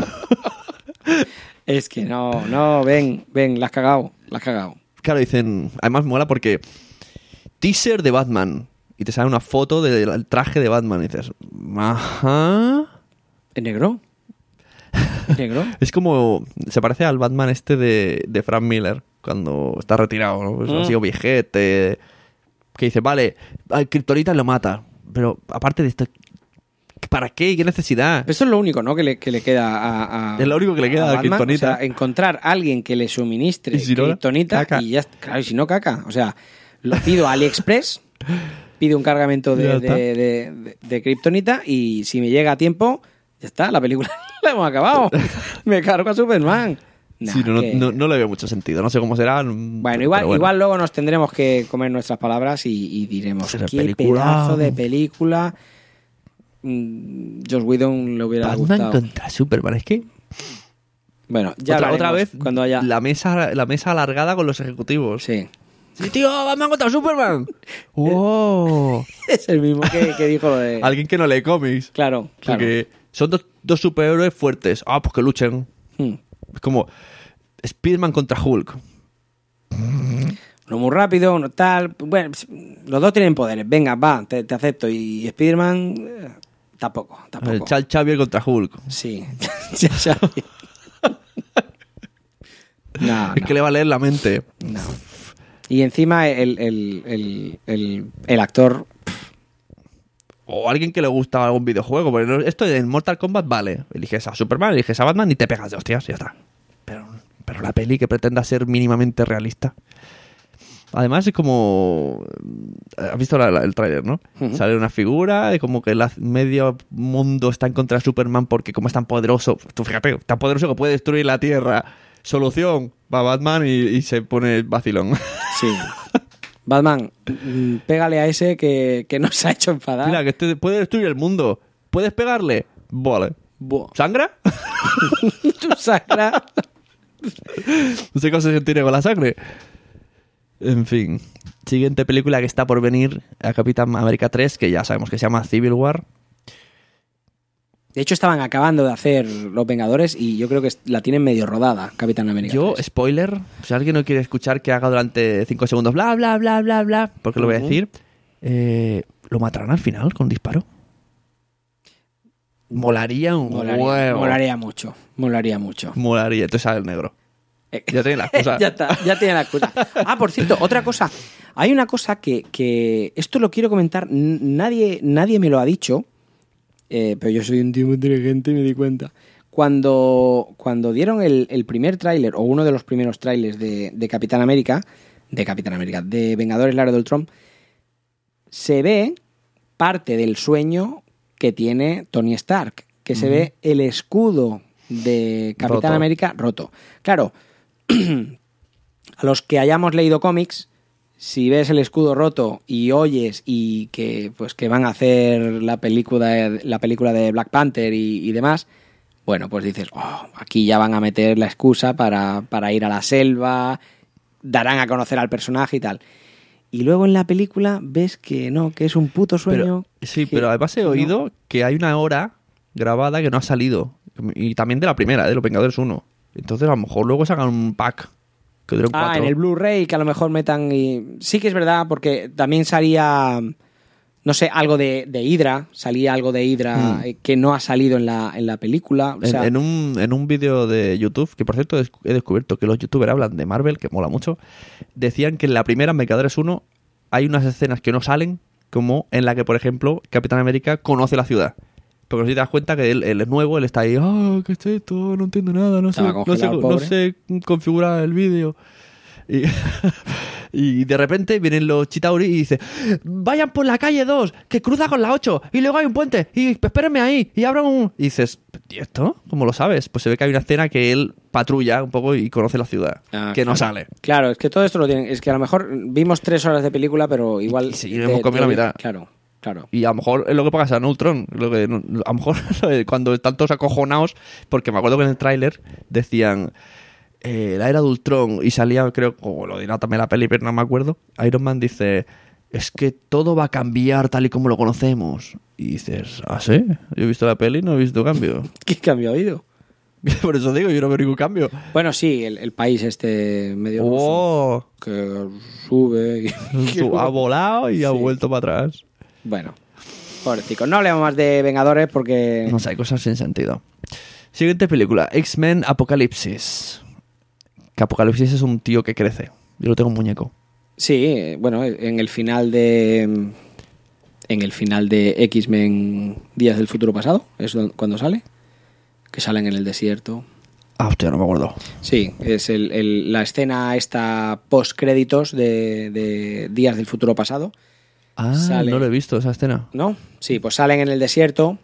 Es que no, ven, la has cagado. Claro, dicen... Además mola porque... Teaser de Batman. Y te sale una foto del traje de Batman. Y dices... Ajá... ¿Es negro? ¿Negro? Es como... Se parece al Batman de Frank Miller. Cuando está retirado, ¿no? Pues ha sido viejete. Que dice, vale, al Kryptonita lo mata. Pero aparte de esto... ¿Para qué? ¿Qué necesidad? Eso es lo único, ¿no? Que le queda a es lo único que le queda a Kryptonita. O sea, encontrar a alguien que le suministre Kryptonita y ya... Claro, y si no, caca. O sea, lo pido a AliExpress, pido un cargamento de Kryptonita y si me llega a tiempo, ya está, la película la hemos acabado. Me cargo a Superman. Sí, no le veo mucho sentido. No sé cómo será. Bueno, igual luego nos tendremos que comer nuestras palabras y diremos qué pedazo de película... Joss Whedon le hubiera Batman gustado. Contra Superman, es que... Bueno, ya otra vez cuando haya... la mesa alargada con los ejecutivos. Sí. Sí, tío, Batman contra Superman. ¡Oh! Es el mismo que dijo lo de... Alguien que no lee cómics. Claro. Porque son dos superhéroes fuertes. Ah, pues que luchen. Es como Spider-Man contra Hulk. Uno muy rápido, uno tal... Bueno, los dos tienen poderes. Venga, va, te acepto. Y Spider-Man... tampoco. El Charles Xavier contra Hulk. Sí. Xavier. Es que le va a leer la mente. No. Y encima el actor... O alguien que le gusta algún videojuego. Porque esto en Mortal Kombat vale. Eliges a Superman, eliges a Batman y te pegas de hostias, ya está. Pero la peli que pretenda ser mínimamente realista. Además es como... ¿Has visto el tráiler, no? Uh-huh. Sale una figura y como que medio mundo está en contra de Superman porque como es tan poderoso... Tú fíjate, tan poderoso que puede destruir la Tierra. Solución, va Batman y se pone vacilón. Sí. Batman, pégale a ese que nos ha hecho enfadar. Mira, que este puede destruir el mundo. ¿Puedes pegarle? Vale. ¿Sangra? ¿Tú sangra? No sé cómo se sentirá con la sangre. En fin. Siguiente película que está por venir, a Capitán América 3, que ya sabemos que se llama Civil War. De hecho, estaban acabando de hacer Los Vengadores y yo creo que la tienen medio rodada, Capitán América 3. Spoiler, si alguien no quiere escuchar que haga durante 5 segundos bla, bla, bla, bla, bla, porque lo voy a decir, ¿lo matarán al final con un disparo? Molaría un huevo. Molaría mucho. Molaría, entonces sale el negro. Ya tiene la excusa. ya tiene la excusa. Ah, por cierto, otra cosa. Hay una cosa que esto lo quiero comentar, nadie me lo ha dicho. Pero yo soy un tío muy inteligente y me di cuenta. Cuando dieron el primer tráiler, o uno de los primeros trailers de Capitán América, de Vengadores La Era de Ultron, se ve parte del sueño que tiene Tony Stark, que se ve el escudo de Capitán América roto. Claro, a los que hayamos leído cómics, si ves el escudo roto y oyes y que van a hacer la película de Black Panther y demás, bueno, pues dices, aquí ya van a meter la excusa para ir a la selva, darán a conocer al personaje y tal. Y luego en la película ves que no, que es un puto sueño. Pero además he oído que hay una hora grabada que no ha salido. Y también de la primera, de Los Vengadores 1. Entonces a lo mejor luego sacan un pack. Que duran 4. En el Blu-ray que a lo mejor metan y... Sí que es verdad, porque también salía, no sé, algo de Hydra, salía algo de Hydra que no ha salido en la película. O sea... en un vídeo de YouTube, que por cierto he descubierto que los youtubers hablan de Marvel, que mola mucho, decían que en la primera, en Vengadores 1, hay unas escenas que no salen, como en la que, por ejemplo, Capitán América conoce la ciudad. Porque si te das cuenta que él es nuevo, él está ahí, ¿qué es esto? No entiendo nada, no sé configurar el vídeo. Y de repente vienen los Chitauri y dicen, vayan por la calle 2, que cruza con la 8, y luego hay un puente, y espérenme ahí, y abran un... Y dices, ¿y esto? ¿Cómo lo sabes? Pues se ve que hay una escena que él patrulla un poco y conoce la ciudad, no sale. Claro, es que todo esto lo tienen. Es que a lo mejor vimos 3 horas de película, pero igual... Sí, hemos comido la mitad. Claro. Y a lo mejor es lo que pasa en Ultron. A lo mejor cuando están todos acojonados, porque me acuerdo que en el tráiler decían la era de Ultron y salía, creo, o lo dirá también la peli, pero no me acuerdo. Iron Man dice, es que todo va a cambiar tal y como lo conocemos. Y dices, ¿ah, sí? Yo he visto la peli y no he visto cambio. ¿Qué cambio ha habido? Por eso digo, yo no veo ningún cambio. Bueno, sí, el país este medio ruso, que sube y... ha volado y ha vuelto para atrás. Bueno, pobrecito. No hablemos más de Vengadores porque... No sé, hay cosas sin sentido. Siguiente película, X-Men Apocalipsis. Que Apocalipsis es un tío que crece. Yo lo tengo un muñeco. Sí, bueno, en el final de X-Men Días del Futuro Pasado, es cuando sale. Que salen en el desierto. Hostia, no me acuerdo. Sí, es la escena esta post-créditos de Días del Futuro Pasado. No lo he visto, esa escena. ¿No? Sí, pues salen en el desierto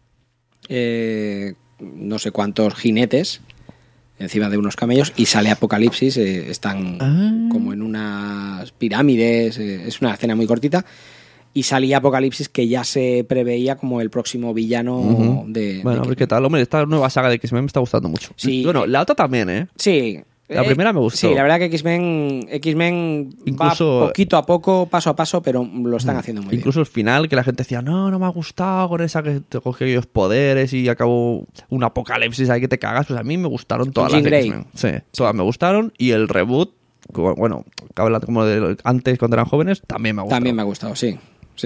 no sé cuántos jinetes encima de unos camellos y sale Apocalipsis, están como en unas pirámides, es una escena muy cortita y salía Apocalipsis que ya se preveía como el próximo villano de... Bueno, a ver qué tal. Hombre, esta nueva saga de X-Men me está gustando mucho. Sí, bueno, la otra también, ¿eh? Sí, La primera me gustó. Sí, la verdad que X-Men Incluso, va poquito a poco, paso a paso, pero lo están haciendo muy bien. Incluso el final, que la gente decía, no me ha gustado con esa que te cogió aquellos poderes y acabó un apocalipsis ahí que te cagas. Pues a mí me gustaron todas las X-Men. Sí, todas me gustaron. Y el reboot, bueno, como de antes cuando eran jóvenes, también me ha gustado. También me ha gustado, sí.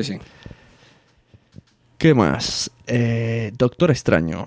¿Qué más? Doctor Extraño.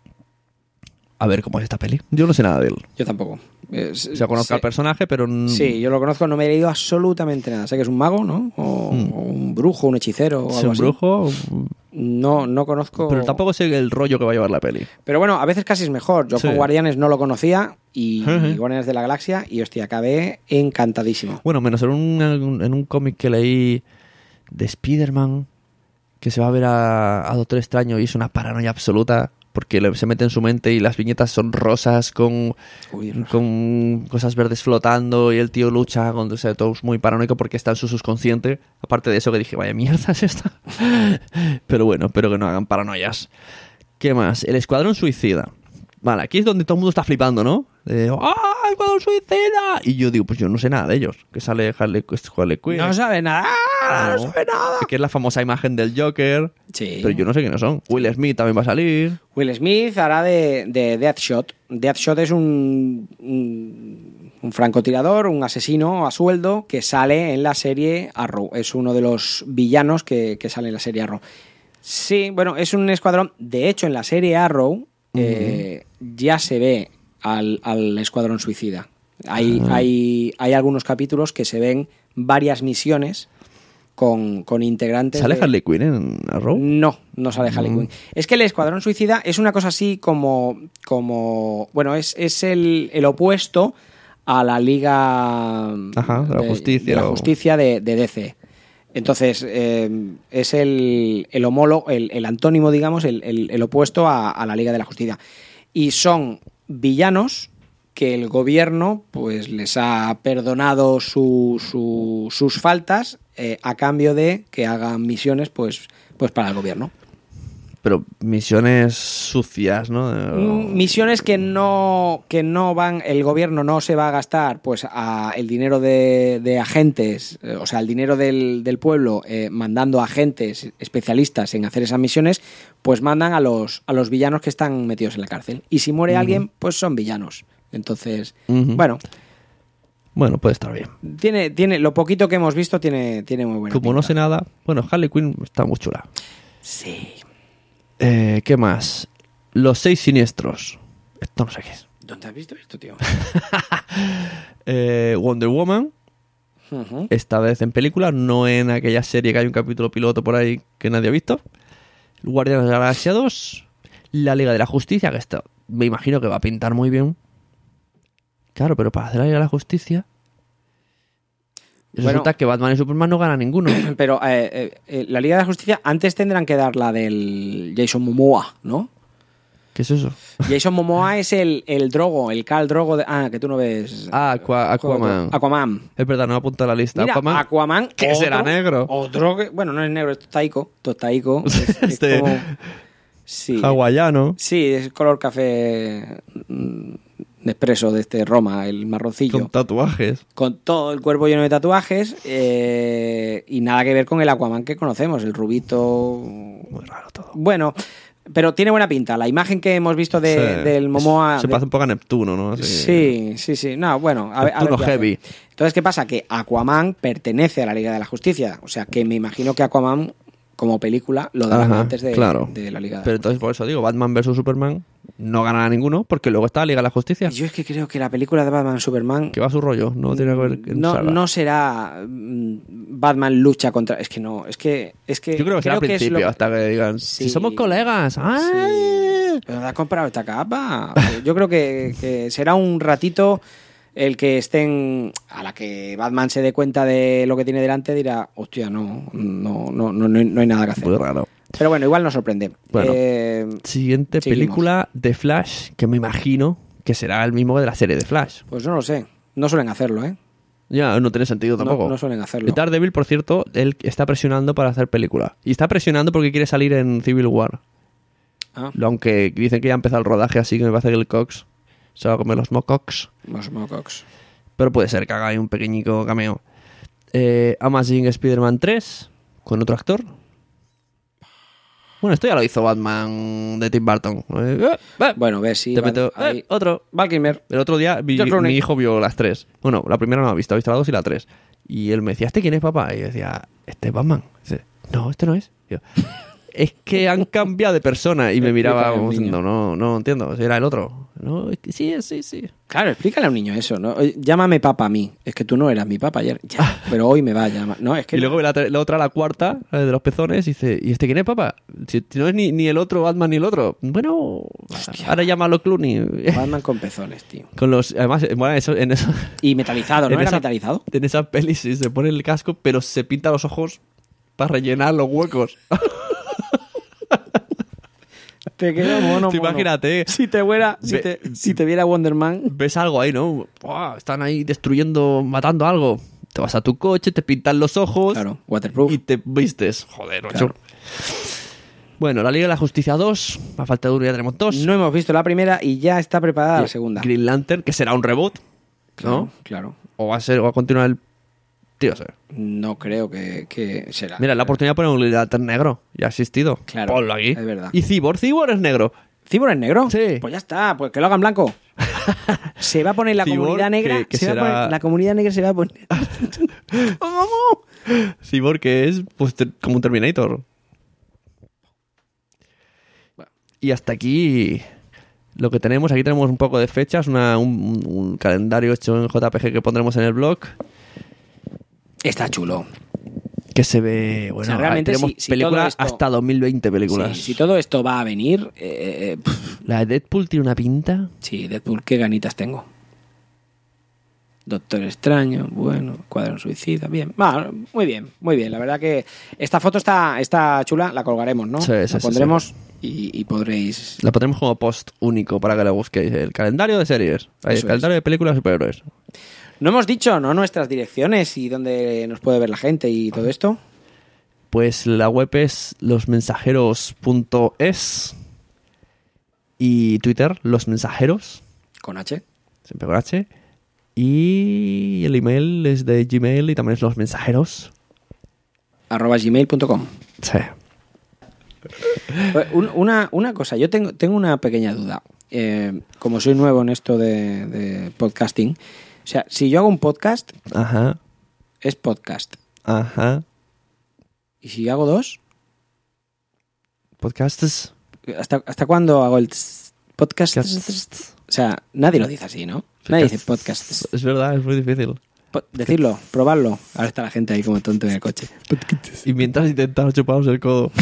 A ver cómo es esta peli. Yo no sé nada de él. Yo tampoco. Conozco al personaje, pero... Sí, yo lo conozco, no me he leído absolutamente nada. Sé que es un mago, ¿no? O un brujo, un hechicero o algo así. ¿Es un brujo? No conozco... Pero tampoco sé el rollo que va a llevar la peli. Pero bueno, a veces casi es mejor. Yo con Guardianes no lo conocía y Guardianes de la Galaxia y, hostia, acabé encantadísimo. Bueno, menos en un cómic que leí de Spider-Man, que se va a ver a Doctor Extraño y es una paranoia absoluta... Porque se mete en su mente y las viñetas son rosas con cosas verdes flotando y el tío lucha con todo es muy paranoico porque está en su subconsciente. Aparte de eso que dije, vaya mierda es esta. Pero bueno, espero que no hagan paranoias. ¿Qué más? El Escuadrón Suicida. Vale, aquí es donde todo el mundo está flipando, ¿no? Escuadrón Suicida. Y yo digo, pues yo no sé nada de ellos. Que sale Harley Quinn. No sabe nada. No sabe nada. Que es la famosa imagen del Joker. Sí. Pero yo no sé quiénes son. Will Smith también va a salir. Will Smith hará de Deathshot. Deathshot es un francotirador, un asesino a sueldo que sale en la serie Arrow. Es uno de los villanos que sale en la serie Arrow. Sí, bueno, es un escuadrón. De hecho, en la serie Arrow ya se ve al Escuadrón Suicida. Hay algunos capítulos que se ven varias misiones con integrantes. ¿Sale Harley Quinn en Arrow? No sale Harley Quinn. Es que el Escuadrón Suicida es una cosa así como bueno, es el opuesto a la Liga de la Justicia de DC. Entonces, es el homólogo, el antónimo, digamos, el opuesto a la Liga de la Justicia. Y son villanos que el gobierno pues les ha perdonado sus faltas a cambio de que hagan misiones pues para el gobierno. Pero misiones sucias, ¿no? Misiones que no van, el gobierno no se va a gastar pues el dinero de agentes, o sea, el dinero del pueblo mandando agentes especialistas en hacer esas misiones, pues mandan a los villanos que están metidos en la cárcel. Y si muere alguien, pues son villanos. Entonces, bueno, puede estar bien. Tiene lo poquito que hemos visto tiene muy buena Como pinta. No sé nada, bueno, Harley Quinn está muy chula. Sí. ¿Qué más? Los 6 siniestros. Esto no sé qué es. ¿Dónde has visto esto, tío? Wonder Woman. Esta vez en película, no en aquella serie que hay un capítulo piloto por ahí que nadie ha visto. Guardianes de la Galaxia 2. La Liga de la Justicia, que esto me imagino que va a pintar muy bien. Claro, pero para hacer la Liga de la Justicia... Resulta que Batman y Superman no ganan ninguno. Pero la Liga de la Justicia antes tendrán que dar la del Jason Momoa, ¿no? ¿Qué es eso? Jason Momoa es el Drogo, el Khal Drogo de... que tú no ves... Aquaman. Es verdad, no me apunta a la lista. Mira, Aquaman que será negro. Otro que... Bueno, no es negro, esto es taico. Es como... Sí. Hawaiano. Sí, es color café... Nespresso de Roma, el marroncillo. Con tatuajes. Con todo el cuerpo lleno de tatuajes y nada que ver con el Aquaman que conocemos, el rubito... Muy raro todo. Bueno, pero tiene buena pinta. La imagen que hemos visto del Momoa... Se parece un poco a Neptuno, ¿no? Sí. No, bueno, a ver heavy. Entonces, ¿qué pasa? Que Aquaman pertenece a la Liga de la Justicia. O sea, que me imagino que Aquaman, como película, lo darán antes de la Liga. Pero entonces, por eso digo, Batman vs Superman no ganará ninguno, porque luego está la Liga de la Justicia. Yo es que creo que la película de Batman Superman... Que va a su rollo, no tiene que ver... No será Batman lucha contra... Es que no, es que yo creo que será al principio, hasta que digan, si somos colegas. ¡Ay! ¿Pero dónde has comprado esta capa? Yo creo que será un ratito el que estén... A la que Batman se dé cuenta de lo que tiene delante, dirá, hostia, no hay nada que hacer. Muy raro. Pero bueno, igual nos sorprende. Bueno, siguiente película de Flash, que me imagino que será el mismo de la serie de Flash. Pues no lo sé. No suelen hacerlo, ¿eh? Ya, no tiene sentido tampoco. No suelen hacerlo. Y Daredevil, por cierto, él está presionando para hacer película. Y está presionando porque quiere salir en Civil War. Aunque dicen que ya ha empezado el rodaje, así que me parece que el Cox Se va a comer los mocox. Los mocox. Pero puede ser que haga ahí un pequeñico cameo. Amazing Spider-Man 3 con otro actor. Bueno, esto ya lo hizo Batman de Tim Burton. Bueno, ves, sí. Otro. Val Kilmer. El otro día mi hijo vio las 3. Bueno, la primera no la ha visto la 2 y la 3. Y él me decía, ¿este quién es, papá? Y yo decía, ¿este es Batman? Y dice, no, este no es. Y yo, es que han cambiado de persona. Y me miraba como diciendo, no entiendo, era el otro. No, es que sí. Claro, explícale a un niño eso, ¿no? Llámame papá a mí. Es que tú no eras mi papá ayer. Ya, pero hoy me va a llamar. No, es que y luego la otra, la cuarta, de los pezones, y dice, ¿y este quién es, papá? Si no es ni el otro Batman ni el otro. Bueno, hostia. Ahora llámalo Clooney. Batman con pezones, tío. Con los, además, bueno, en eso. Y metalizado, ¿no era metalizado? En esa peli sí se pone el casco, pero se pinta los ojos para rellenar los huecos. Te quedo mono. Imagínate. Si te viera Wonder Man. Ves algo ahí, ¿no? ¡Buah! Están ahí destruyendo, matando algo. Te vas a tu coche, te pintan los ojos. Claro, waterproof. Y te vistes. Joder, claro. Bueno, la Liga de la Justicia 2. A falta de uno ya tenemos 2. No hemos visto la primera y ya está preparada la segunda. Green Lantern, que será un reboot, ¿no? Claro. O va a continuar el... Tío, sé. No creo que será. Mira, la oportunidad de poner un Green Lantern negro. Ya ha existido. Claro. Ponlo aquí. Es verdad. ¿Y Cyborg? ¿Cyborg es negro? ¿Cyborg es negro? Sí. Pues ya está, pues que lo hagan blanco. Se va a poner la Cyborg, comunidad negra. La comunidad negra se va a poner. Cyborg, que es pues, como un Terminator. Bueno. Y hasta aquí lo que tenemos. Aquí tenemos un poco de fechas, un calendario hecho en JPG que pondremos en el blog. Está chulo. Que se ve... Bueno, o sea, realmente tenemos películas hasta 2020 películas. Sí, si todo esto va a venir... ¿La de Deadpool tiene una pinta? Sí, Deadpool, qué ganitas tengo. Doctor Extraño, bueno, Cuadrón Suicida, bien. Muy bien. La verdad que esta foto está chula, la colgaremos, ¿no? Sí, la pondremos y podréis... La pondremos como post único para que la busquéis. El calendario de series. El calendario de películas superhéroes. No hemos dicho, ¿no? Nuestras direcciones y dónde nos puede ver la gente y todo esto. Pues la web es losmensajeros.es y Twitter, losmensajeros. Con H. Siempre con H. Y el email es de Gmail y también es losmensajeros. @gmail.com. Sí. Una cosa, yo tengo una pequeña duda. Como soy nuevo en esto de podcasting... O sea, si yo hago un podcast, ajá, es podcast. Ajá. ¿Y si hago 2? Podcasts. ¿Hasta cuándo hago el podcast? O sea, nadie lo dice así, ¿no? Nadie dice podcast. Es verdad, es muy difícil. Decirlo, probarlo. Ahora está la gente ahí como tonto en el coche. Y mientras intentamos chuparos el codo.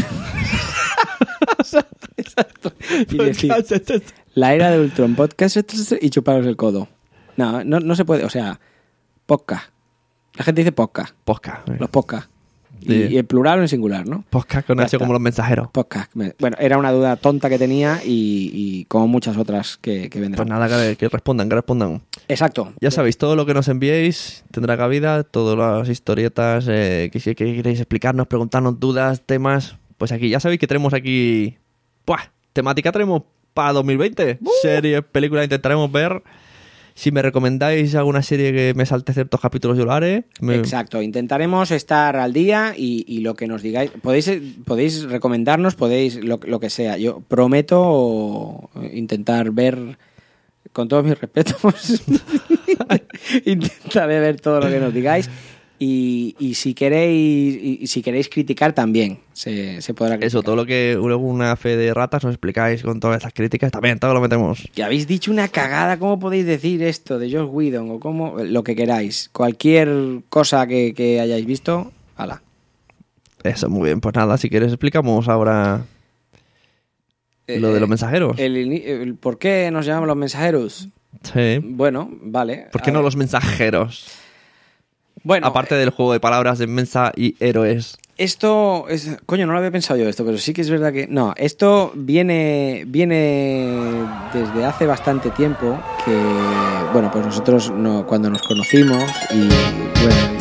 Exacto. Y decir, la era de Ultron, podcast y chuparos el codo. No se puede, o sea, podcast. La gente dice podcast. Los podcast. Sí. Y en plural o en singular, ¿no? Podcast con H como los mensajeros. Podcast. Bueno, era una duda tonta que tenía y como muchas otras que vendrán. Pues nada, que respondan. Exacto. Ya sabéis, todo lo que nos enviéis tendrá cabida, todas las historietas, que si queréis explicarnos, preguntarnos dudas, temas, pues aquí ya sabéis que tenemos aquí... ¡Buah! Temática tenemos para 2020. Series, películas intentaremos ver... Si me recomendáis alguna serie que me salte ciertos capítulos, yo lo haré. Exacto, intentaremos estar al día y lo que nos digáis. Podéis recomendarnos, podéis lo que sea. Yo prometo intentar ver, con todos mis respetos, intentaré ver todo lo que nos digáis. Y si queréis criticar también se podrá criticar. Eso, todo lo que luego una fe de ratas nos explicáis con todas estas críticas, también todo lo metemos. Que habéis dicho una cagada, ¿cómo podéis decir esto de Joss Whedon o cómo lo que queráis? Cualquier cosa que hayáis visto, hala. Eso, muy bien, pues nada, si quieres explicamos ahora lo de los mensajeros. El ¿por qué nos llamamos los mensajeros? Sí. Bueno, vale. ¿Por qué no los mensajeros? Bueno, aparte del juego de palabras de mensa y héroes. Esto es... Coño, no lo había pensado yo esto, pero sí que es verdad que... No, esto viene desde hace bastante tiempo que... Bueno, pues nosotros cuando nos conocimos y... Bueno,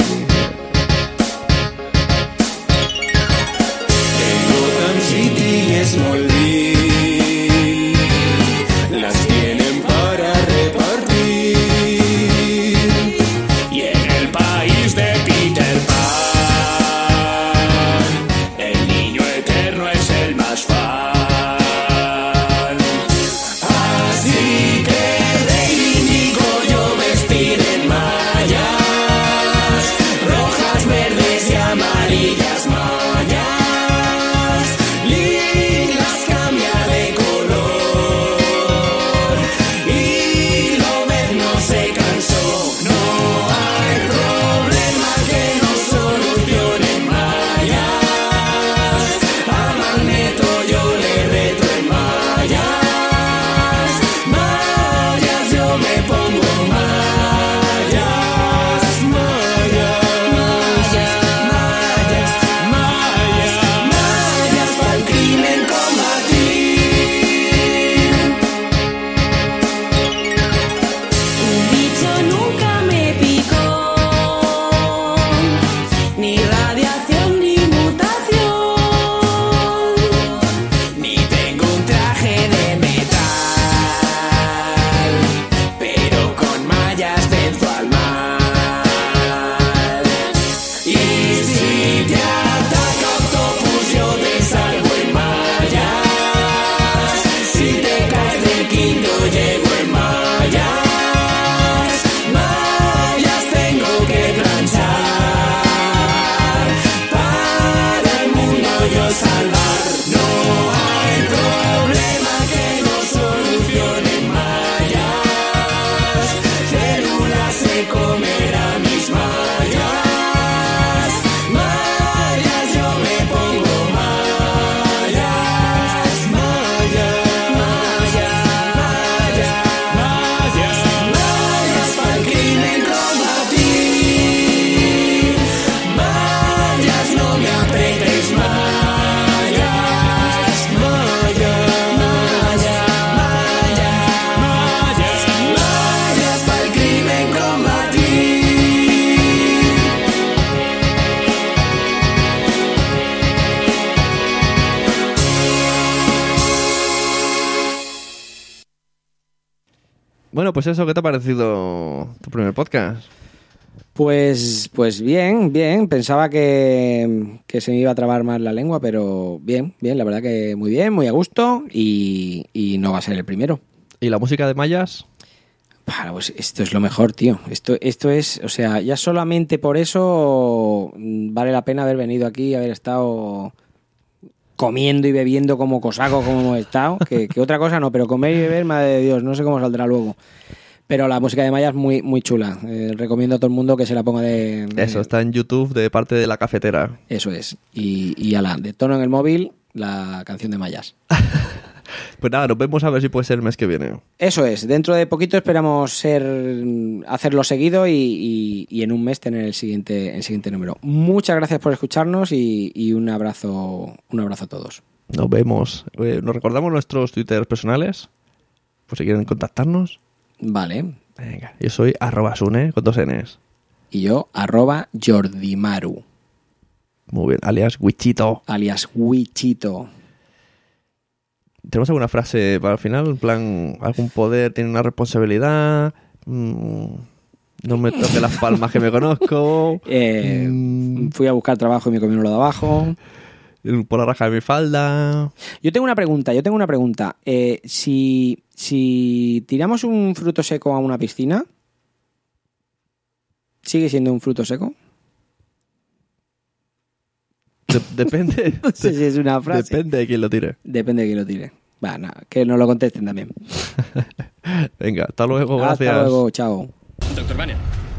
Gotham City y Smallville las tienen para Bueno, pues eso, ¿qué te ha parecido tu primer podcast? Pues bien. Pensaba que se me iba a trabar más la lengua, pero bien. La verdad que muy bien, muy a gusto y no va a ser el primero. ¿Y la música de Mayas? Pues esto es lo mejor, tío. Esto es, o sea, ya solamente por eso vale la pena haber venido aquí, haber estado comiendo y bebiendo como cosacos como hemos estado, que otra cosa no, pero comer y beber, madre de Dios, no sé cómo saldrá luego. Pero la música de Mayas muy, muy chula. Recomiendo a todo el mundo que se la ponga de... Eso, está en YouTube de parte de La Cafetera. Eso es. Y ala, de tono en el móvil, la canción de Mayas. Pues nada, nos vemos a ver si puede ser el mes que viene. Eso es. Dentro de poquito esperamos hacerlo seguido y en un mes tener el siguiente número. Muchas gracias por escucharnos y un abrazo a todos. Nos vemos. ¿Nos recordamos nuestros Twitter personales? Por si quieren contactarnos. Vale. Venga, yo soy @Sune con 2 Ns. Y yo @Jordimaru. Muy bien, alias Wichito. ¿Tenemos alguna frase para el final? En plan, algún poder, tiene una responsabilidad, no me toque las palmas que me conozco. Fui a buscar trabajo y me comí uno de abajo. Por la raja de mi falda. Yo tengo una pregunta. Si tiramos un fruto seco a una piscina, ¿sigue siendo un fruto seco? Depende. No sé si es una frase. Depende de quién lo tire. Va, nada, que nos lo contesten también. Venga, hasta luego, gracias. Hasta luego, chao. Dr. Banner.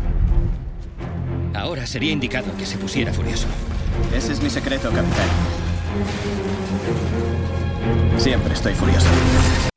Ahora sería indicado que se pusiera furioso. Ese es mi secreto, capitán. Siempre estoy furioso.